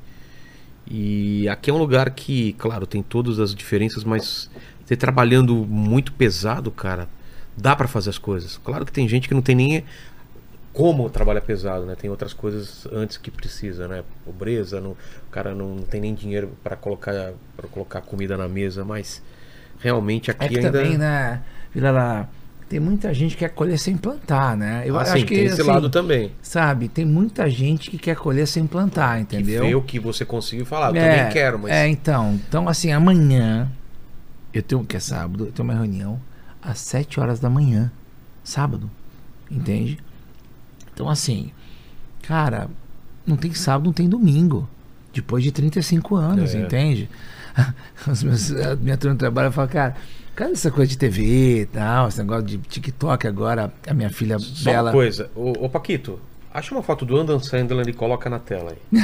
E aqui é um lugar que, claro, tem todas as diferenças, mas você trabalhando muito pesado, cara, dá pra fazer as coisas. Claro que tem gente que não tem nem como trabalhar pesado, né? Tem outras coisas antes que precisa, né? Pobreza, não, o cara não, não tem nem dinheiro para colocar para colocar comida na mesa, mas realmente aqui é que ainda... também, né, Vila lá, tem muita gente que quer colher sem plantar, né? Eu ah, acho sim, que tem esse assim, lado também. Sabe, tem muita gente que quer colher sem plantar, entendeu? Que vê o que você conseguiu falar, eu é, também quero, mas... É, então, então assim, amanhã, eu tenho, que é sábado, eu tenho uma reunião às sete horas da manhã, sábado, entende? Então assim, cara, não tem sábado, não tem domingo, depois de trinta e cinco anos, é. Entende? Os meus, a minha turma de trabalho fala, cara, cadê essa coisa de T V e tal, esse negócio de TikTok agora, a minha filha Só Bela... uma coisa, ô, ô Paquito, acha uma foto do Adam Sandler e coloca na tela aí.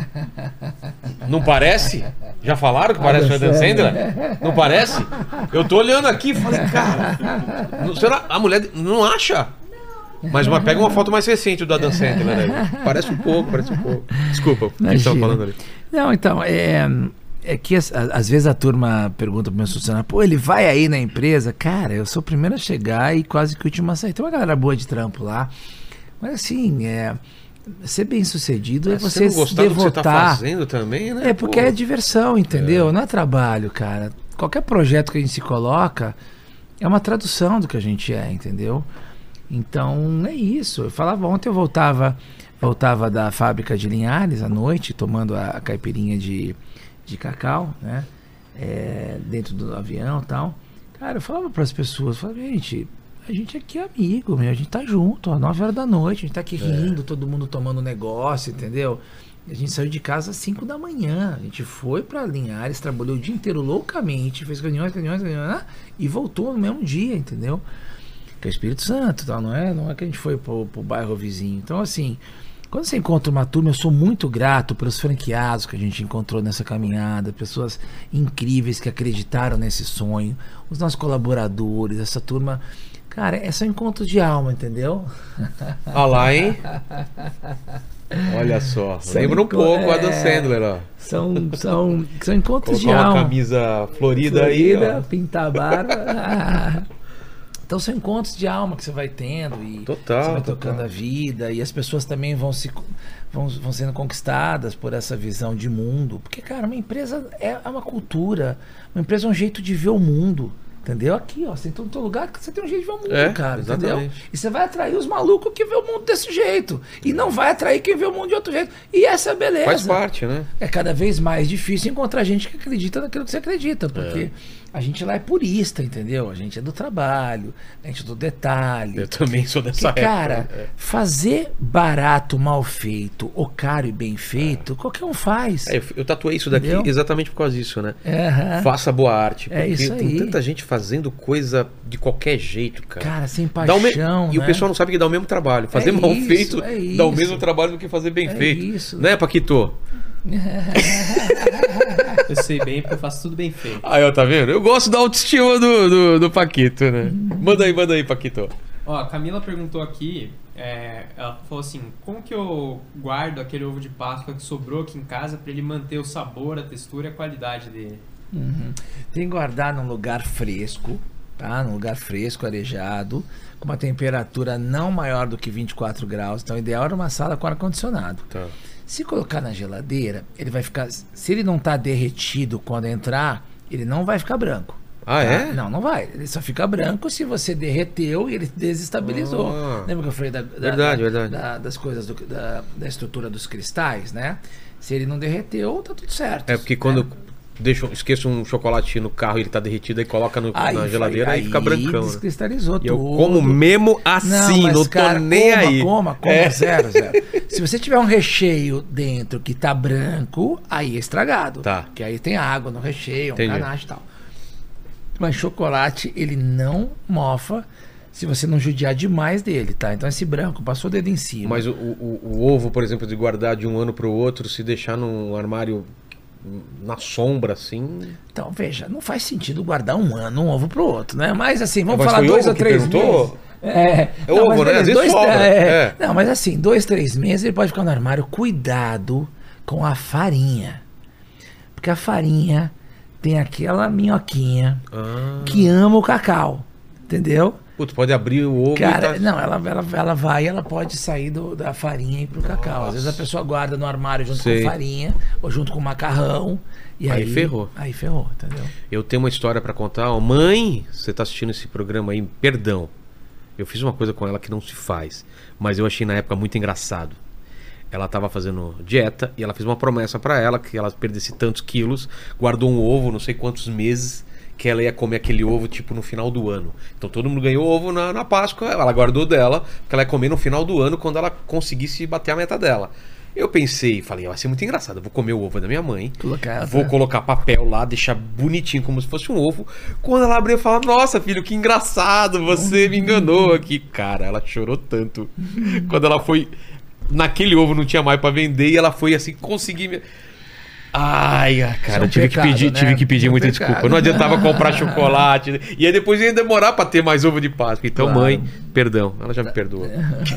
Não parece? Já falaram que parece o Adam Sandler? Não parece? Eu tô olhando aqui e falei, cara, não, será, a mulher não acha? Mas uma, pega uma foto mais recente do Adam Sandler aí. Parece um pouco, parece um pouco. Desculpa, o que você estava falando ali? Não, então, é... É que às vezes a turma pergunta pro meu funcionário, pô, ele vai aí na empresa? Cara, eu sou o primeiro a chegar e quase que o último a sair. Tem uma galera boa de trampo lá. Mas assim, é, ser bem sucedido é você não gostar do que você tá fazendo também, né? É porque pô. É diversão, entendeu? É. Não é trabalho, cara. Qualquer projeto que a gente se coloca é uma tradução do que a gente é, entendeu? Então é isso. Eu falava ontem, eu voltava, voltava da fábrica de Linhares à noite, tomando a caipirinha de... de cacau, né, é, dentro do avião e tal. Cara, eu falava para as pessoas, falava, gente, a gente aqui é amigo, meu, a gente tá junto, às nove horas da noite, a gente tá aqui é. rindo, todo mundo tomando negócio, entendeu? A gente saiu de casa às cinco da manhã, a gente foi para Linhares, trabalhou o dia inteiro loucamente, fez reuniões, reuniões, reuniões, e voltou no mesmo dia, entendeu? Que é o Espírito Santo, tal, não é? Não é que a gente foi pro, pro bairro vizinho. Então, assim, quando você encontra uma turma, eu sou muito grato pelos franqueados que a gente encontrou nessa caminhada, pessoas incríveis que acreditaram nesse sonho, os nossos colaboradores, essa turma, cara, é só encontro de alma, entendeu? Olha lá, hein? Olha só, são lembra um pouco a Adam Sandler, ó. São, são, são encontros Colocar de alma. Uma camisa florida, florida aí, ó. Pintar a barba. Então são encontros de alma que você vai tendo e total, você vai total. tocando a vida e as pessoas também vão, se, vão, vão sendo conquistadas por essa visão de mundo. Porque, cara, uma empresa é uma cultura, uma empresa é um jeito de ver o mundo, entendeu? Aqui, ó, você entra no teu lugar, você tem um jeito de ver o mundo, é, cara, exatamente. Entendeu? E você vai atrair os malucos que vê o mundo desse jeito e não vai atrair quem vê o mundo de outro jeito. E essa é a beleza. Faz parte, né? É cada vez mais difícil encontrar gente que acredita naquilo que você acredita, porque... É. A gente lá é purista, entendeu? A gente é do trabalho, a gente é do detalhe. Eu também sou dessa Porque, época. cara, é. fazer barato, mal feito, ou caro e bem feito, é. qualquer um faz. É, eu, eu tatuei isso daqui Entendeu? exatamente por causa disso, né? Uhum. Faça boa arte. É isso tem aí. tanta gente fazendo coisa de qualquer jeito, cara. Cara, sem Dá o me- paixão, E né? o pessoal não sabe que dá o mesmo trabalho. Fazer É mal isso, feito é dá o isso. mesmo trabalho do que fazer bem É feito. isso. Né, Paquito? Eu sei bem porque eu faço tudo bem feito. Aí, ó, tá vendo? Eu gosto da autoestima do, do, do Paquito, né? Manda aí, manda aí, Paquito. Ó, a Camila perguntou aqui, é, ela falou assim, como que eu guardo aquele ovo de Páscoa que sobrou aqui em casa pra ele manter o sabor, a textura e a qualidade dele? Uhum. Tem que guardar num lugar fresco, tá? Num lugar fresco, arejado, com uma temperatura não maior do que vinte e quatro graus. Então, o ideal era uma sala com ar-condicionado. Tá. Se colocar na geladeira, ele vai ficar... Se ele não tá derretido quando entrar, ele não vai ficar branco. Ah, tá? é? Não, não vai. Ele só fica branco se você derreteu e ele desestabilizou. Ah. Lembra que eu falei da, da- Verdade, da- verdade. da- das coisas, do- da, da estrutura dos cristais, né? Se ele não derreteu, tá tudo certo. É porque né? quando eu deixo, esqueço um chocolate no carro e ele tá derretido, aí coloca no- Aí, na geladeira e aí fica brancão. Né? descristalizou E eu tudo. como mesmo assim, não, mas, tô cara, nem coma, aí. Coma, coma, É. zero, zero. Se você tiver um recheio dentro que tá branco, aí é estragado. Tá. Que aí tem água no recheio, um Entendi. ganache e tal. Mas chocolate, ele não mofa se você não judiar demais dele, tá? Então esse branco, passou o dedo em cima. Mas o, o- o ovo, por exemplo, de guardar de um ano pro outro, se deixar num armário na sombra, assim... Então, veja, não faz sentido guardar um ano um ovo pro outro, né? Mas assim, vamos Mas falar foi dois ovo ou que três perguntou? meses. É, É ovo, mas né? beleza, Às vezes dois, sobra, é, é. Não, mas assim, dois, três meses ele pode ficar no armário. Cuidado com a farinha. Porque a farinha tem aquela minhoquinha Ah. que ama o cacau. Entendeu? Putz, pode abrir o ovo Cara, e tá... não, ela, ela, ela vai, ela pode sair do- da farinha e ir pro cacau. Às vezes a pessoa guarda no armário junto Sei. com farinha ou junto com macarrão. E Aí aí, ferrou. Aí ferrou, entendeu? Eu tenho uma história pra contar. Ó, mãe, você tá assistindo esse programa aí, perdão. Eu fiz uma coisa com ela que não se faz, mas eu achei na época muito engraçado. Ela tava fazendo dieta e ela fez uma promessa pra ela que ela perdesse tantos quilos, guardou um ovo, não sei quantos meses, que ela ia comer aquele ovo tipo no final do ano. Então todo mundo ganhou ovo na, na Páscoa, ela guardou dela, porque ela ia comer no final do ano quando ela conseguisse bater a meta dela. Eu pensei, falei, vai ser muito engraçado, eu vou comer o ovo da minha mãe, Colocar, vou tá? colocar papel lá, deixar bonitinho como se fosse um ovo. Quando ela abriu, eu falei, nossa filho, que engraçado, você me enganou aqui. Cara, ela chorou tanto. Quando ela foi, naquele ovo não tinha mais pra vender e ela foi assim, conseguir... Me... Ai, ah, cara, Isso é um eu tive, pecado, que pedir, né? tive que pedir É um muita pecado. desculpa. Não adiantava comprar chocolate. E aí depois ia demorar pra ter mais ovo de Páscoa. Então, Claro. mãe, perdão, ela já me perdoou.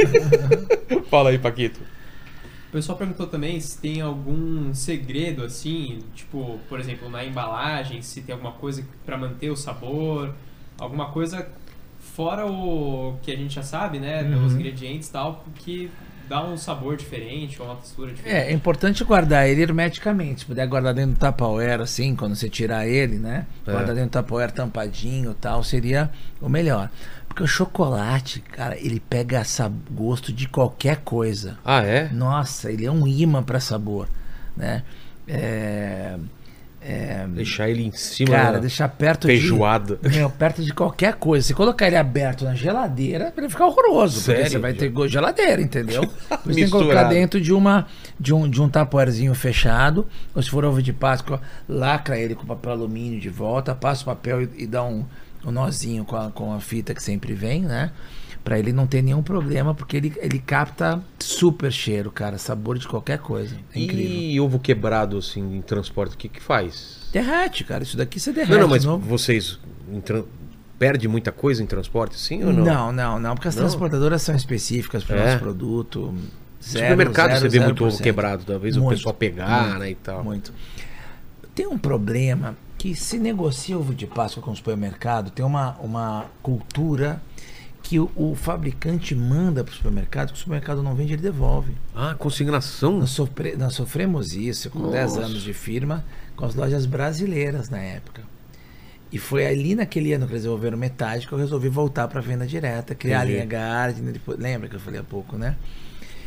Fala aí, Paquito. O pessoal perguntou também se tem algum segredo, assim, tipo, por exemplo, na embalagem, se tem alguma coisa pra manter o sabor, alguma coisa fora o que a gente já sabe, né, pelos ingredientes e tal, que dá um sabor diferente ou uma textura diferente. É, é importante guardar ele hermeticamente. Se puder guardar dentro do Tupperware, assim, quando você tirar ele, né? É. Guardar dentro do Tupperware tampadinho e tal, seria o melhor. Porque o chocolate, cara, ele pega sab- gosto de qualquer coisa. Ah, é? Nossa, ele é um imã para sabor, né? É, é, Deixar ele em cima cara, da deixar perto feijoada. de meu, perto de qualquer coisa. Se colocar ele aberto na geladeira, ele fica horroroso, Sério? porque você vai ter gosto de geladeira, entendeu? Por isso tem que Misturado. colocar dentro de uma de um de um tapoerzinho fechado, ou se for ovo de Páscoa, lacra ele com papel alumínio de volta, passa o papel e, e dá um, um nozinho com a, com a fita que sempre vem, né? Pra ele não ter nenhum problema, porque ele, ele capta super cheiro, cara, sabor de qualquer coisa. É incrível. E ovo quebrado, assim, em transporte, o que que faz? Derrete, cara, isso daqui você derrete. Não, não, mas de novo. vocês em tran- perde muita coisa em transporte, sim ou não? Não, não, não, porque as Não? transportadoras são específicas para o É. nosso produto. No Zero, supermercado zero, você vê zero muito por ovo cento. quebrado, talvez o Muito, pessoal pegar, muito, né, e tal. Muito. Tem um problema que se negocia ovo de Páscoa com o supermercado, tem uma, uma cultura que o, o fabricante manda para o supermercado, que o supermercado não vende, ele devolve. Ah, consignação? Nós, sofre, nós sofremos isso com dez Nossa. anos de firma com as lojas brasileiras na época. E foi ali naquele ano que eles desenvolveram metade que eu resolvi voltar para venda direta, criar Entendi. a linha Gardner, depois, lembra que eu falei há pouco, né?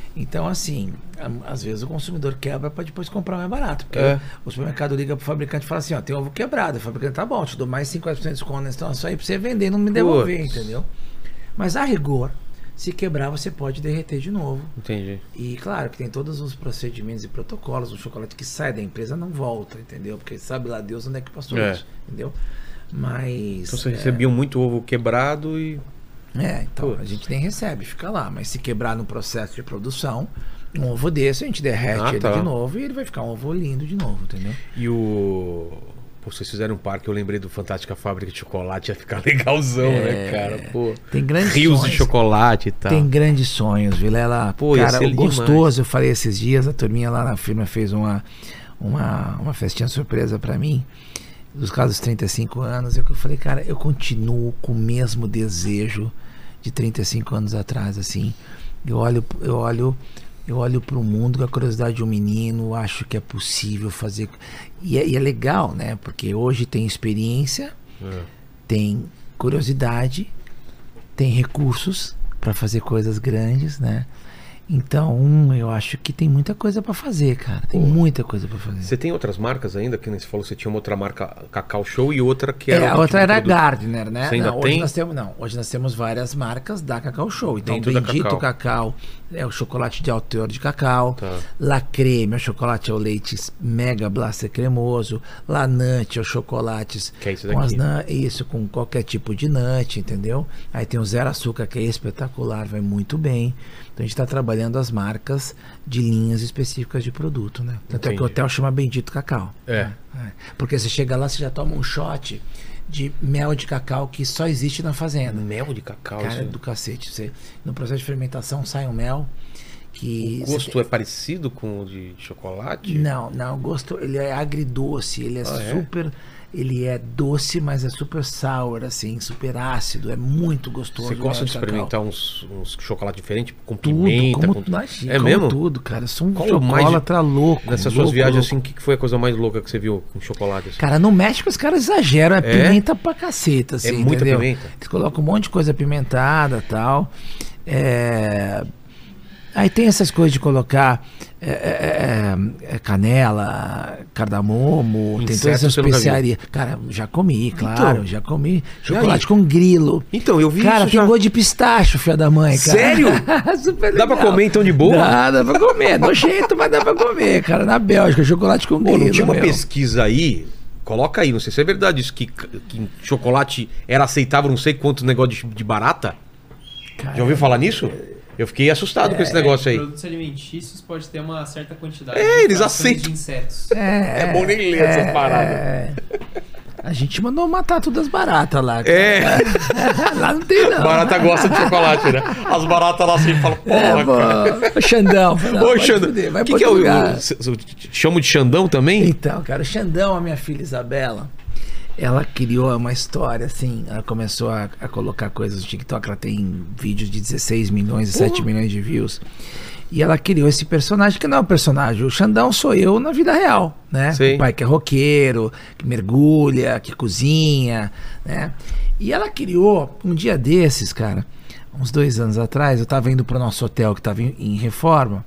Então, assim, a- às vezes o consumidor quebra para depois comprar mais barato. Porque É. o supermercado liga pro fabricante e fala assim, ó, tem ovo quebrado. O fabricante, tá bom, te dou mais cinquenta por cento de desconto nessa instalação aí pra você vender e não me devolver, Putz. entendeu? Mas a rigor, se quebrar, você pode derreter de novo. Entendi. E claro que tem todos os procedimentos e protocolos. O chocolate que sai da empresa não volta, entendeu? Porque sabe lá Deus onde é que passou É. isso, entendeu? Mas... Então vocês é, recebiam muito ovo quebrado e... É, então Putz. a gente nem recebe, fica lá. Mas se quebrar no processo de produção, um ovo desse, a gente derrete Ah, ele tá. de novo e ele vai ficar um ovo lindo de novo, entendeu? E o... Pô, vocês fizeram um parque, eu lembrei do Fantástica Fábrica de Chocolate, ia ficar legalzão, É. né, cara? Pô, Tem grandes rios sonhos. de chocolate e tal. Tem grandes sonhos, Vilela. Pô, ia Cara, ser o demais. gostoso, eu falei esses dias, a turminha lá na firma fez uma, uma, uma festinha surpresa pra mim, dos casos dos trinta e cinco anos. Eu falei, cara, eu continuo com o mesmo desejo de trinta e cinco anos atrás, assim. Eu olho, eu olho, eu olho pro mundo com a curiosidade de um menino, acho que é possível fazer. E é, e é legal, né? Porque hoje tem experiência, É. tem curiosidade, tem recursos para fazer coisas grandes, né? Então, um, eu acho que tem muita coisa para fazer, cara. Tem Pô. muita coisa para fazer. Você tem outras marcas ainda? Que nem você falou, você tinha uma outra marca, Cacau Show, e outra que É, era... a outro outra tipo de era produto. Gardner, né? Você ainda não, hoje tem? nós temos, não, hoje nós temos várias marcas da Cacau Show. Então, Dentro da Bendito Cacau. Cacau é o chocolate de alto teor de cacau. Tá. La Creme é o chocolate ao leite mega blaster cremoso. La Nut é o chocolate Que é isso com as daqui. nu- isso, com qualquer tipo de nut, entendeu? Aí tem o zero açúcar, que é espetacular, vai muito bem. Então a gente está trabalhando as marcas de linhas específicas de produto, né? Tanto é que o Entendi. hotel chama Bendito Cacau. É. É. Porque você chega lá, você já toma um shot de mel de cacau que só existe na fazenda. Mel de cacau. Cara, isso- do cacete. Você, no processo de fermentação sai um mel que... O você gosto tem- é parecido com o de chocolate? Não, não, o gosto, ele é agridoce, ele é Ah, é? super... Ele é doce, mas é super sour, assim, super ácido. É muito gostoso. Você o gosta mel de cacau. experimentar uns, uns chocolate diferentes, com Tudo, pimenta? como, com... imagina, É como mesmo? tudo, cara. Eu sou um Qual o mais de- chocolatra louco. Nessas louco, suas viagens, louco. assim, o que que foi a coisa mais louca que você viu com chocolate? Assim? Cara, no México os caras exageram, é, pimenta pra caceta, assim, É muita entendeu? pimenta? Eles colocam um monte de coisa apimentada e tal. É... Aí tem essas coisas de colocar é, é, é, canela, cardamomo, tem Inseto todas essas você nunca viu? especiarias. Cara, já comi, claro, Então, já comi. aí? Chocolate com grilo. Então, eu vi Cara, isso tem já. gosto de pistache, filho da mãe, cara. Sério? Super Dá pra legal. comer, então, de boa? Dá, dá pra comer. Nojento, mas dá pra comer, cara. Na Bélgica, chocolate com Pô, grilo. não tinha uma meu. pesquisa aí, coloca aí, não sei se é verdade isso, que, que chocolate era aceitável não sei quanto negócio de, de barata? Cara, Já ouviu falar nisso? Eu fiquei assustado com esse negócio aí. Produtos alimentícios pode ter uma certa quantidade É, de eles frações aceitam. de insetos. É, É bom nem ler essas paradas. é. A gente mandou matar todas as baratas lá. cara. É, Lá não tem, não. barata gosta de chocolate, né? As baratas lá assim falam, É, porra, cara. pô, o Xandão. Não, Ô, pode Xandão, fuder, vai o que, pra que é o, outro lugar. o, c- c- chamo de Xandão também? Então, cara, o Xandão, a minha filha Isabela, ela criou uma história, assim, ela começou a, a colocar coisas no TikTok, ela tem vídeos de dezesseis milhões e sete milhões de views. E ela criou esse personagem, que não é um personagem, o Xandão sou eu na vida real, né? Sim. O pai que é roqueiro, que mergulha, que cozinha, né? E ela criou, um dia desses, cara, uns dois anos atrás, eu tava indo pro nosso hotel que tava em, em reforma.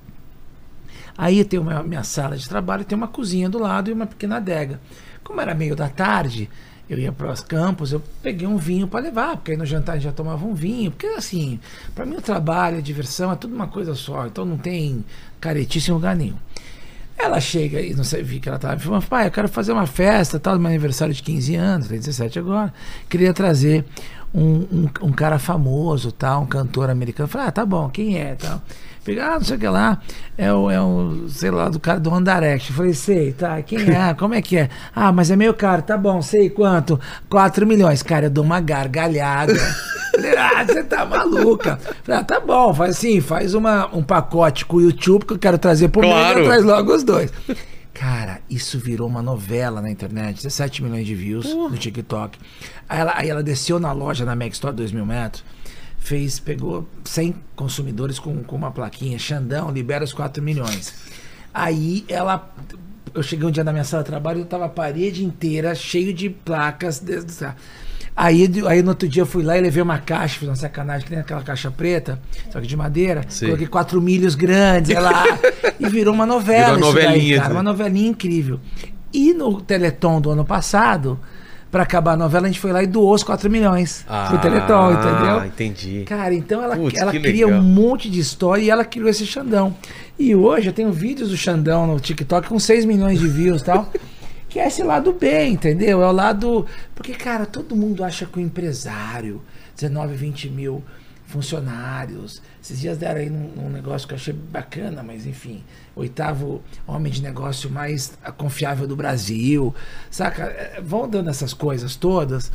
Aí tem uma minha sala de trabalho, tem uma cozinha do lado e uma pequena adega. Como era meio da tarde, eu ia para os campos, eu peguei um vinho para levar, porque aí no jantar a gente já tomava um vinho, porque assim, para mim o trabalho, a diversão é tudo uma coisa só, então não tem caretice em lugar nenhum. Ela chega e não sei, vi que ela estava falando, pai, eu quero fazer uma festa, tal, do meu aniversário de quinze anos, tem dezessete agora, queria trazer um, um, um cara famoso, tal, um cantor americano. Eu falei, ah, tá bom, quem é, tal. Peguei, ah, não sei o que lá, é o, é o, sei lá, do cara do One Direct. Eu falei, sei, tá, quem é, como é que é? Ah, mas é meio caro, tá bom, sei quanto? quatro milhões. Cara, eu dou uma gargalhada. Falei, ah, você tá maluca. Falei, ah, tá bom, faz assim, faz uma, um pacote com o YouTube que eu quero trazer pro Claro. meio, traz logo os dois. Cara, isso virou uma novela na internet, dezessete milhões de views no TikTok. Aí ela, aí ela desceu na loja, na Mac Store, dois mil metros, fez, pegou cem consumidores com, com uma plaquinha, Xandão, libera os quatro milhões. Aí ela, eu cheguei um dia na minha sala de trabalho, eu tava a parede inteira cheio de placas. De, Aí, aí no outro dia eu fui lá e levei uma caixa, fiz uma sacanagem, que nem aquela caixa preta, só que de madeira. Sim. Coloquei quatro milhos grandes, sei lá, e virou uma novela. Virou isso daí, novelinha, cara, né? uma novelinha incrível. E no Teleton do ano passado, pra acabar a novela, a gente foi lá e doou os quatro milhões pro Teleton, entendeu? Ah, entendi. Cara, então ela, Putz, ela que cria legal. um monte de história e ela criou esse Xandão. E hoje eu tenho vídeos do Xandão no TikTok com seis milhões de views e tal. Que é esse lado B, entendeu? É o lado... Porque, cara, todo mundo acha que o empresário, dezenove, vinte mil funcionários... Esses dias deram aí num, num negócio que eu achei bacana, mas enfim... Oitavo homem de negócio mais confiável do Brasil, saca? É, vão dando essas coisas todas...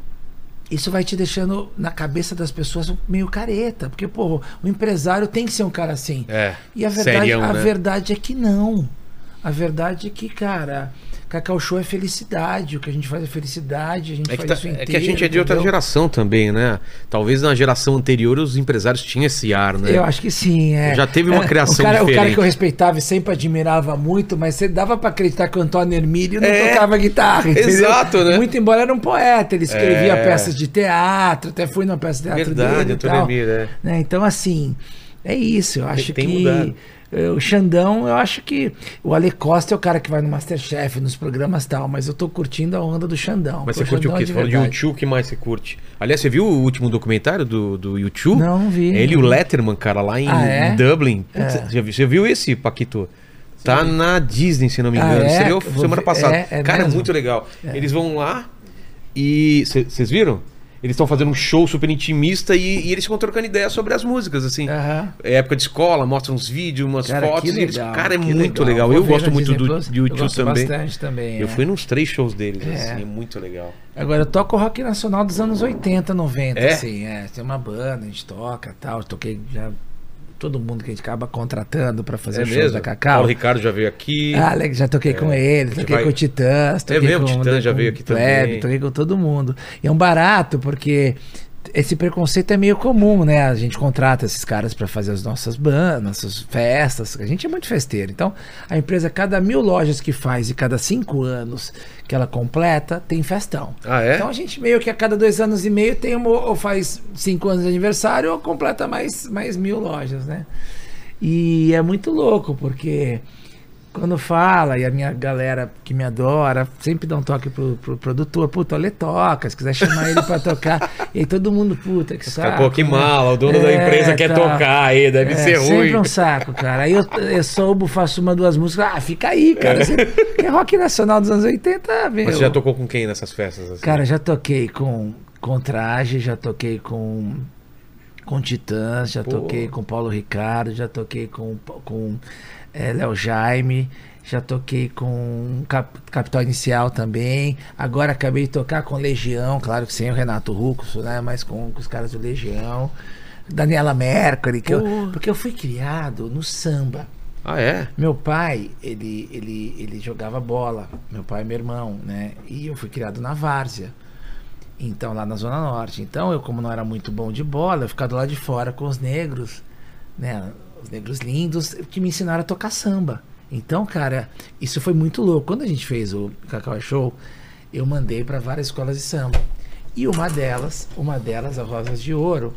Isso vai te deixando na cabeça das pessoas meio careta. Porque, pô, o empresário tem que ser um cara assim. É, E a verdade, serião, a né? verdade é que não. A verdade é que, cara, Cacau Show é felicidade. O que a gente faz é felicidade. A gente É que, faz tá- isso é inteiro, que a gente é de outra entendeu? geração também, né? Talvez na geração anterior os empresários tinham esse ar, né? Eu acho que sim, é. Já teve uma É, criação o cara, O cara diferente. que eu respeitava e sempre admirava muito, mas você dava pra acreditar que o Antônio Hermílio não É, tocava guitarra, entendeu? exato, né? Muito embora era um poeta, ele escrevia É. peças de teatro, até fui numa peça de teatro Verdade, dele e Antônio tal. Hermílio, é. Né? Então, assim, é isso. Eu acho tem que mudado. eh, o Xandão, eu acho que o Ale Costa é o cara que vai no Masterchef, nos programas e tal, mas eu tô curtindo a onda do Xandão. Mas Pô, você curte o Xandão quê? é Você falou de verdade. YouTube, o que mais você curte? Aliás, você viu o último documentário do, do YouTube? Não, não vi. Ele e o Letterman, cara, lá em, Ah, é? em Dublin. Putz, É. já viu, você viu esse, Paquito? Tá na Disney, se não me Ah, engano. é? Estreou Eu vou semana ver. passada. É, é cara, é mesmo? muito legal. Eles vão lá e... Vocês viram? Eles estão fazendo um show super intimista e, e eles ficam trocando ideias sobre as músicas, assim. Aham. É época de escola, mostram uns vídeos, umas Cara, fotos. que e eles- legal, cara, é que muito legal. legal. Vou Eu ver gosto no muito Disney do, Plus. de Eu YouTube gosto também. bastante também, Eu é. fui nos três shows deles, É. assim, é muito legal. Agora eu toco rock nacional dos anos oitenta, noventa, É? assim, é. Tem uma banda, a gente toca e tal. Eu toquei já todo mundo que a gente acaba contratando pra fazer É o show mesmo? da Cacau. Paulo Ricardo já veio aqui. Ah, Alex, já toquei com ele, toquei vai- com o Titãs, toquei mesmo, com Titãs já com veio aqui o Plebe, também. toquei com todo mundo. E é um barato, porque esse preconceito é meio comum, né? A gente contrata esses caras pra fazer as nossas bandas, nossas festas. A gente é muito festeiro. Então, a empresa, cada mil lojas que faz e cada cinco anos que ela completa, tem festão. Ah, é? Então a gente meio que a cada dois anos e meio tem uma, ou faz cinco anos de aniversário ou completa mais, mais mil lojas, né? E é muito louco, porque quando fala, e a minha galera que me adora, sempre dá um toque pro, pro produtor, puta, ele toca, se quiser chamar ele pra tocar. E aí todo mundo, puta, que saco. Pô, que né? mala, o dono da É, empresa quer tá. tocar aí, deve É, ser ruim. sempre um saco, cara. Aí eu, eu soubo, faço uma, duas músicas, ah, fica aí, cara. Você, que é rock nacional dos anos oitenta, meu. Mas você já tocou com quem nessas festas? Assim? Cara, já toquei com, com Traje, já toquei com, com Titãs, já Pô. toquei com Paulo Ricardo, já toquei com, com é, Léo Jaime, já toquei com Cap, Capital Inicial também. Agora acabei de tocar com Legião, claro que sem o Renato Rucos, né? Mas com, com os caras do Legião. Daniela Mercury, que eu, Pô. porque eu fui criado no samba. Ah, é? Meu pai, ele, ele, ele jogava bola. Meu pai é meu irmão, né? E eu fui criado na várzea. Então, lá na Zona Norte. Então, eu, como não era muito bom de bola, eu ficava do lado de fora com os negros, né? Os negros lindos, que me ensinaram a tocar samba. Então, cara, isso foi muito louco. Quando a gente fez o Cacau Show, eu mandei para várias escolas de samba. E uma delas, uma delas, a Rosas de Ouro,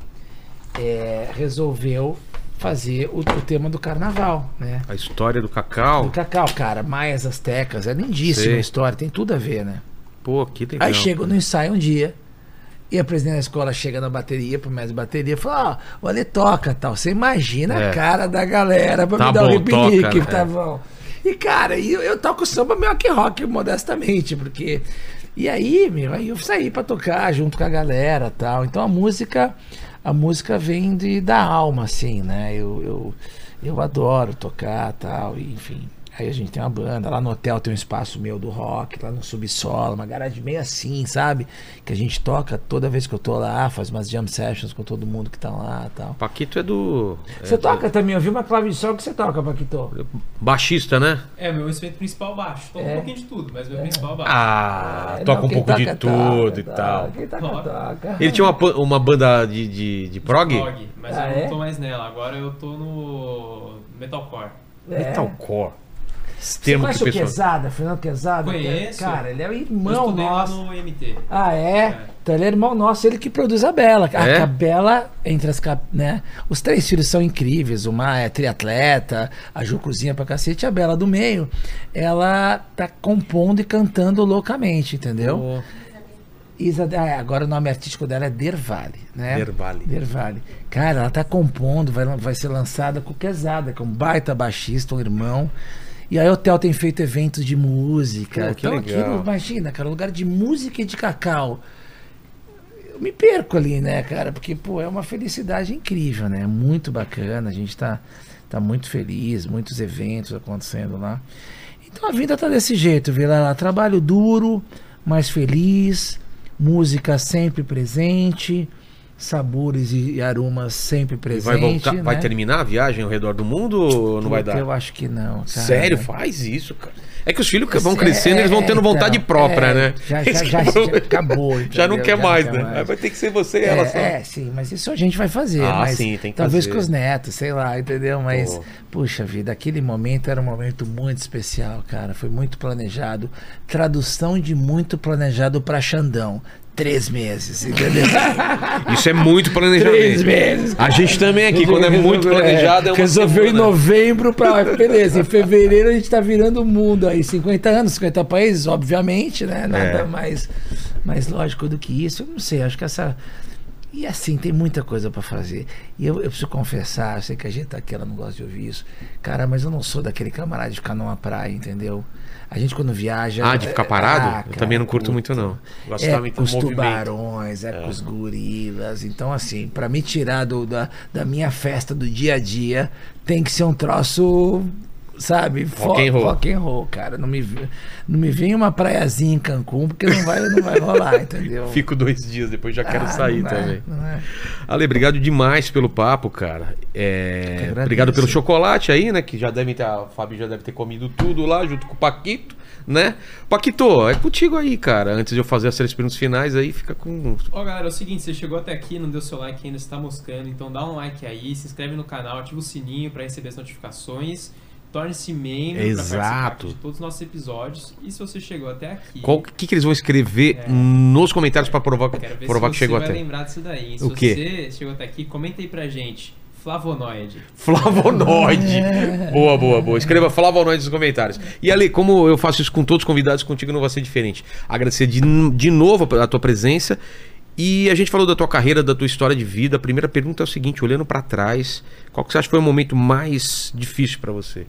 é, resolveu fazer o, o tema do carnaval, né? A história do Cacau. Do Cacau, cara, maias, astecas, é lindíssima Sei. a história, tem tudo a ver, né? Pô, que legal. Aí chego no ensaio um dia, e a presidente da escola chega na bateria, pro mestre de bateria, e fala, ó, o Ale toca, tal. Você imagina É. a cara da galera pra Tá me dar bom, um repinique, toca, tá é. bom. E, cara, e eu, eu toco samba meio que rock, modestamente, porque... E aí, meu, aí eu saí pra tocar junto com a galera, tal. Então a música, a música vem de, da alma, assim, né? Eu, eu, eu adoro tocar, tal, e, enfim... Aí a gente tem uma banda, lá no hotel tem um espaço meu do rock, lá no subsolo, uma garagem meio assim, sabe? Que a gente toca toda vez que eu tô lá, faz umas jam sessions com todo mundo que tá lá e tal. Paquito é do... Você é toca também, eu vi uma clave de sol que você toca, Paquito. do- Baixista, né? É, meu instrumento principal baixo. Toco É. um pouquinho de tudo, mas meu principal baixo. Ah, É, toca não, um quem pouco de toca, tudo toca, e tal. toca, Quem toca, Toca. toca. Ele tinha uma, pa- uma banda de, de, de prog? Prog, mas Ah, eu não é? tô mais nela. Agora eu tô no metalcore. É. Metalcore. Você termo conhece que o o pessoal... Quezada, Fernando Quezada? Conheço. Cara, ele é o Eu irmão estudei lá nosso. no M T. Ah, é? É. Então ele é irmão nosso, ele que produz a Bela. A, É? a Bela, entre as cap... né? Os três filhos são incríveis. Uma é triatleta, a Ju cozinha pra cacete, a Bela do meio, ela tá compondo e cantando loucamente, entendeu? Pô, Isa, ah, agora o nome artístico dela é Dervale, né? Dervale. Dervale. Cara, ela tá compondo, vai, vai ser lançada com o Quezada, que é um baita baixista, um irmão. E aí o Hotel tem feito eventos de música. Pô, que então legal. aquilo, imagina, cara, lugar de música e de cacau. Eu me perco ali, né, cara? Porque, pô, é uma felicidade incrível, né? Muito bacana, a gente tá, tá muito feliz, muitos eventos acontecendo lá. Então a vida tá desse jeito, Vilela. Trabalho duro, mas feliz, música sempre presente, sabores e aromas sempre E presentes. vai voltar, né? vai terminar a viagem ao redor do mundo ou não vai Puta, dar? Eu acho que não, cara. Sério, faz isso, cara. É que os filhos vão É, crescendo, eles vão tendo vontade então, própria, é, né? Já, já, Esse já, que é o já problema. acabou. Já não entendeu? quer mais, não né? quer mais. Aí vai ter que ser você e ela só. É, é, sim, mas isso a gente vai fazer. Ah, mas sim, tem que talvez fazer. com os netos, sei lá, entendeu? Mas, Pô. puxa vida, aquele momento era um momento muito especial, cara. Foi muito planejado. Tradução de muito planejado para Xandão. Três meses, entendeu? Isso é muito planejamento. Três meses. A gente também aqui, quando é muito planejado, é uma Resolveu em semana. novembro pra. Beleza, em fevereiro a gente tá virando o mundo aí. cinquenta anos, cinquenta países, obviamente, né? Nada É. mais, mais lógico do que isso. Eu não sei, acho que essa. E assim, tem muita coisa pra fazer. E eu, eu preciso confessar, eu sei que a gente tá aqui, ela não gosta de ouvir isso. Cara, mas eu não sou daquele camarada de ficar numa praia, entendeu? A gente quando viaja. Ah, de ficar parado? Ah, Eu cara, também não curto muito, não. É Gostava muito com do os movimento. tubarões, é, com os gorilas. Então, assim, pra me tirar do, da, da minha festa do dia a dia, tem que ser um troço, sabe? Rock and roll. Rock and roll, cara. Não me, v- não me vem uma praiazinha em Cancún, porque não vai, não vai rolar, entendeu? Fico dois dias, depois já quero Ah, sair não é, também. não é. Ale, obrigado demais pelo papo, cara. Eu que É, agradeço. obrigado pelo chocolate aí, né? Que já devem ter, a Fábio já deve ter comido tudo lá, junto com o Paquito, né? Paquito, é contigo aí, cara. Antes de eu fazer as três perguntas finais aí, fica com... Ó, galera, é o seguinte, você chegou até aqui, não deu seu like ainda, você tá moscando, então dá um like aí, se inscreve no canal, ativa o sininho pra receber as notificações, torne-se membro Exato. pra participar de todos os nossos episódios. E se você chegou até aqui, Qual que, que eles vão escrever É. nos comentários pra provar, quero ver provar se que você chegou vai até. lembrar disso daí. Se O quê? você chegou até aqui, comenta aí pra gente, flavonoide. Flavonoide. Boa, boa, boa. Escreva flavonoide nos comentários. E Ale, como eu faço isso com todos os convidados, contigo não vai ser diferente. Agradecer de, de novo a tua presença. E a gente falou da tua carreira, da tua história de vida. A primeira pergunta é o seguinte, olhando pra trás, qual que você acha que foi o momento mais difícil pra você?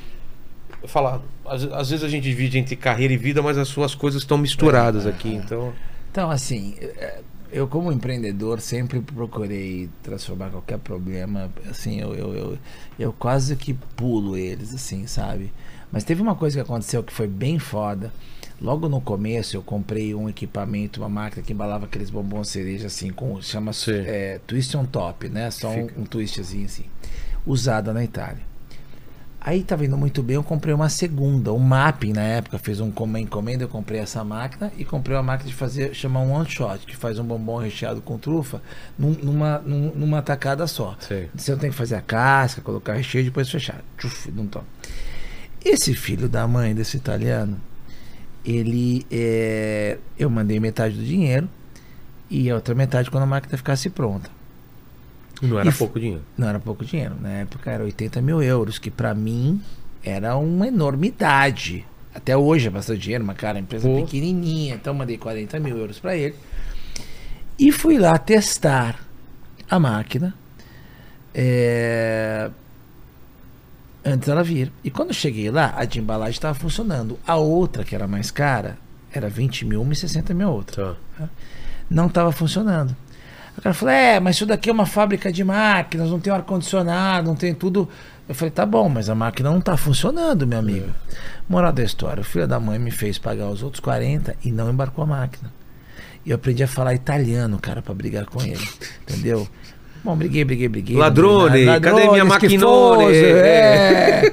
Eu falar, às, às vezes a gente divide entre carreira e vida, mas as suas coisas estão misturadas aqui, então... Então, assim, é, eu como empreendedor sempre procurei transformar qualquer problema, assim, eu, eu, eu, eu quase que pulo eles, assim, sabe? Mas teve uma coisa que aconteceu que foi bem foda. Logo no começo eu comprei um equipamento, uma máquina que embalava aqueles bombons cereja, assim, com, chama Sim. é, twist on top, né? Só um, Fica. um twistzinho assim, usada na Itália. Aí tava indo muito bem, eu comprei uma segunda, um mapping na época, fiz um, uma encomenda, eu comprei essa máquina e comprei uma máquina de fazer, chama um one shot, que faz um bombom recheado com trufa num- numa, num- numa tacada só. Sei. Você não tem que fazer a casca, colocar recheio e depois fechar. Tchuf, não toma. Esse filho da mãe desse italiano, ele é, eu mandei metade do dinheiro e a outra metade quando a máquina ficasse pronta. Não era E f- pouco dinheiro. Não era pouco dinheiro, na época era oitenta mil euros, que pra mim era uma enormidade. Até hoje é bastante dinheiro, mas cara, empresa Pô. pequenininha, então mandei quarenta mil euros pra ele. E fui lá testar a máquina é, antes dela vir. E quando eu cheguei lá, a de embalagem estava funcionando. A outra, que era mais cara, era vinte mil, uma e sessenta mil a outra. Tá. Não estava funcionando. O cara falou, é, mas isso daqui é uma fábrica de máquinas, não tem ar-condicionado, não tem tudo. Eu falei, tá bom, mas a máquina não está funcionando, meu amigo. Moral da história, o filho da mãe me fez pagar os outros quarenta e não embarcou a máquina. E eu aprendi a falar italiano, cara, pra brigar com ele, entendeu? Bom, briguei, briguei, briguei. Ladrone, Ladrone, cadê minha schifoso, maquinone? É.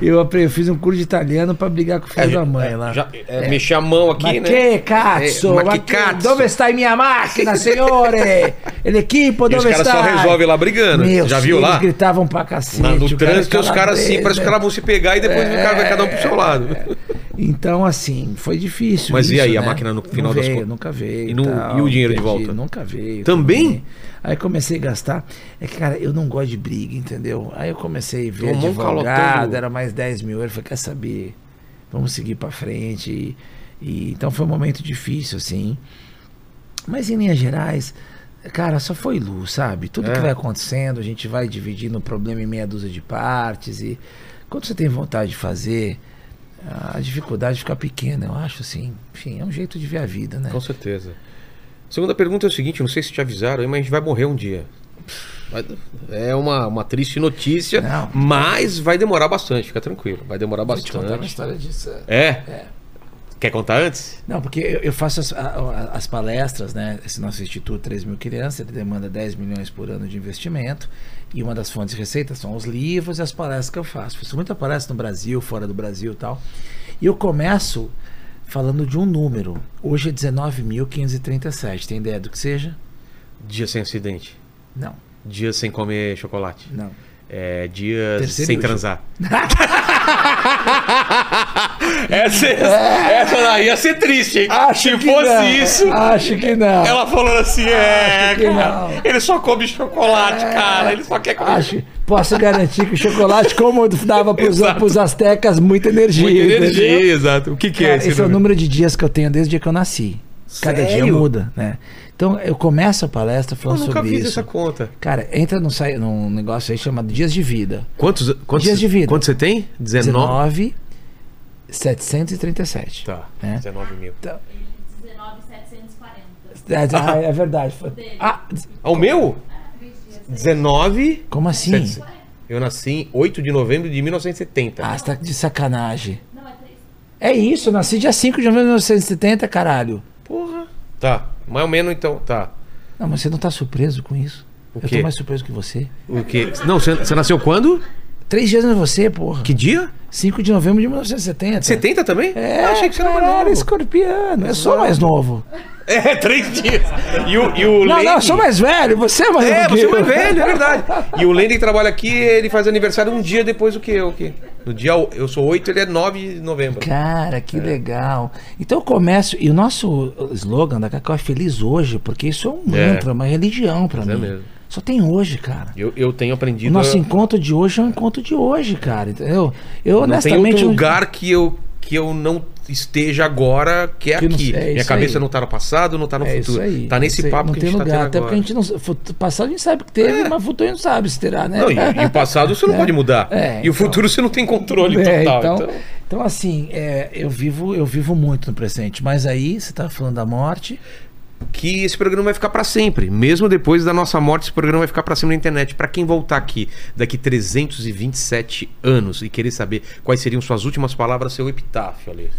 Eu, aprendi, eu fiz um curso de italiano pra brigar com o filho É, da mãe é, lá. já- é, Mexer a mão aqui, Ma né? che cazzo? É, ma Ma che che- cazzo? Dove sta minha máquina, senhore? L'equipo, E os dove caras sta? só resolvem lá brigando. Meu, Já viu eles lá? gritavam pra cacete. Na- no o cara trânsito, os caras assim, calabresa. parece que os caras vão se pegar e depois o cara vai cada um pro seu lado. Então, assim, foi difícil. Mas e isso, aí, a né? máquina no final não das veio, contas? Nunca veio. E no- tal, e o dinheiro de perdi, volta? Nunca veio. Também? Aí comecei a gastar. É que, cara, eu não gosto de briga, entendeu? Aí eu comecei a ver Tomou um advogado, calotão. era mais dez mil. Ele falou, quer saber? Vamos seguir pra frente. E, e- então foi um momento difícil, assim. Mas em linhas gerais, cara, só foi luz, sabe? Tudo É. que vai acontecendo, a gente vai dividindo o problema em meia dúzia de partes. E quando você tem vontade de fazer, a dificuldade fica pequena, eu acho, assim. Enfim, é um jeito de ver a vida, né? Com certeza. Segunda pergunta é o seguinte, não sei se te avisaram, mas a gente vai morrer um dia. Vai- É uma, uma triste notícia, Não. mas vai demorar bastante, fica tranquilo. Vai demorar Vou te contar uma bastante. história disso. É? Quer contar antes? Não, porque eu, eu faço as, a- a- as palestras, né? Esse nosso Instituto três mil Crianças, ele demanda dez milhões por ano de investimento. E uma das fontes de receita são os livros e as palestras que eu faço. Faço muita palestra no Brasil, fora do Brasil e tal. E eu começo falando de um número. Hoje é dezenove mil quinhentos e trinta e sete. Tem ideia do que seja? Dia sem acidente. Não, Dia sem comer chocolate. não. É, dias Terceiro sem dia. transar. essa, essa daí ia ser triste, hein? Se que fosse não. isso, Acho que não. ela falando assim, é, Acho que cara, não. ele só come chocolate, cara, ele só quer comer Acho, posso garantir que o chocolate, como dava pros, Exato. pros astecas, muita energia. muita energia, entendeu? exato. O que, que é Cara, esse esse é o número? número de dias que eu tenho desde o dia que eu nasci. Cada dia Sério? muda, né? Então eu começo a palestra Eu falando nunca sobre fiz isso. essa conta. Cara, entra num, sai- num negócio aí chamado Dias de Vida. Quantos, quantos Dias de vida. Quanto você tem? dezenove? dezenove mil setecentos e trinta e sete. Tá, Né? dezenove mil. Então, dezenove mil setecentos e quarenta. é, ah, é verdade. Foi- Dele. Ah, Ah, o meu? dezenove. como assim? Sete- Eu nasci em oito de novembro de mil novecentos e setenta. Ah, você tá de sacanagem. Não, é três. É isso, eu nasci dia cinco de novembro de mil novecentos e setenta, caralho. Porra. Tá, mais ou menos então, tá. Não, mas você não tá surpreso com isso? O eu quê? tô mais surpreso que você. O quê? Não, você, você nasceu quando? Três dias não é você, porra. Que dia? cinco de novembro de mil novecentos e setenta. setenta também? É, Eu achei que você era mais caralho, novo. escorpiano. Eu sou mais novo. É, três dias. E o, e o Não, Lendi- não, eu sou mais velho. Você é mais É, novo que você é eu. mais velho, é verdade. E o Lenden que trabalha aqui, ele faz aniversário um dia depois do que eu. Que no dia eu sou oito, ele é nove de novembro. Cara, que legal. Então eu começo. E o nosso slogan da Cacau é Feliz Hoje, porque isso é um mantra, uma religião pra Mas é mim. mesmo. Só tem hoje, cara. Eu, eu tenho O aprendido. nosso a- encontro de hoje é um encontro de hoje, cara. Entendeu? Eu Não tem honestamente. outro não- lugar que eu, que eu não esteja agora que é Que não- aqui. é Minha isso cabeça aí. não tá no passado, não tá no É futuro. isso aí. Tá nesse Isso aí. papo não que tem a gente lugar, tá até tendo porque a agora. gente não. fut- Passado a gente sabe que teve, É. mas futuro a gente não sabe se terá, né? Não, e, e o passado você não pode mudar. É, e o então. futuro você não tem controle É, total. então, então... então, assim, é, eu vivo, eu vivo muito no presente. Mas aí você tá falando da morte. Que esse programa vai ficar pra sempre. Mesmo depois da nossa morte, esse programa vai ficar pra sempre na internet. Pra quem voltar aqui daqui trezentos e vinte e sete anos e querer saber quais seriam suas últimas palavras, seu epitáfio ali.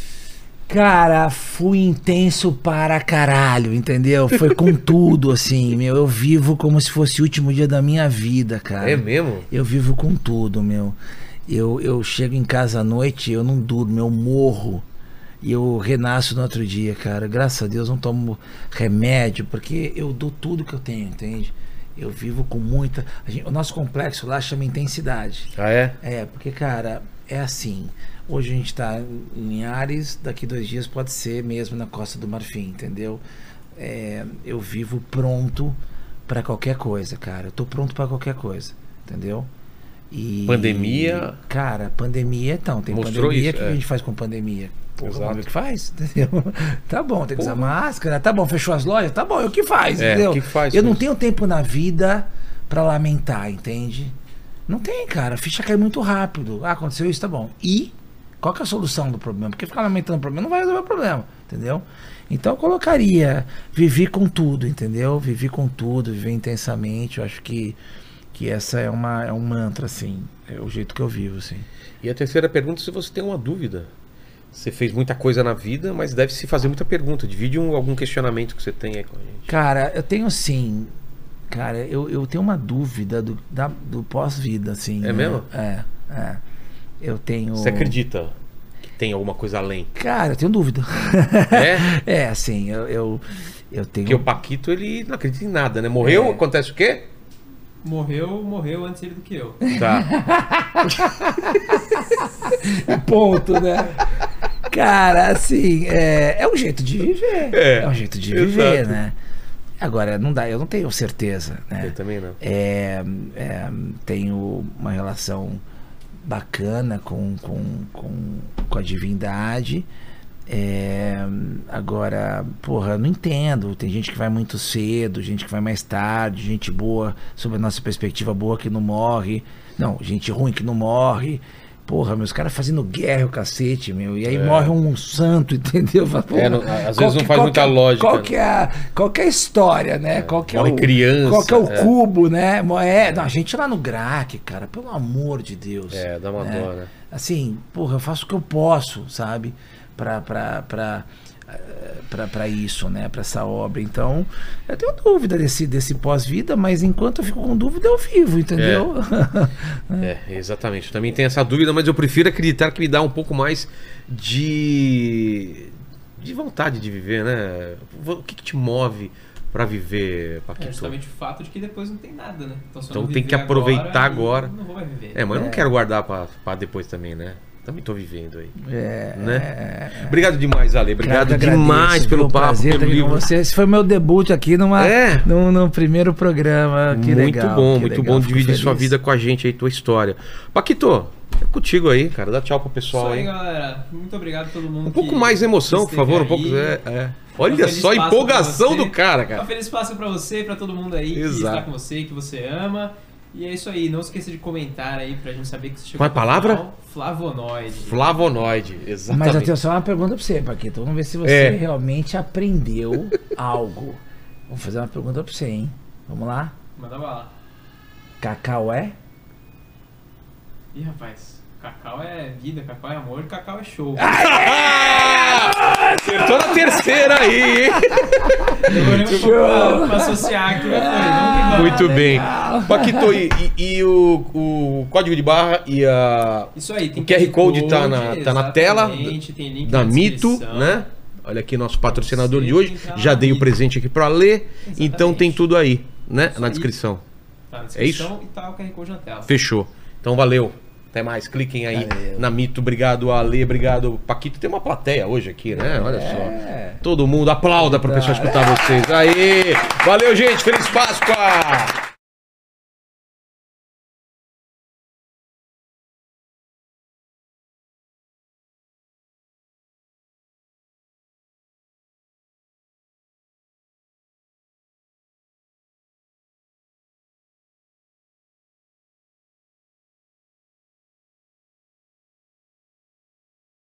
Cara, fui intenso para caralho, entendeu? Foi com tudo, assim, meu. Eu vivo como se fosse o último dia da minha vida, cara. É mesmo? Eu vivo com tudo, meu. Eu, eu chego em casa à noite, eu não durmo, eu morro. E eu renasço no outro dia, cara. Graças a Deus não tomo remédio, porque eu dou tudo que eu tenho, entende? Eu vivo com muita. a gente- o nosso complexo lá chama intensidade. Ah, é? É, porque, cara, é assim. Hoje a gente tá em Ares, daqui dois dias pode ser mesmo na Costa do Marfim, entendeu? É, eu vivo pronto pra qualquer coisa, cara. Eu tô pronto pra qualquer coisa, entendeu? E, Pandemia. Cara, pandemia, então, tem Mostrou pandemia. isso, O que é. a gente faz com pandemia? Pô, Exato. vamos ver o que faz, entendeu? Tá bom, tem que usar Porra. máscara, tá bom, fechou as lojas, tá bom, é o que faz, É, entendeu? o que faz Eu com não isso? tenho tempo na vida pra lamentar, entende? Não tem, cara. A ficha cai muito rápido. Ah, aconteceu isso, tá bom. E qual que é a solução do problema? Porque ficar lamentando o problema não vai resolver o problema, entendeu? Então eu colocaria viver com tudo, entendeu? Viver com tudo, viver intensamente. Eu acho que, que essa é, uma, é um mantra, assim. É o jeito que eu vivo, assim. E a terceira pergunta, se você tem uma dúvida. Você fez muita coisa na vida, mas deve se fazer muita pergunta. Divide um, algum questionamento que você tem aí com a gente. Cara, eu tenho sim. Cara, eu, eu tenho uma dúvida do, da- do pós-vida, assim. É né? mesmo? É, é. Eu tenho... Você acredita que tem alguma coisa além? Cara, eu tenho dúvida. É? É, assim, eu, eu, eu tenho... Porque o Paquito, ele não acredita em nada, né? Morreu, É. acontece o quê? Morreu, morreu antes ele do que eu. Tá. Ponto, né? Cara, assim, é, é um jeito de viver. É, É, um jeito de viver, exato. né? Agora, não dá, eu não tenho certeza, né? Eu também não. É, é, tenho uma relação bacana com, com, com, com a divindade. É, agora, porra, eu não entendo. Tem gente que vai muito cedo, gente que vai mais tarde, gente boa, sob a nossa perspectiva boa, que não morre. Não, gente ruim que não morre. Porra, meus caras fazendo guerra, o cacete, meu. E aí É. morre um santo, entendeu? Fala, porra, É, não- às qual vezes não que- faz qual muita que é- lógica, Qual né? que é a, qual que é a história, né? Qual que é morre o, criança, qual que é o é. cubo, né? Mo- É, não, a gente lá no Grac, cara, pelo amor de Deus. É, dá uma né? dó, né? Assim, porra, eu faço o que eu posso, sabe? Pra, pra, pra, eh, pra, pra isso, né? Pra essa obra. Então, eu tenho dúvida desse, desse pós-vida, mas enquanto eu fico com dúvida, eu vivo, entendeu? É, exatamente. Eu também tenho essa dúvida, mas eu prefiro acreditar que me dá um pouco mais de de vontade de viver, né? O que, que te move pra viver, É Paquito? justamente o fato de que depois não tem nada, né? se eu Então não tem viver que aproveitar agora. Não vou mais viver. É, mas eu não quero guardar pra, pra depois também, né? Também tô vivendo aí. É, Né? Obrigado demais, Ale. Obrigado Cara, eu demais agradeço, pelo viu? papo, Prazer pelo estar aqui com livro. você. Esse foi meu debut aqui numa, É. no, no primeiro programa. Que Muito legal, bom, que muito legal, bom fico dividir feliz. sua vida com a gente aí, tua história. Paquito, é contigo aí, cara. Dá tchau pro Isso pessoal aí, aí. galera. Muito obrigado a todo mundo. Um pouco que mais emoção, por esteve favor. Um aí. pouco. É, é. Um Olha feliz só a Páscoa empolgação pra você. do cara, Um cara. feliz Páscoa pra você e pra todo mundo aí Exato. que está com você, que você ama. E é isso aí. Não esqueça de comentar aí pra gente saber que você chegou Qual é a até o palavra? final. Flavonoide. Flavonoide, exatamente. Mas eu tenho só uma pergunta pra você, Paquito. Vamos ver se você É. realmente aprendeu algo. Vamos fazer uma pergunta pra você, hein? Vamos lá? Manda bala. Cacau é? Ih, rapaz. Cacau é vida, cacau é amor, cacau é show. Ah, acertou na terceira aí, hein? Demorei um pouco pra, pra associar aqui, mas foi. Vamos que vamos. Muito bem. Paquito, e, e- e o, o código de barra e a, Isso aí, tem o Q R Code tá na, tá na tela exatamente, tem link da na Mito, descrição. né? Olha aqui nosso patrocinador Você de hoje. entrar Já na dei o Mito. presente aqui pra ler. Então tem tudo aí, né? Isso Na aí. descrição. Tá na É isso? descrição e tá o Q R Code na tela. Fechou. Então valeu. Até mais. Cliquem aí Valeu. na Mito. Obrigado, Ale. Obrigado, Paquito. Tem uma plateia hoje aqui, né? Olha É. só. Todo mundo aplauda pro pessoal escutar vocês. Aí. Valeu, gente. Feliz Páscoa!